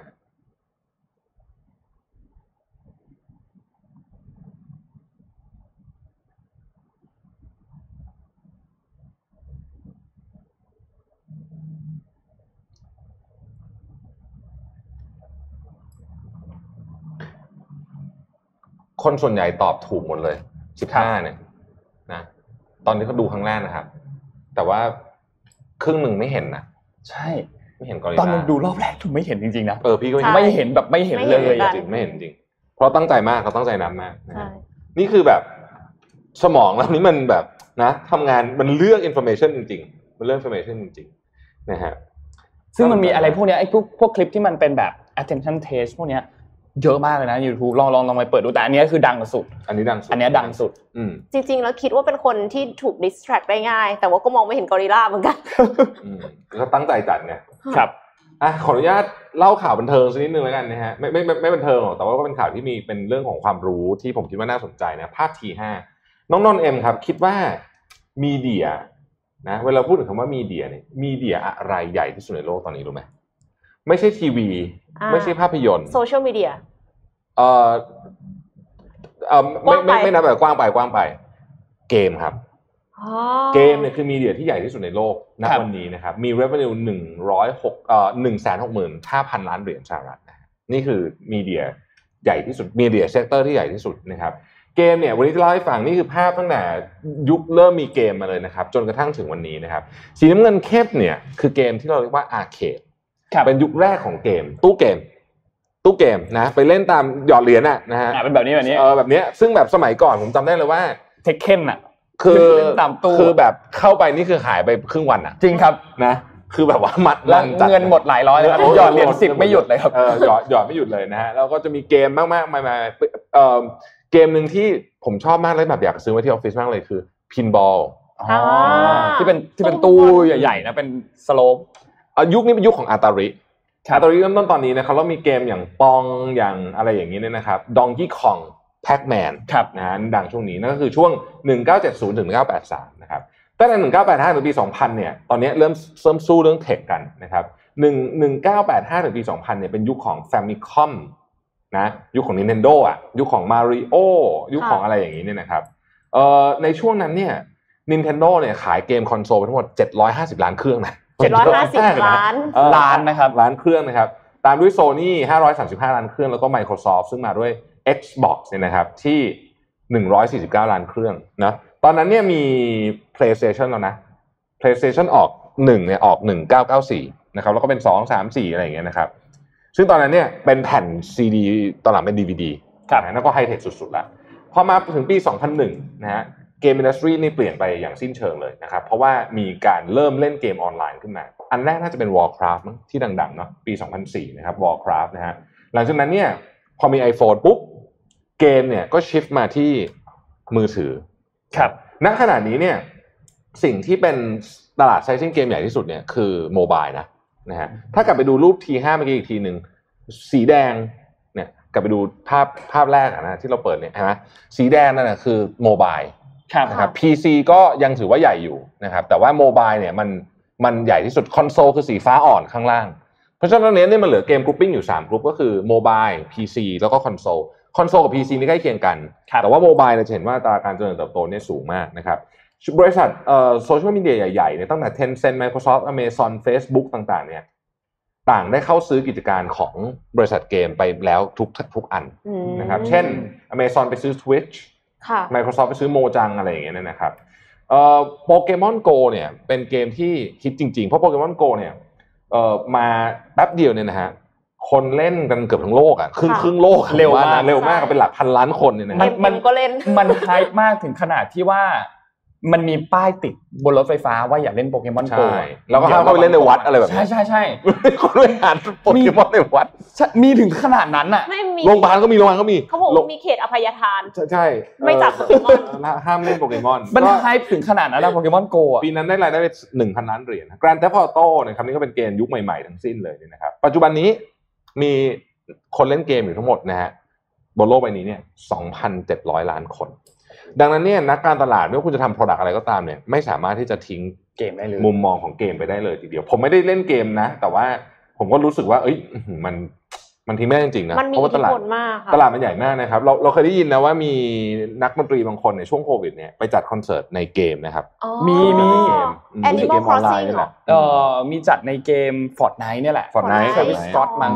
คนส่วนใหญ่ตอบถูกหมดเลยสิบห้าเนี่ยนะตอนที่เขาดูครั้งแรกนะครับแต่ว่าครึ่งหนึ่งไม่เห็นนะใช่ไม่เห็นกอริลลาตอนดูรอบแรกถูกไม่เห็นจริงๆนะเออพี่ก็ไม่เห็นแบบไม่เห็นเลยจริงไม่เห็นจริงเพราะตั้งใจมากเขาตั้งใจนับมากนี่คือแบบสมองแล้วนี้มันแบบนะทำงานมันเลือก information จริงๆมันเลือก information จริงๆนะฮะซึ่งมันมีอะไรพวกนี้ไอ้พวกพวกคลิปที่มันเป็นแบบ attention test พวกนี้เยอะมากเลยนะ YouTube ลองลองลองไปเปิดดูแต่อันนี้คือดังสุดอันนี้ดังสุดอันนี้ดังสุดจริงๆแล้วคิดว่าเป็นคนที่ถูก distract ได้ง่ายแต่ว่าก็มองไม่เห็นกอริลลาเหมือนกันเขาตั้งใจจัดไงครับอ่ะขออนุญาตเล่าข่าวบันเทิงสักนิดนึงแล้วกันนะฮะไม่ไม่ไม่ไม่บันเทิงหรอกแต่ว่าก็เป็นข่าวที่มีเป็นเรื่องของความรู้ที่ผมคิดว่าน่าสนใจนะภาค ที ห้า น้องนนท์เอ็มครับคิดว่ามีเดียนะเวลาพูดถึงคำว่ามีเดียเนี่ยมีเดียอะไรใหญ่ที่สุดในโลกตอนนี้รู้ไหมไม่ใช่ทีวีไม่ใช่ภาพยนตร์โซเชียลมีเดียเอ่อเอ่อไม่ไม่ไม่นับแบบกว้างไปกว้างไปเกมครับเกมเนี่ยคือมีเดียที่ใหญ่ที่สุดในโลกณวันนี้นะครับมี revenue หนึ่งร้อยหกเอ่อ หนึ่งแสนหกหมื่นห้าพัน ล้านเหรียญสหรัฐนะนี่คือมีเดียใหญ่ที่สุดมีเดียเซกเตอร์ที่ใหญ่ที่สุดนะครับเกมเนี่ยวันนี้จะเล่าให้ฟังนี่คือภาพตั้งแต่ยุคเริ่มมีเกมมาเลยนะครับจนกระทั่งถึงวันนี้นะครับสีน้ำเงินเข้มเนี่ยคือเกมที่เราเรียกว่าอาร์เคดเป็นยุคแรกของเกมตู้เกมตู้เกมนะไปเล่นตามหยอดเหรียญน่ะนะฮะเป็นแบบนี้แบบนี้เออแบบนี้ซึ่งแบบสมัยก่อนผมจำได้เลยว่าเทคเคนน่ะคือคือแบบเข้าไปนี่คือหายไปครึ่งวันอ่ะจริงครับนะคือแบบว่ามัดแล้วเงินหมดหลายร้อยเลยครับหยอดเหรียญสิบไม่หยุดเลยครับเออหยอดหยอดไม่หยุดเลยนะฮะแล้วก็จะมีเกมมากๆมายๆเอ่อเกมนึงที่ผมชอบมากเลยแบบอยากซื้อไว้ที่ออฟฟิศมากเลยคือพินบอลที่เป็นที่เป็นตู้ใหญ่ๆนะเป็นสโลปยุคนี้เป็นยุคของอาตาริอาตาริเริ่มต้นตอนนี้นะครับแล้วมีเกมอย่างปองอย่างอะไรอย่างนี้เนี่ยนะครับดองกี้คองแพ็กแมนนะฮะดังช่วงนี้นั่นก็คือช่วงหนึ่งพันเก้าร้อยเจ็ดสิบถึงหนึ่งพันเก้าร้อยแปดสิบสามนะครับตั้งแต่หนึ่งพันเก้าร้อยแปดสิบห้าถึงปีสองพันเนี่ยตอนนี้เริ่มเริ่มสู้เรื่องเทคกันนะครับหนึ่ง หนึ่งพันเก้าร้อยแปดสิบห้าถึงปีสองพันเนี่ยเป็นยุคของ Famicom นะยุคของ Nintendo อ่ะยุคของ Mario ยุคของอะไรอย่างนี้เนี่ยนะครับเอ่อในช่วงนั้นเนี่ย Nintendo เนี่ยขายเกมคอนโซลไปทั้งหมดเจ็ดร้อยห้าสิบล้านเครื่องนะเจ็ดร้อยห้าสิบล้านล้านนะครับล้านเครื่องนะครับตามด้วย Sony ห้าร้อยสามสิบห้าล้านเครื่องแล้วก็ Microsoft ซึ่งมาด้วย Xbox เนี่ยนะครับที่หนึ่งร้อยสี่สิบเก้าล้านเครื่องนะตอนนั้นเนี่ยมี PlayStation แล้วนะ PlayStation ออกหนึ่งเนี่ยออกหนึ่งพันเก้าร้อยเก้าสิบสี่นะครับแล้วก็เป็นสอง สาม สี่อะไรอย่างเงี้ยนะครับซึ่งตอนนั้นเนี่ยเป็นแผ่น ซี ดี ตอนหลังเป็น ดี วี ดีครับแล้วก็ไฮเทคสุดๆแล้วพอมาถึงปีสองพันหนึ่งนะฮะเกมอินดัสทรีนี่เปลี่ยนไปอย่างสิ้นเชิงเลยนะครับเพราะว่ามีการเริ่มเล่นเกมออนไลน์ขึ้นมาอันแรกน่าจะเป็น Warcraft มั้งที่ดังๆเนาะปีสองพันสี่นะครับ Warcraft นะฮะหลังจากนั้นเนี่ยพอมี iPhone ปุ๊บเกมเนี่ยก็ชิฟต์มาที่มือถือครับณขณะนี้เนี่ยสิ่งที่เป็นตลาดไซซิ่งเกมใหญ่ที่สุดเนี่ยคือโมบายนะนะฮะถ้ากลับไปดูรูป ที ห้า เมื่อกี้อีกทีนึงสีแดงเนี่ยกลับไปดูภาพภาพแรกอ่ะนะที่เราเปิดเนี่ยใช่มั้ยสีแดงนั่นน่ะคือโมบายนะครับ พี ซี ก็ยังถือว่าใหญ่อยู่นะครับแต่ว่าโมบายเนี่ยมันมันใหญ่ที่สุดคอนโซลคือสีฟ้าอ่อนข้างล่างเพราะฉะนั้นเนี่ยมันเหลือเกมกรุ๊ปปิ้งอยู่สามกรุ๊ปก็คือโมบาย พี ซี แล้วก็คอนโซลคอนโซลกับ พี ซี นี่ใกล้เคียงกันแต่ว่าโมบายเราจะเห็นว่าอัตราการเจริญเติบโตเนี่ยสูงมากนะครับบริษัทเอ่อโซเชียลมีเดียใหญ่ๆเนี่ยตั้งแต่ Tencent Microsoft Amazon Facebook ต่างๆเนี่ยต่างได้เข้าซื้อกิจการของบริษัทเกมไปแล้วทุกทุกอันนะครับเช่น Amazon ไปซื้อ Twitch Microsoft ไปซื้อโมจังอะไรอย่างเงี้ยนะครับเอ่อ Pokemon Go เนี่ยเป็นเกมที่ฮิตจริงๆเพราะ Pokemon Go เนี่ยเอ่อมาแป๊บเดียวเนี่ยนะฮะคนเล่นกันเกือบทั้งโลกอ่ะครึ่งครึ่งโลกเร็วมากเร็วมากเป็นหลักพันล้านคนเนี่ยนะมันมันก็เล่นมันไฮป์มากถึงขนาดที่ว่ามันมีป้ายติดบนรถไฟฟ้าว่าอย่าเล่นโปเกมอนโกแล้วก็ห้ามเข้าไปเล่นในวัดอะไรแบบนี้ใช่ใช่ๆคนไปหาโปเกมอนในวัดมีถึงขนาดนั้นน่ะโรงพยาบาลก็มีโรงพยาบาลก็มีเขาบอกว่ามีเขตอภัยทานใช่ไม่จับโปเกมอนห้ามเล่นโปเกมอนมันไฮป์ถึงขนาดนั้นแล้วโปเกมอนโกอ่ะปีนั้นได้รายได้ไป หนึ่งพัน ล้านเหรียญ Grand Theft Auto นะครับนี่ก็เป็นเกมยุคใหม่ๆทั้งสิ้นเลยนะครับปัจจุบันนี้มีคนเล่นเกมอยู่ทั้งหมดนะฮะบนโลกใบนี้เนี่ย สองพันเจ็ดร้อย ล้านคนดังนั้นเนี่ยนักการตลาดไม่ว่าคุณจะทำ product อะไรก็ตามเนี่ยไม่สามารถที่จะทิ้งเกมได้เลยมุมมองของเกมไปได้เลยทีเดียวผมไม่ได้เล่นเกมนะแต่ว่าผมก็รู้สึกว่าเอ้ยมันมันทิ้งไม่ได้จริงๆนะเพราะว่าตลาดตลาดมันใหญ่มากนะครับเราเราเคยได้ยินนะว่ามีนักดนตรีบางคนในช่วงโควิดเนี่ยไปจัดคอนเสิร์ตในเกมนะครับมีมีเกม Animal Crossing เอ่อมีจัดในเกม Fortnite เนี่ยแหละ Fortnite เซอร์วิสสก็อตมั้ง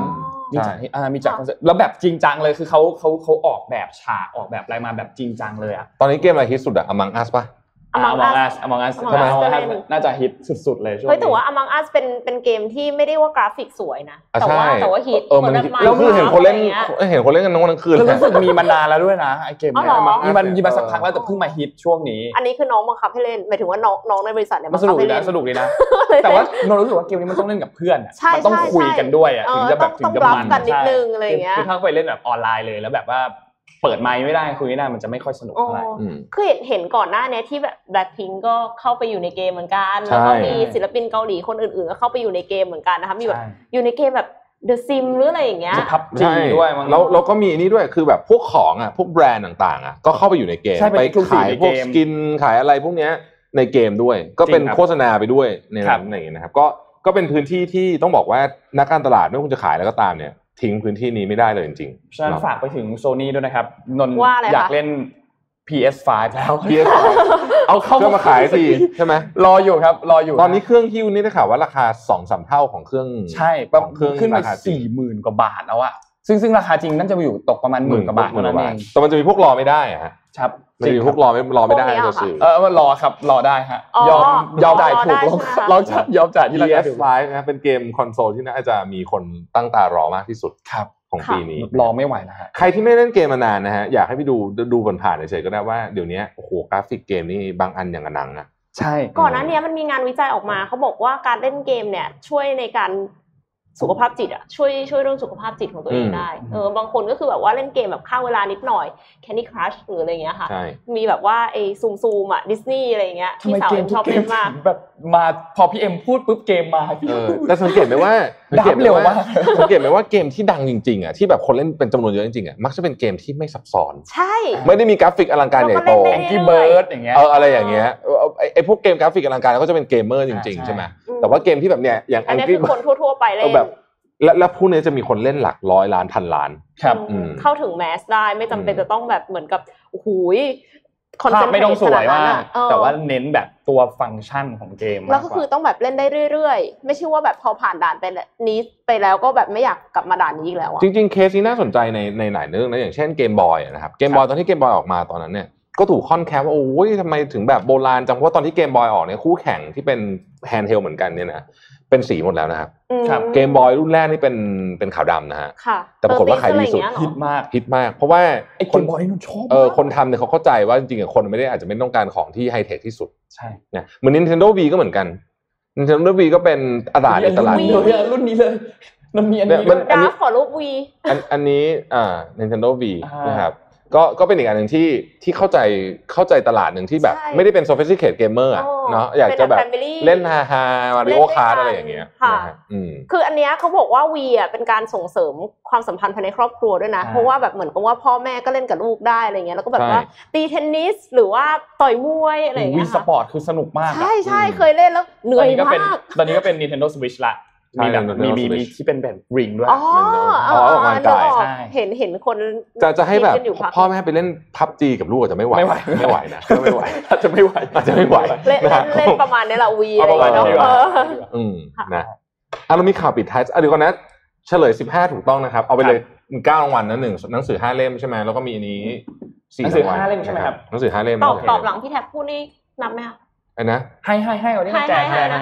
มีจัดอ่ามีจัดคอนเสิร์ตแล้วแบบจริงจังเลยคือเขาเขาเขาออกแบบฉากออกแบบอะไรมาแบบจริงจังเลยอ่ะตอนนี้เกมอะไรฮิตสุดอะ Among Us ป่ะ Among Us Among Us น่าจะฮิตสุดๆเลยช่วงนี้เฮ้ยแต่ว่า Among Us เป็นเป็นเกมที่ไม่ได้ว่ากราฟิกสวยนะแต่ว่าแต่ว่าฮิตเหมือนแล้วคือเห็นคนเล่นเห็นคนเล่นกันทั้งคืนแล้วรู้สึกมีมานานแล้วด้วยนะไอ้เกมนี้มีมันมีมาสักพักแล้วแต่เพิ่งมาฮิตช่วงนี้อันนี้คือน้องบังคับให้เล่นหมายถึงว่าน้องน้องในบริษัทเนี่ยมันสนุกนะสนุกดีนะแต่ว่าเรารู้สึกว่าเกมนี้มันต้องเล่นกับเพื่อนมันต้องคุยกันด้วยอ่ะถึงจะแบบถึงจะมันกันนิดนึงอะไรอย่างเงี้ยคือถ้าไปเล่นแบบออนไลน์เลยแล้วแบบว่าเปิดไมค์ไม่ได้คุยไม่ได้มันจะไม่ค่อยสนุกเท่าไหร่คือเห็นเห็นก่อนหน้านี้ที่แบบ Blackpink ก็เข้าไปอยู่ในเกมเหมือนกันแล้วก็มีศิลปินเกาหลีคนอื่นๆก็เข้าไปอยู่ในเกมเหมือนกันนะคะมีแบบอยู่ในเกมแบบ The Sim หรืออะไรอย่างเงี้ยพับจีด้วยมั้งแล้วแล้วก็มีนี่ด้วยคือแบบพวกของอ่ะพวกแบรนด์ต่างๆอ่ะก็เข้าไปอยู่ในเกมไปขายพวกสกินขายอะไรพวกเนี้ยในเกมด้วยก็เป็นโฆษณาไปด้วยในนั้นอย่างเงี้ยนะครับก็ก็เป็นพื้นที่ที่ต้องบอกว่านักการตลาดไม่ว่าคุณจะขายแล้วก็ตามเนี่ยทิ้งพื้นที่นี้ไม่ได้เลยจริงๆฉะนั้นฝากไปถึง Sony ด้วยนะครับนนอยากเล่น พี เอส ไฟว์ แล้วพี เอส ไฟว์ เอาเข้ามาขายสิใช่ไหมรออยู่ครับรออยู่ตอนนี้เครื่องฮิ้วนี่ได้ข่าวว่าราคา สองถึงสาม เท่าของเครื่องใช่เครื่องขึ้นมา สี่หมื่น กว่าบาทแล้วอะซึ่งซึ่งราคาจริงนั่นจะอยู่ตกประมาณหมื่นกว่าบาทเท่านั้นเองแต่มันจะมีพวกรอไม่ได้อะครับมันจะมีพวกรอไม่รอไม่ได้ตัวสื่อเออรอครับรอได้ฮะยอมยอมจ่ายถูกลงเราจะยอมจ่ายที่ราคาถูกพี เอส ไฟว์ นะเป็นเกมคอนโซลที่น่าจะมีคนตั้งตารอมากที่สุดครับของปีนี้รอไม่ไหวนะฮะใครที่ไม่เล่นเกมมานานนะฮะอยากให้ไปดูดูผ่านๆเฉยๆก็ได้ว่าเดี๋ยวนี้โอ้โหกราฟิกเกมนี่บางอันอย่างกับหนังนะใช่ก่อนหน้านี้มันมีงานวิจัยออกมาเขาบอกว่าการเล่นเกมเนี่ยช่วยในการสุขภาพจิตอ่ะช่วยช่วยเรื่องสุขภาพจิตของตัวเองได้เออบางคนก็คือแบบว่าเล่นเกมแบบฆ่าเวลานิดหน่อย Candy Crush หรืออะไรเงี้ยค่ะมีแบบว่าไอ้ซูมซูมอ่ะดิสนีย์อะไรเงี้ยที่สาวชอบเล่นมากแบบมาพอพี่เอ็มพูดปุ๊บเกมมาเออแต่สังเกตไหมว่าสังเกตไหมว่าสังเกตไหมว่าเกมที่ดังจริงๆอ่ะที่แบบคนเล่นเป็นจำนวนเยอะจริงๆอ่ะมักจะเป็นเกมที่ไม่ซับซ้อนใช่ไม่ได้มีกราฟิกอลังการใหญ่โต Angry Birds อย่างเงี้ยเอออะไรอย่างเงี้ยไอ้พวกเกมกราฟิกอลังการก็จะเป็นเกมเมอร์จริงๆใช่ไหมแต่ว่าเกมที่แบบเนี้ยอย่าง Angry Birds คนทั่วๆไปเล่นและและพวกนี้จะมีคนเล่นหลักร้อยล้านพันล้านครับเข้าถึงแมสได้ไม่จำเป็นจะต้องแบบเหมือนกับโอ้โหคอนเซ็ปต์ไม่ต้องสวยมากแต่ว่าเน้นแบบตัวฟังก์ชันของเกมแล้วก็คือต้องแบบเล่นได้เรื่อยๆไม่ใช่ว่าแบบพอผ่านด่านไปนี้ไปแล้วก็แบบไม่อยากกลับมาด่านนี้อีกแล้วจริงๆเคสนี้น่าสนใจในในหลายเรื่องนะอย่างเช่นเกมบอยนะครับเกมบอยตอนที่เกมบอยออกมาตอนนั้นเนี่ยก็ถูกค่อนแคปว่าโอ้ยทำไมถึงแบบโบราณจังเพราะตอนที่เกมบอยออกเนี่ยคู่แข่งที่เป็นแฮนด์เฮลเหมือนกันเนี่ยนะเป็นสีหมดแล้วนะครับเกมบอยรุ่นแรกนี่เป็นเป็นขาวดำนะฮะแต่ปรากฏว่าขายดีสุดฮิตมากฮิตมากเพราะว่าไอ้เกมบอยนี่ชอบเออคนทำเนี่ยเขาเข้าใจว่าจริงๆคนไม่ได้อาจจะไม่ต้องการของที่ไฮเทคที่สุดใช่เนี่ยเหมือน Nintendo Wii ก็เหมือนกัน Nintendo Wii ก็เป็นตลาดในตลาดรุ่นนี้เลยมันมีอันนี้กราฟขอรูป Wii อันอันนี้อ่า Nintendo Wii นะครับก็ก็เป็นอีกอันหนึ่งที่ที่เข้าใจเข้าใจตลาดหนึ่งที่แบบไม่ได้เป็น sophisticated gamer อ่ะเนาะอยากจะแบบเล่นฮาฮา Mario Kart อะไรอย่างเงี้ยนะคืออันเนี้ยเขาบอกว่า Wii อ่ะเป็นการส่งเสริมความสัมพันธ์ภายในครอบครัวด้วยนะเพราะว่าแบบเหมือนกับว่าพ่อแม่ก็เล่นกับลูกได้อะไรเงี้ยแล้วก็แบบว่าตีเทนนิสหรือว่าต่อยมวยอะไรอย่างเงี้ย Wii Sport คือสนุกมากใช่ใช่เคยเล่นแล้วเหนื่อยมากตอนนี้ก็เป็น Nintendo Switch ละมีแบบมีมีมีที่เป็นแบบริงด้วยอ๋ออ๋อออกกำลังกายเห็นเห็นคนจะจะให้แบบพ่อแม่ไปเล่น พับจี กับลูกจะไม่ไหวไม่ไหวไม่ไหวนะไม่ไหวอาจจะไม่ไหวอาจจะไม่ไหวเล่นเล่นประมาณนี้แหละวีอะไรอย่างเงี้ยอืมนะอ่ะเรามีข่าวปิดท้ายอ่ะเดี๋ยวก่อนนะเฉลยสิบห้าถูกต้องนะครับเอาไปเลยเก้ารางวัลนะหนึ่งหนังสือห้าเล่มใช่ไหมแล้วก็มีอันนี้สี่รางวัลหนังสือห้าเล่มใช่ไหมครับหนังสือห้าเล่มตอบตอบหลังพี่แท็บพูดนี่นับไหมคะไอ้นะให้ให้ให้วันนี้แจกให้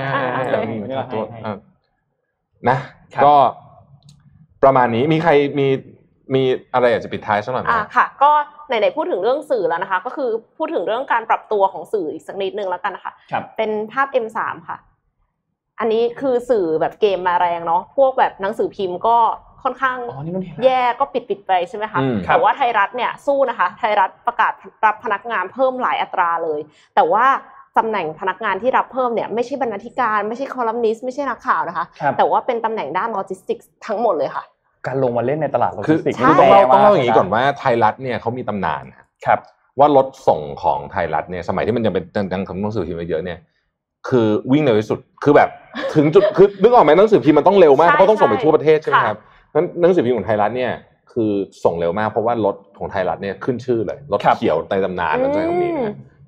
นะก็ประมาณนี้มีใครมีมีอะไรอยากจะปิดท้ายสักหน่อยไหมอ่าค่ะก็ไหนๆพูดถึงเรื่องสื่อแล้วนะคะก็คือพูดถึงเรื่องการปรับตัวของสื่ออีกสักนิดนึงแล้วกันนะคะเป็นภาพ เอ็ม สาม ค่ะอันนี้คือสื่อแบบเกมมาแรงเนาะพวกแบบหนังสือพิมพ์ก็ค่อนข้างแย่ก็ปิดปิดไปใช่ไหมคะแต่ว่าไทยรัฐเนี่ยสู้นะคะไทยรัฐประกาศรับพนักงานเพิ่มหลายอัตราเลยแต่ว่าตำแหน่งพนักงานที่รับเพิ่มเนี่ยไม่ใช่บรรณาธิการไม่ใช่คอลัมนิสต์ไม่ใช่นักข่าวนะคะแต่ว่าเป็นตำแหน่งด้านโลจิสติกส์ทั้งหมดเลยค่ะการลงมาเล่นในตลาดโลจิสติกส์คือต้องเล่าต้องเล่าอย่างนี้ก่อนว่าไทยรัฐเนี่ยเขามีตำนานครับว่ารถส่งของไทยรัฐเนี่ยสมัยที่มันยังเป็นยังทำหนังสือพิมพ์เยอะเนี่ยคือวิ่งเร็วที่สุดคือแบบถึงจุดคือนึกออกไหมหนังสือพิมพ์มันต้องเร็วมากเพราะต้องส่งไปทั่วประเทศใช่ไหมครับนั้นหนังสือพิมพ์ของไทยรัฐเนี่ยคือส่งเร็วมากเพราะว่ารถของไทยรัฐเนี่ยขึ้นชื่อเลยรถเขียวในตำนานนั่นใช่ตรงนี้นะ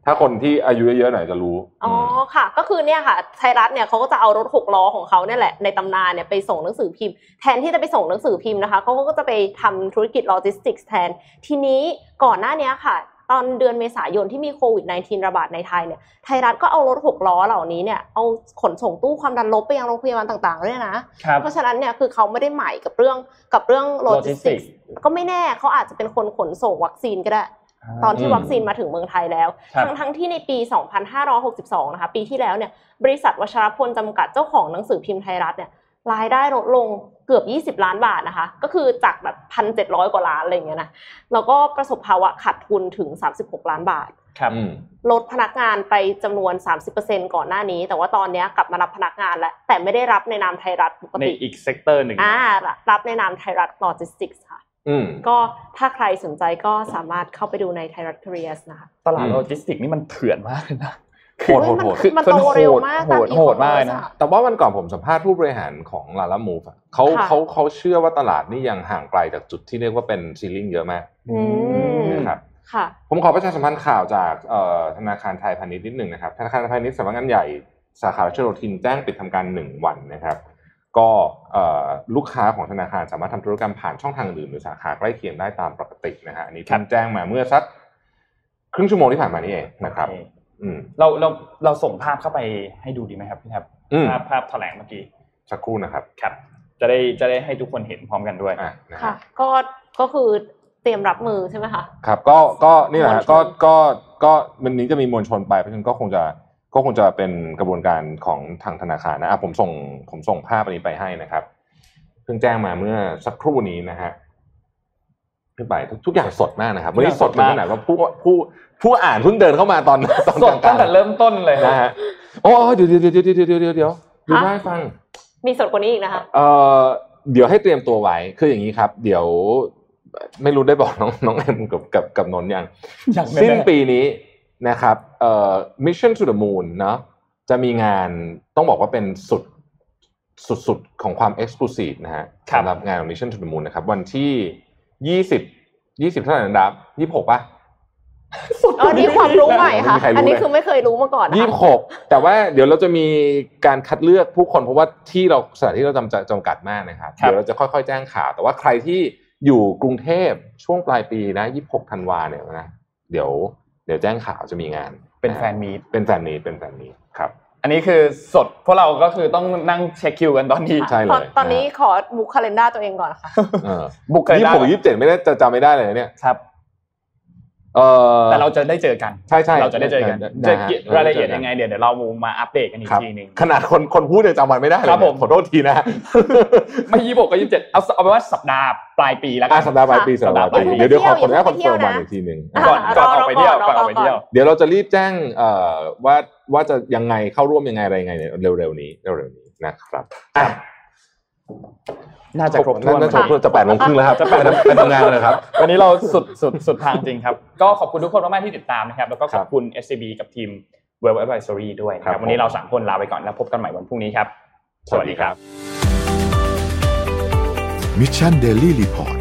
ถ้าคนที่อายุเยอะๆหน่อยจะรู้อ๋อค่ะก็คือเนี่ยค่ะไทยรัฐเนี่ยเขาก็จะเอารถหกล้อของเขาเนี่ยแหละในตำนานเนี่ยไปส่งหนังสือพิมพ์แทนที่จะไปส่งหนังสือพิมพ์นะคะเขาก็จะไปทำธุรกิจโลจิสติกส์แทนทีนี้ก่อนหน้านี้ค่ะตอนเดือนเมษายนที่มีโควิด สิบเก้า ระบาดในไทยเนี่ยไทยรัฐก็เอารถหกล้อเหล่านี้เนี่ยเอาขนส่งตู้ความดันลบไปยังโรงพยาบาลต่างๆด้วยนะเพราะฉะนั้นเนี่ยคือเขาไม่ได้ใหม่กับเรื่องกับเรื่องโลจิสติกส์ก็ไม่แน่เขาอาจจะเป็นคนขนส่งวัคซีนก็ได้ตอนที่วัคซีนมาถึงเมืองไทยแล้วทั้งทั้งที่ในปีสองพันห้าร้อยหกสิบสองนะคะปีที่แล้วเนี่ยบริษัทวชรพลจำกัดเจ้าของหนังสือพิมพ์ไทยรัฐเนี่ยรายได้ลดลงเกือบยี่สิบล้านบาทนะคะก็คือจากแบบ หนึ่งพันเจ็ดร้อย กว่าล้านอะไรอย่างเงี้ยนะแล้วก็ประสบภาวะขาดทุนถึงสามสิบหกล้านบาทครับลดพนักงานไปจำนวน สามสิบเปอร์เซ็นต์ ก่อนหน้านี้แต่ว่าตอนนี้กลับมารับพนักงานแล้วแต่ไม่ได้รับในนามไทยรัฐปกติในอีกเซกเตอร์นึงอ่ารับในนามไทยรัฐโลจิสติกส์ค่ะก็ถ้าใครสนใจก็สามารถเข้าไปดูในไทยรัฐคาเรียสนะคะตลาดโลจิสติกส์นี่มันเถื่อนมากเลยนะโหดโหดโหดมันโตเร็วมากตามอีโหดมากนะแต่ว่าวันก่อนผมสัมภาษณ์ผู้บริหารของ Lala Move อ่ะเขาเขาเขาเชื่อว่าตลาดนี่ยังห่างไกลจากจุดที่เรียกว่าเป็นซีลิ่งเยอะมากนะครับค่ะผมขอประชาสัมพันธ์ข่าวจากธนาคารไทยพาณิชย์นิดนึงนะครับธนาคารไทยพาณิชย์สำนักงานใหญ่สาขารัชโยธินแจ้งปิดทำการหนึ่งวันนะครับก็ลูกค้าของธนาคารสามารถทำธุรกรรมผ่านช่องทางอื่นหรือสาขาใกล้เคียงได้ตามปกตินะฮะอันนี้ท่านแจ้งมาเมื่อสักครึ่งชั่วโมงที่ผ่านมานี่เองนะครับเราเราเราส่งภาพเข้าไปให้ดูดีไหมครับพี่ครับภาพภาพแถลงเมื่อกี้สักครู่นะครับครับจะได้จะได้ให้ทุกคนเห็นพร้อมกันด้วยค่ะก็ก็คือเตรียมรับมือใช่ไหมคะครับก็ก็นี่แหละก็ก็ก็วันนี้จะมีมวลชนไปเพราะฉะนั้นก็คงจะก็คงจะเป็นกระบวนการของทางธนาคารนะอ่ะผมส่งผมส่งภาพอันนี้ไปให้นะครับเพิ่งแจ้งมาเมื่อสักครู่นี้นะฮะขึ้นไปทุกอย่างสดมากนะครับวันนี้สดมากขนาดว่าผู้ผู้ผู้อ่านเพิ่งเดินเข้ามาตอนตอนสดตั้งแต่เริ่มต้นเลยนะฮะอ๋อเดี๋ยวเดี๋ยวเดี๋ยวเดี๋ยวเดี๋ยวเดี๋ยวเดี๋ยวดูได้ฟังมีสดกว่านี้อีกนะคะเอ่อเดี๋ยวให้เตรียมตัวไว้คืออย่างนี้ครับเดี๋ยวไม่รู้ได้บอกน้องน้องแอมกับกับกับนนท์ยังสิ้นปีนี้นะครับเอ่อ Mission to the Moon เนาะจะมีงานต้องบอกว่าเป็นสุดสุดๆของความ Exclusive นะฮะสำหรับงาน Mission to the Moon นะครับวันที่ยี่สิบ ยี่สิบเท่าไหร่นะครับยี่สิบหกป่ะอ๋อนี่ความรู้ใหม่ค่ะอันนี้คือไม่เคยรู้มาก่อนยี่สิบหกแต่ว่าเดี๋ยวเราจะมีการคัดเลือกผู้คนเพราะว่าที่เราสถานที่เราจำจำกัดมากนะครับเดี๋ยวเราจะค่อยๆแจ้งข่าวแต่ว่าใครที่อยู่กรุงเทพช่วงปลายปีนะยี่สิบหกธันวาเนี่ยนะเดี๋ยวเดี๋ยวแจ้งข่าวจะมีงานเป็นแฟนมีตเป็นแฟนมีตเป็นแฟนมีตครับอันนี้คือสดพวกเราก็คือต้องนั่งเช็คคิวกันตอนนี้ใช่เลยตอนนี้ขอบุ๊กคาเลนดาร์ตัวเองก่อนค่ะบุ๊กคาเลนดาร์ยี่สิบหก ยี่สิบเจ็ดไม่ได้จะจำไม่ได้เลยเนี่ยครับเออแต่เราจะได้เจอกันใช่ๆเราจะได้เจอกันจะรายละเอียดยังไงเดี๋ยวเดี๋ยวเรามาอัปเดตกันอีกทีนึงขนาดคนคนพูดยังจำวันไม่ได้เลยครับผมขอโทษทีนะไม่ยี่สิบหกก็ยี่สิบเจ็ดเอาเอาเป็นว่าสัปดาห์ปลายปีแล้วกันสัปดาห์ปลายปีสัปดาห์ปลายปีเดี๋ยวเดี๋ยวขอขออนุญาตคอนเฟิร์มวันอีกทีนึงก่อนก่อนออกไปเที่ยวก่อนออกไปเที่ยวเดี๋ยวเราจะรีบแจ้งเอ่อว่าว่าจะยังไงเข้าร่วมยังไงอะไรยังไงเร็วๆนี้เร็วๆนี้นะครับอ่ะน่าจะครบถ้วนน่าจะครบถ้วนจะแปดโมงครึ่งแล้วครับจะไปไปทำงานเลยครับวันนี้เราสุดสุดสุดทางจริงครับก็ขอบคุณทุกคนมากๆที่ติดตามนะครับแล้วก็ขอบคุณ เอส ซี บี กับทีม Wealth Advisory ด้วยนะครับวันนี้เราสามคนลาไปก่อนแล้วพบกันใหม่วันพรุ่งนี้ครับสวัสดีครับ Mission Daily Report